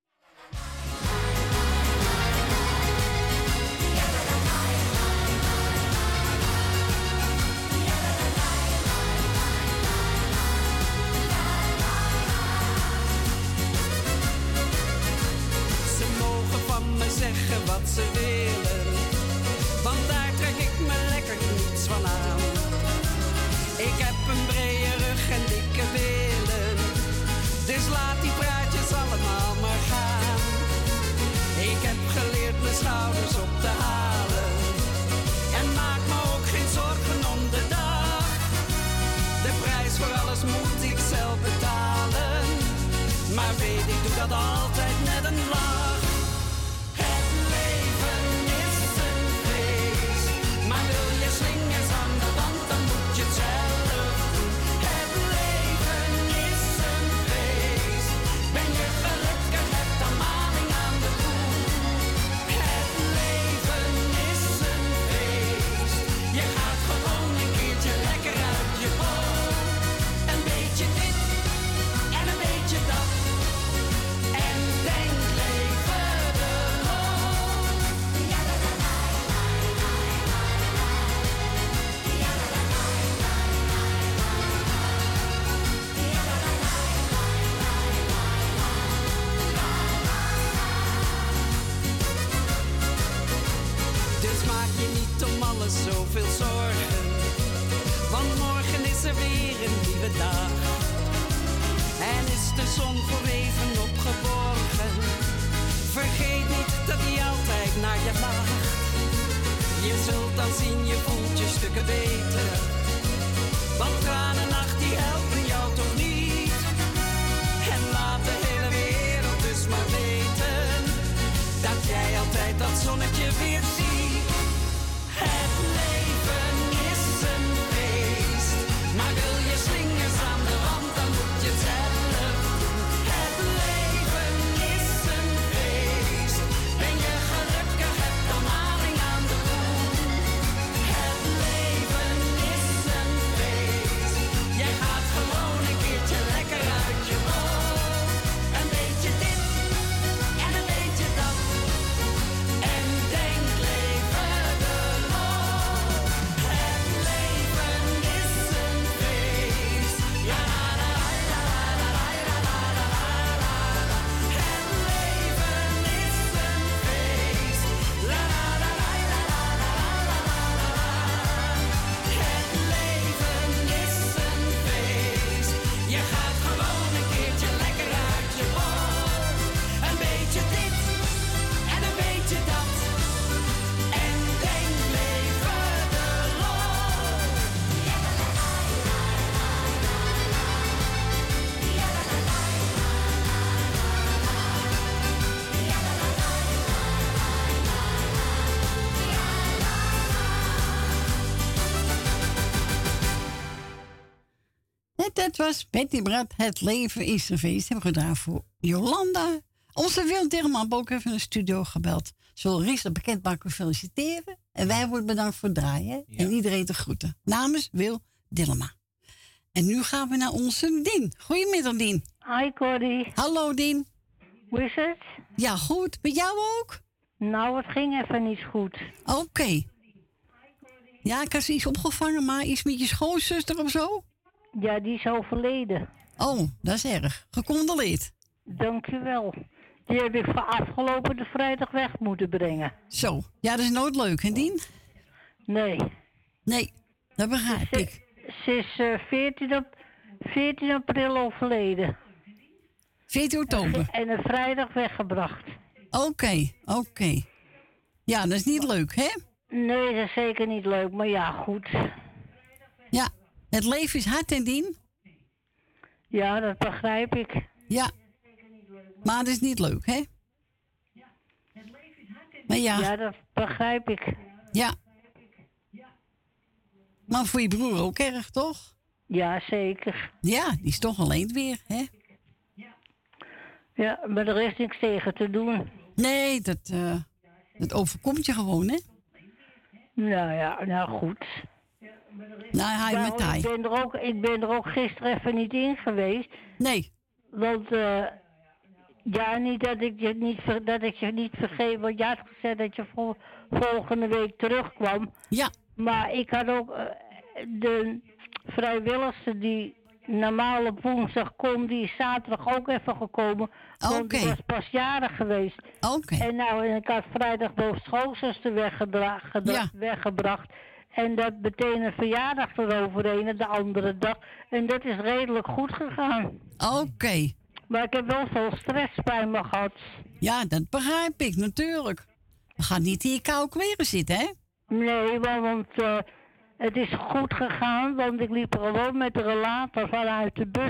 [SPEAKER 14] Ze mogen van me zeggen wat ze willen, want daar trek ik me lekker niets van aan. Ik heb een brede rug en dikke billen, dus laat die praatjes allemaal maar gaan. Ik heb geleerd mijn schouders op te halen en maak me ook geen zorgen om de dag. De prijs voor alles moet ik zelf betalen, maar weet ik doe dat altijd met een lach. Het leven is een feest, maar wil je slingers aan de wand, dan moet je het zelf doen. Het leven is een feest, ben je gelukkig, heb dan maling aan de koe. Het leven is een feest, je gaat gewoon een keertje lekker uit je bol. Een beetje dit en een beetje dat, en denk leven de lol. Dus maak je niet om alles zoveel zorgen, want morgen is er weer een nieuwe dag. En is de zon voor even opgeborgen, vergeet niet dat hij altijd naar je lacht. Je zult dan zien, je voelt je stukken beter, want tranennacht die helpen jou toch niet. En laat de hele wereld dus maar weten, dat jij altijd dat zonnetje weer ziet. Het leven is een feest, maar wil je slingers aan de wand, dan moet je het zelf doen. Het leven is een feest, ben je gelukkig, heb dan maling aan de koe. Het leven is
[SPEAKER 2] Dat was Betty Brad. Het leven is een feest. Hebben we gedaan voor Jolanda. Onze Wil Dirman heeft ook even in de studio gebeld. Ze wil Ries bekend maken feliciteren. En wij worden bedankt voor het draaien. Ja. En iedereen te groeten. Namens Wil Dillema. En nu gaan we naar onze Dien. Goedemiddag, Dien.
[SPEAKER 16] Hi, Corrie.
[SPEAKER 2] Hallo, Dien.
[SPEAKER 16] Hoe is het?
[SPEAKER 2] Ja, goed. Met jou ook?
[SPEAKER 16] Nou, het ging even niet goed.
[SPEAKER 2] Oké. Ja, ik had ze iets opgevangen, maar iets met je schoonzuster of zo?
[SPEAKER 16] Ja, die is overleden.
[SPEAKER 2] Oh, dat is erg. Gecondoleerd.
[SPEAKER 16] Dankjewel. Die heb ik voor afgelopen de vrijdag weg moeten brengen.
[SPEAKER 2] Zo. Ja, dat is nooit leuk, hè, Dien?
[SPEAKER 16] Nee.
[SPEAKER 2] Nee, dat begrijp ik.
[SPEAKER 16] Ze is 14 april overleden.
[SPEAKER 2] 14 oktober?
[SPEAKER 16] En een vrijdag weggebracht.
[SPEAKER 2] Oké. Ja, dat is niet leuk, hè?
[SPEAKER 16] Nee, dat is zeker niet leuk, maar ja, goed.
[SPEAKER 2] Ja, het leven is hard, hè, Dien?
[SPEAKER 16] Ja, dat begrijp ik.
[SPEAKER 2] Ja, maar het is niet leuk, hè? Maar ja.
[SPEAKER 16] Ja, dat begrijp ik.
[SPEAKER 2] Ja. Maar voor je broer ook erg, toch?
[SPEAKER 16] Ja, zeker.
[SPEAKER 2] Ja, die is toch alleen weer, hè?
[SPEAKER 16] Ja, maar er is niks tegen te doen.
[SPEAKER 2] Nee, dat overkomt je gewoon, hè?
[SPEAKER 16] Nou ja, nou goed.
[SPEAKER 2] Nou, hij met hij.
[SPEAKER 16] Ik ben er ook gisteren even niet in geweest.
[SPEAKER 2] Nee.
[SPEAKER 16] Want, ja, niet dat ik je niet vergeet. Want je had gezegd dat je volgende week terugkwam.
[SPEAKER 2] Ja.
[SPEAKER 16] Maar ik had ook de vrijwilligste die normaal op woensdag kon, die is zaterdag ook even gekomen. Want die was pas jarig geweest. En ik had vrijdag de schoolzuster weggebracht. En dat betekent een verjaardag eroverheen de andere dag. En dat is redelijk goed gegaan.
[SPEAKER 2] Oké.
[SPEAKER 16] Maar ik heb wel veel stress bij me gehad.
[SPEAKER 2] Ja, dat begrijp ik natuurlijk. We gaan niet in je koude kleren zitten, hè?
[SPEAKER 16] Nee, want het is goed gegaan. Want ik liep er gewoon met de relator vanuit de bus,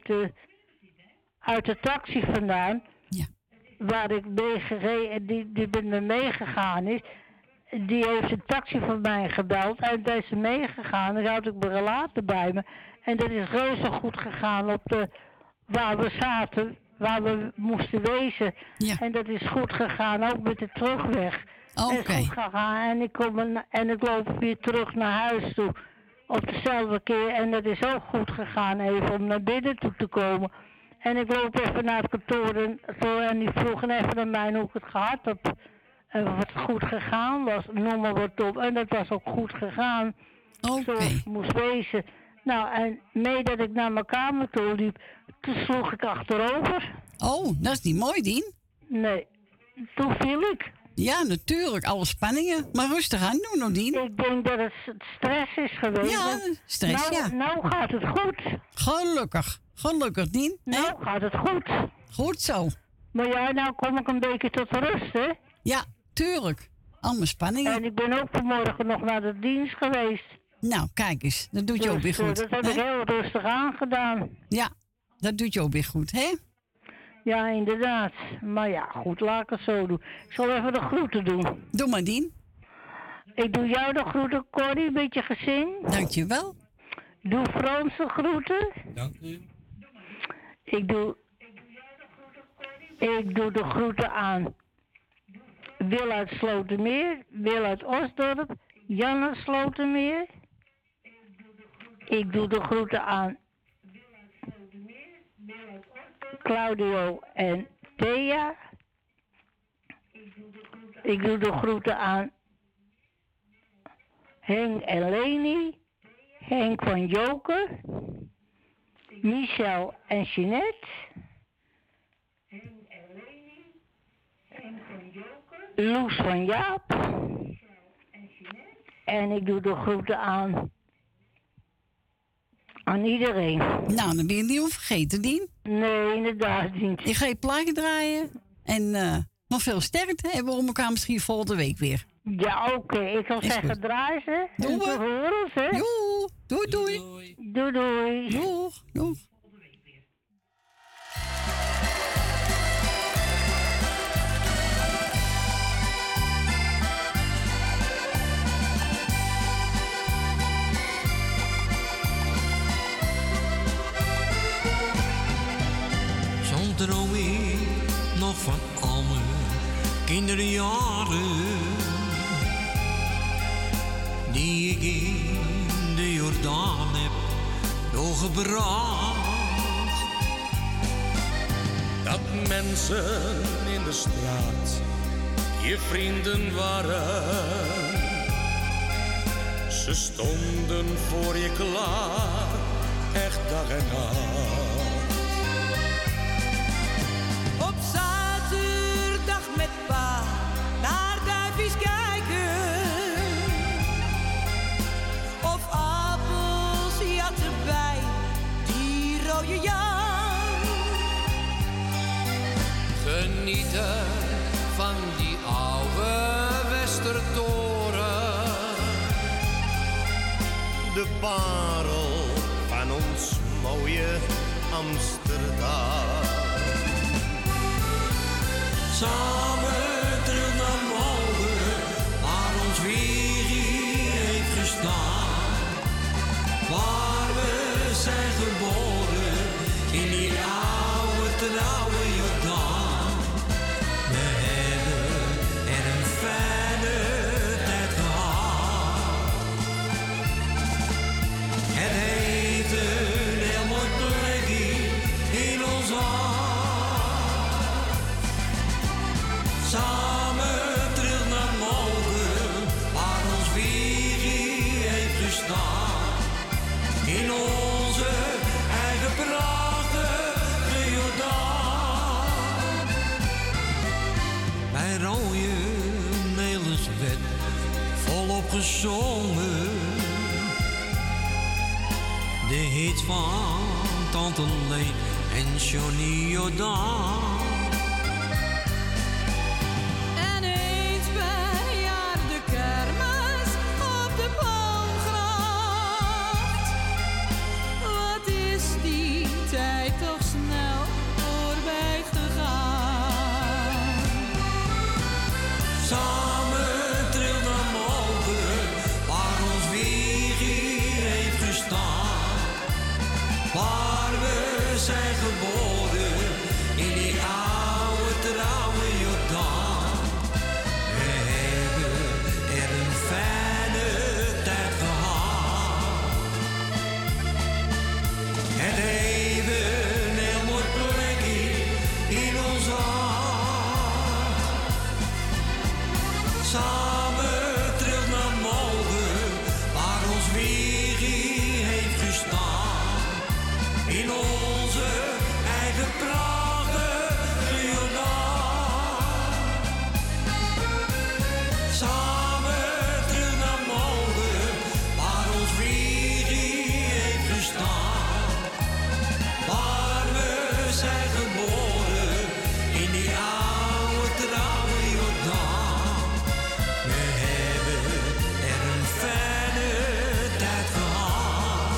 [SPEAKER 16] uit de taxi vandaan.
[SPEAKER 2] Ja.
[SPEAKER 16] Waar ik die met me meegegaan is. Die heeft een taxi van mij gebeld en daar is ze meegegaan. Dan had ik mijn relator bij me. En dat is reuze goed gegaan waar we zaten, waar we moesten wezen.
[SPEAKER 2] Ja.
[SPEAKER 16] En dat is goed gegaan, ook met de terugweg.
[SPEAKER 2] Oké.
[SPEAKER 16] Goed gegaan. En ik loop weer terug naar huis toe. Op dezelfde keer. En dat is ook goed gegaan even om naar binnen toe te komen. En ik loop even naar het kantoor en die vroegen even aan mij hoe ik het gehad heb. En of het goed gegaan was, noem maar wat op. En dat was ook goed gegaan. Zoals het moest wezen. Nou, en mee dat ik naar mijn kamer toe liep, toen sloeg ik achterover.
[SPEAKER 2] Oh, dat is niet mooi, Dien.
[SPEAKER 16] Nee, toen viel ik.
[SPEAKER 2] Ja, natuurlijk. Alle spanningen. Maar rustig aan doen, Nodien.
[SPEAKER 16] Ik denk dat het stress is geweest.
[SPEAKER 2] Ja, stress, ja.
[SPEAKER 16] Nou gaat het goed.
[SPEAKER 2] Gelukkig, Dien.
[SPEAKER 16] Nou gaat het goed.
[SPEAKER 2] Goed zo.
[SPEAKER 16] Maar ja, nou kom ik een beetje tot rust, hè?
[SPEAKER 2] Ja, tuurlijk. Allemaal spanningen.
[SPEAKER 16] En ik ben ook vanmorgen nog naar de dienst geweest.
[SPEAKER 2] Nou, kijk eens. Dat doet je ook weer goed.
[SPEAKER 16] Dat heb ik heel rustig aangedaan.
[SPEAKER 2] Ja, dat doet je ook weer goed, hè?
[SPEAKER 16] Ja, inderdaad. Maar ja, goed, laat ik het zo doen. Ik zal even de groeten doen.
[SPEAKER 2] Doe maar, Dien.
[SPEAKER 16] Ik doe jou de groeten, Corrie, met je gezin.
[SPEAKER 2] Dankjewel.
[SPEAKER 16] Doe Frans de groeten.
[SPEAKER 3] Dank u.
[SPEAKER 16] Ik doe de groeten aan Wil uit Slotermeer, Wil uit Osdorp, Jan uit Slotermeer. Ik doe de groeten aan Claudio en Thea. Ik doe de groeten aan Henk en Leni, Henk van Joker, Michel en Jeanette, Loes van Jaap. En ik doe de groeten aan iedereen.
[SPEAKER 2] Nou, dan ben je niet vergeten, Dien.
[SPEAKER 16] Nee, inderdaad niet.
[SPEAKER 2] Ik ga je plaatje draaien. En nog veel sterkte. En we horen elkaar misschien volgende week weer.
[SPEAKER 16] Ja, oké. Ik zal zeggen, draai ze.
[SPEAKER 2] Doei. Doei, doei.
[SPEAKER 16] Doei, doei.
[SPEAKER 2] Doeg, doeg.
[SPEAKER 1] droom ik nog van al mijn kinderjaren die ik in de Jordaan heb doorgebracht.
[SPEAKER 5] Dat mensen in de straat je vrienden waren. Ze stonden voor je klaar, echt dag en nacht.
[SPEAKER 6] Op zaterdag met pa naar duifjes kijken. Of appels jatten bij die rode Jan.
[SPEAKER 8] Genieten van die oude Westertoren.
[SPEAKER 22] De parel van ons mooie Amsterdam.
[SPEAKER 1] Samen terug naar Mogen, waar ons Wiegie heeft gestaan. Waar we zijn geboren, in die oude trouwe Jordaan. We hebben er een fijne tijd gehad. Het heeft een heel mooi plekje in ons hart. Samen terug naar Mogen, waar ons Wiegie heeft gestaan. In onze eigen prachtige Jordaan. Bij rode Nederlands werd volop gezongen. De hit van Tante Leen en Johnny Jordaan.
[SPEAKER 6] En eens per jaar de kermis op de Boomgracht. Wat is die tijd toch snel voorbij gegaan?
[SPEAKER 1] Samen terug naar Mogen, waar ons Wiegie heeft gestaan. Waar we zijn geboren, in die oude trouwe Jordaan. We hebben er een fijne tijd gehad. Het heeft een heel mooi plekje in ons hart. Samen terug naar Mogen, waar ons Wiegie heeft gestaan. In onze eigen prachtige Jordaan. Samen terug naar Mogen, waar ons Wiegie heeft gestaan. Waar we zijn geboren, in die oude trouwe Jordaan. We hebben er een fijne tijd gehad.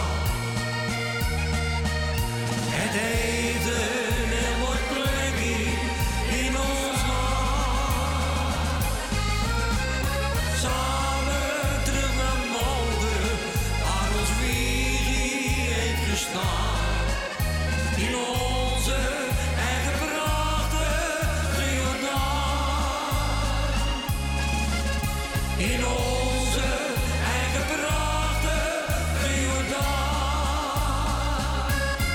[SPEAKER 1] Het heeft een heel mooi plekje in ons hart. Samen terug naar Mogen, waar ons Wiegie heeft gestaan. In onze eigen prachtige Jordaan. In onze eigen prachtige Jordaan.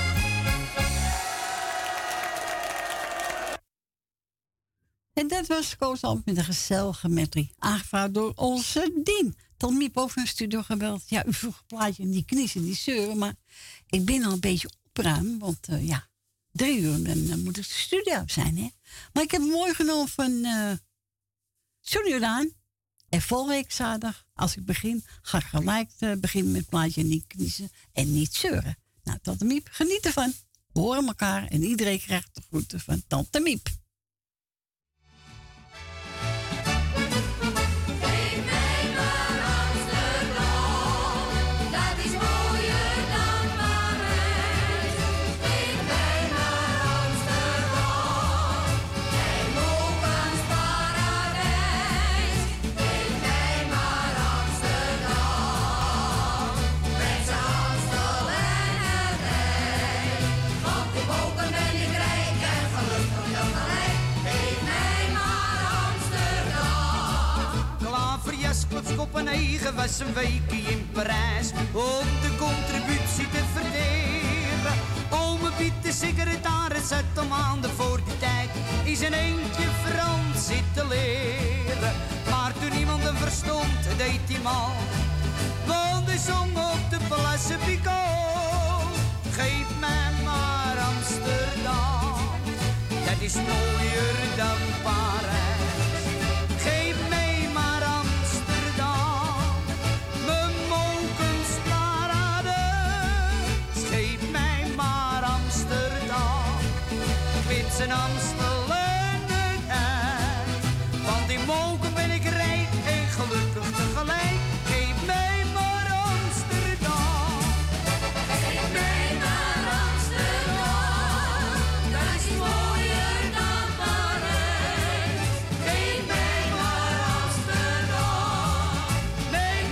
[SPEAKER 2] En dat was Koos Ambt met een gezellige medley. Aangevraagd door onze Dien. Tot Miep over een studio gebeld. Ja, u vroeg een plaatje en die kniezen, die zeuren. Maar ik ben al een beetje opruim. Want 3 uur, dan moet het de studio uit zijn, hè. Maar ik heb mooi genomen van Johnny Jordaan. En volgende week zaterdag, als ik begin, ga ik gelijk beginnen met het plaatje en niet kniezen en niet zeuren. Nou, Tante Miep, geniet ervan. We horen elkaar en iedereen krijgt de groeten van Tante Miep.
[SPEAKER 12] Dat is mooier dan Parijs. Geef mij maar Amsterdam. Mijn Mokans paradijs. Geef mij maar Amsterdam. Breng ze Amstel en het Rijn. Want in Moken ben ik rijk en gelukkig.
[SPEAKER 17] was een weekje in Parijs om de contributie te verdelen. Ome Piet, de secretaris, zat al maanden voor die tijd in zijn eentje Frans zitten leren. Maar toen iemand hem verstond, deed hij mal. Want hij zong op de Place Picot. Geef mij maar Amsterdam, dat is mooier dan Parijs. Geef mij maar Amsterdam, mijn molkensparadijs. Geef mij maar Amsterdam, met zijn Amstel en het ei. Want in molken ben ik rijk en gelukkig tegelijk. Geef mij maar Amsterdam. Geef mij maar Amsterdam, dat is mooier dan Parijs. Geef mij maar Amsterdam, mijn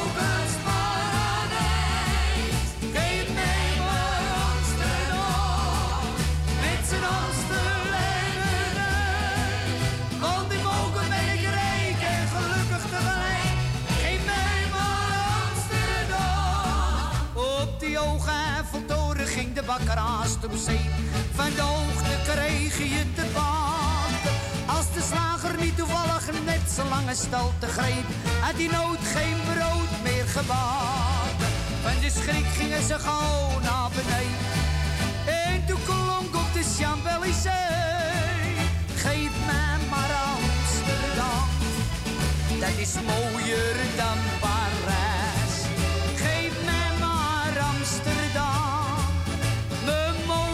[SPEAKER 17] molkensparadijs. Geef mij maar Amsterdam, met zijn Amstel en het ei. Want in molken ben ik rijk en gelukkig tegelijk. Geef mij maar Amsterdam. Op die hoge Eiffeltoren ging de bakker haast op zee. Van de hoogte kreeg je te bakken. Als de slager niet toevallig net zo lange stalte greep, had die nood geen brood meer gebakken. Van de schrik gingen ze gauw naar beneden. En toen klonk op de Champs-Élysées: geef mij maar Amsterdam, dat is mooier dan Parijs. Geef mij maar Amsterdam, mijn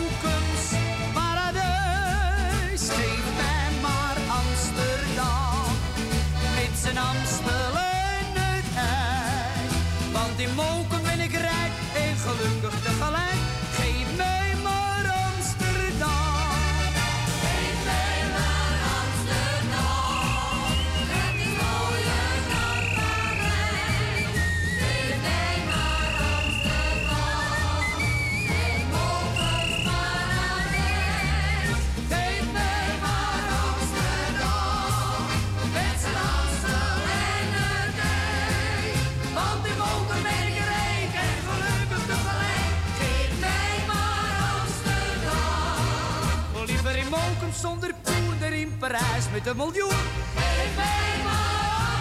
[SPEAKER 17] molkensparadijs. Geef mij maar Amsterdam, met zijn Amstel en het ei. Want in molken ben ik rijk en gelukkig tegelijk. Geef mij maar Amsterdam. Geef mij maar Amsterdam, dat is mooier dan Parijs. Geef mij maar Amsterdam, mijn molkensparadijs. Geef mij maar Amsterdam, met zijn Amstel en het ei. Want in molken ben ik rijk en gelukkig tegelijk. Geef mij maar Amsterdam. Liever in molken zonder poen dan in Parijs met een miljoen. Geef mij maar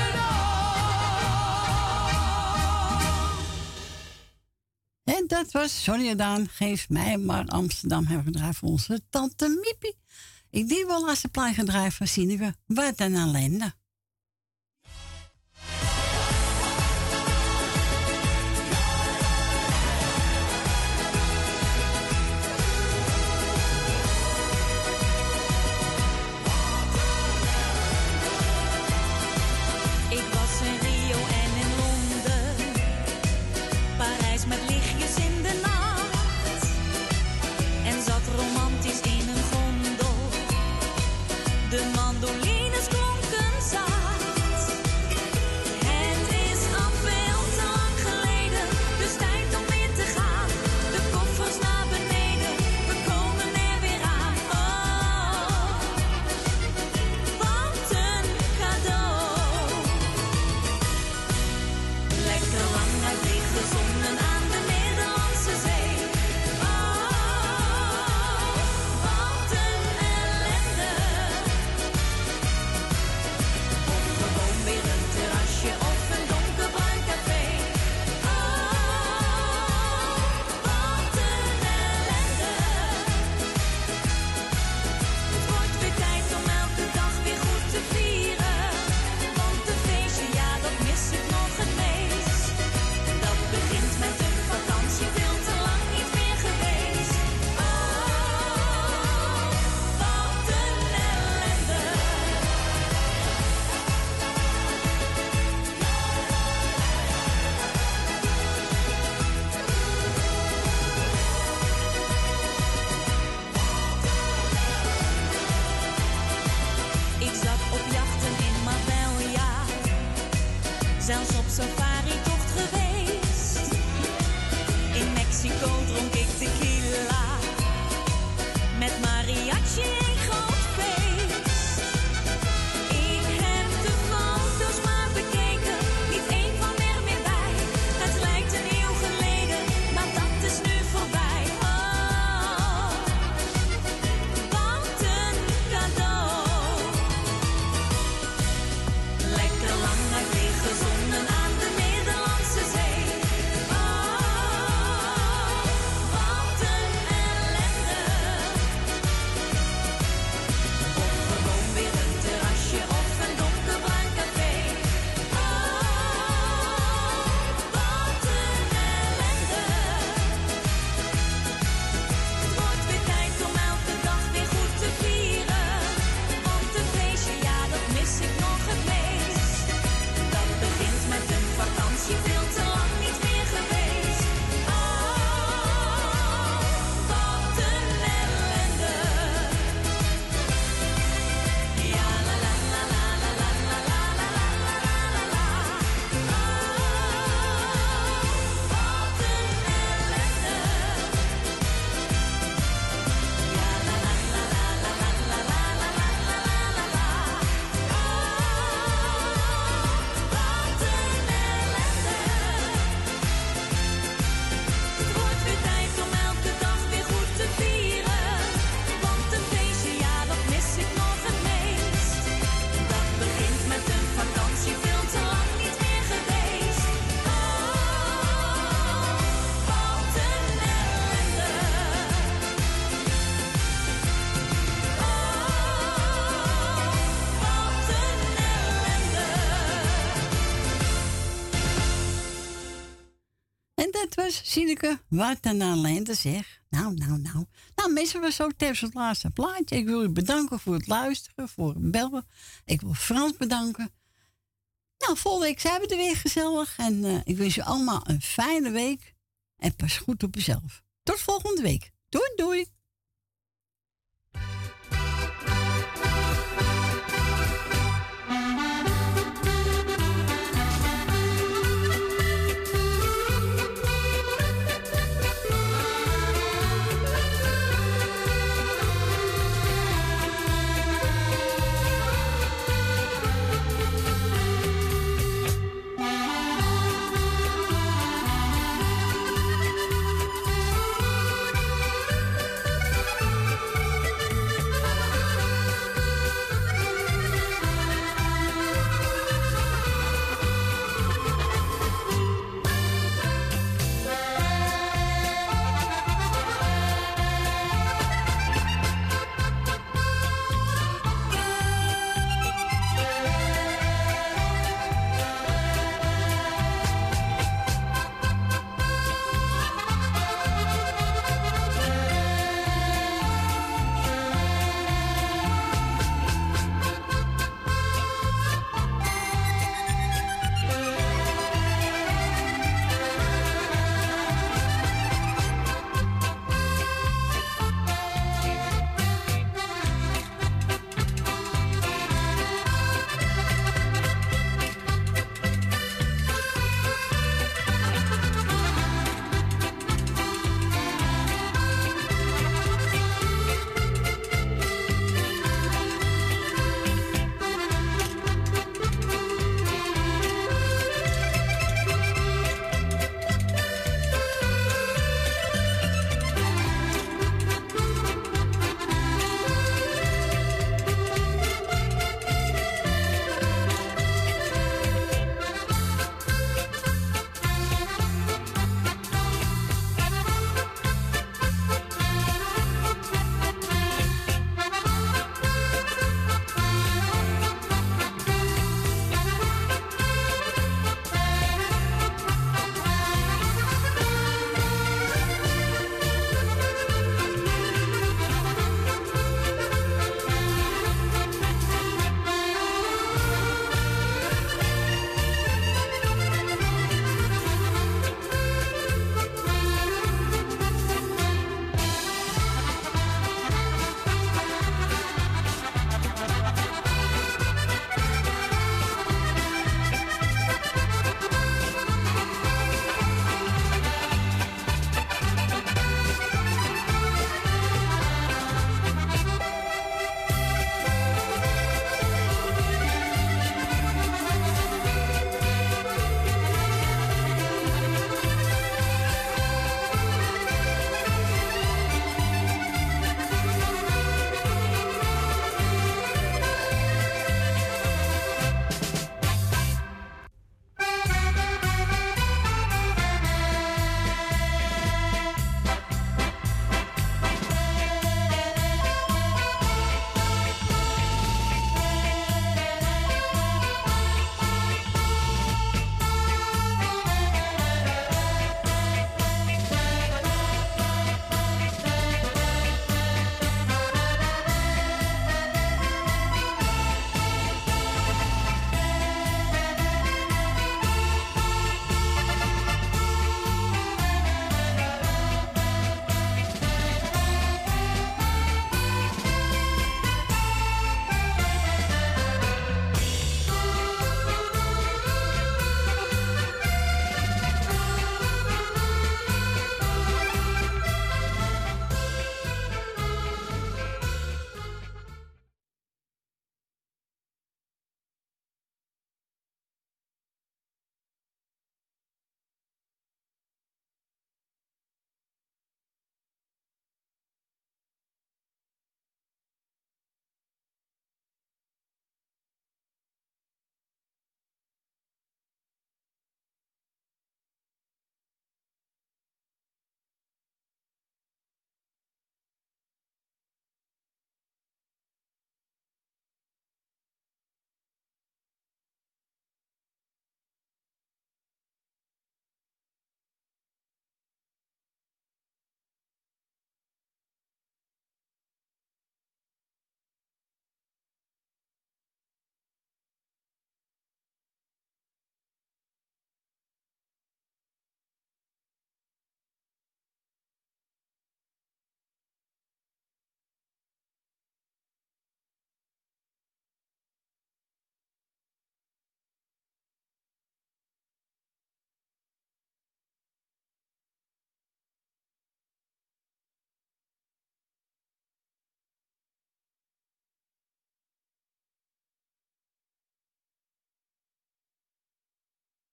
[SPEAKER 17] Amsterdam.
[SPEAKER 2] En dat was Sonny Jordaan. Geef mij maar Amsterdam. Hebben we gedraaid voor onze tante Miepie. Ik die wel als de plaat gedraaid van Sineke. Wat een ellende.
[SPEAKER 12] Ik was in Rio en in Londen, Parijs met lichtjes in de nacht, en zat romantisch in een gondel. De mandolines klonken zacht. Het is al veel te lang geleden, dus tijd om weer te gaan. De koffers naar beneden, we komen er weer aan. Oh, wat een cadeau. Lekker lang uit lichte zonnen aan de Middellandse Zee. Oh, wat een ellende. Of gewoon weer een terrasje of een donkerbruin café. Oh, wat een ellende. Het wordt weer tijd om elke dag weer goed te vieren. Want een feestje, ja, dat mis ik nog het meest. En dat begint met een vakantie, veel te lang niet meer geweest. Oh, wat een ellende. Ik zat op jachten in Marbella, zelfs op safari-tocht geweest. In Mexico dronk ik tequila, met mariachi een groot feest. Ik heb de foto's maar bekeken, niet één van
[SPEAKER 2] Dus, Sineke, wat dan aan lente zeg. Nou. Nou, mensen, we zo tevens het laatste plaatje. Ik wil u bedanken voor het luisteren, voor het bellen. Ik wil Frans bedanken. Nou, volgende week zijn we er weer gezellig. En ik wens je allemaal een fijne week. En pas goed op jezelf. Tot volgende week. Doei, doei.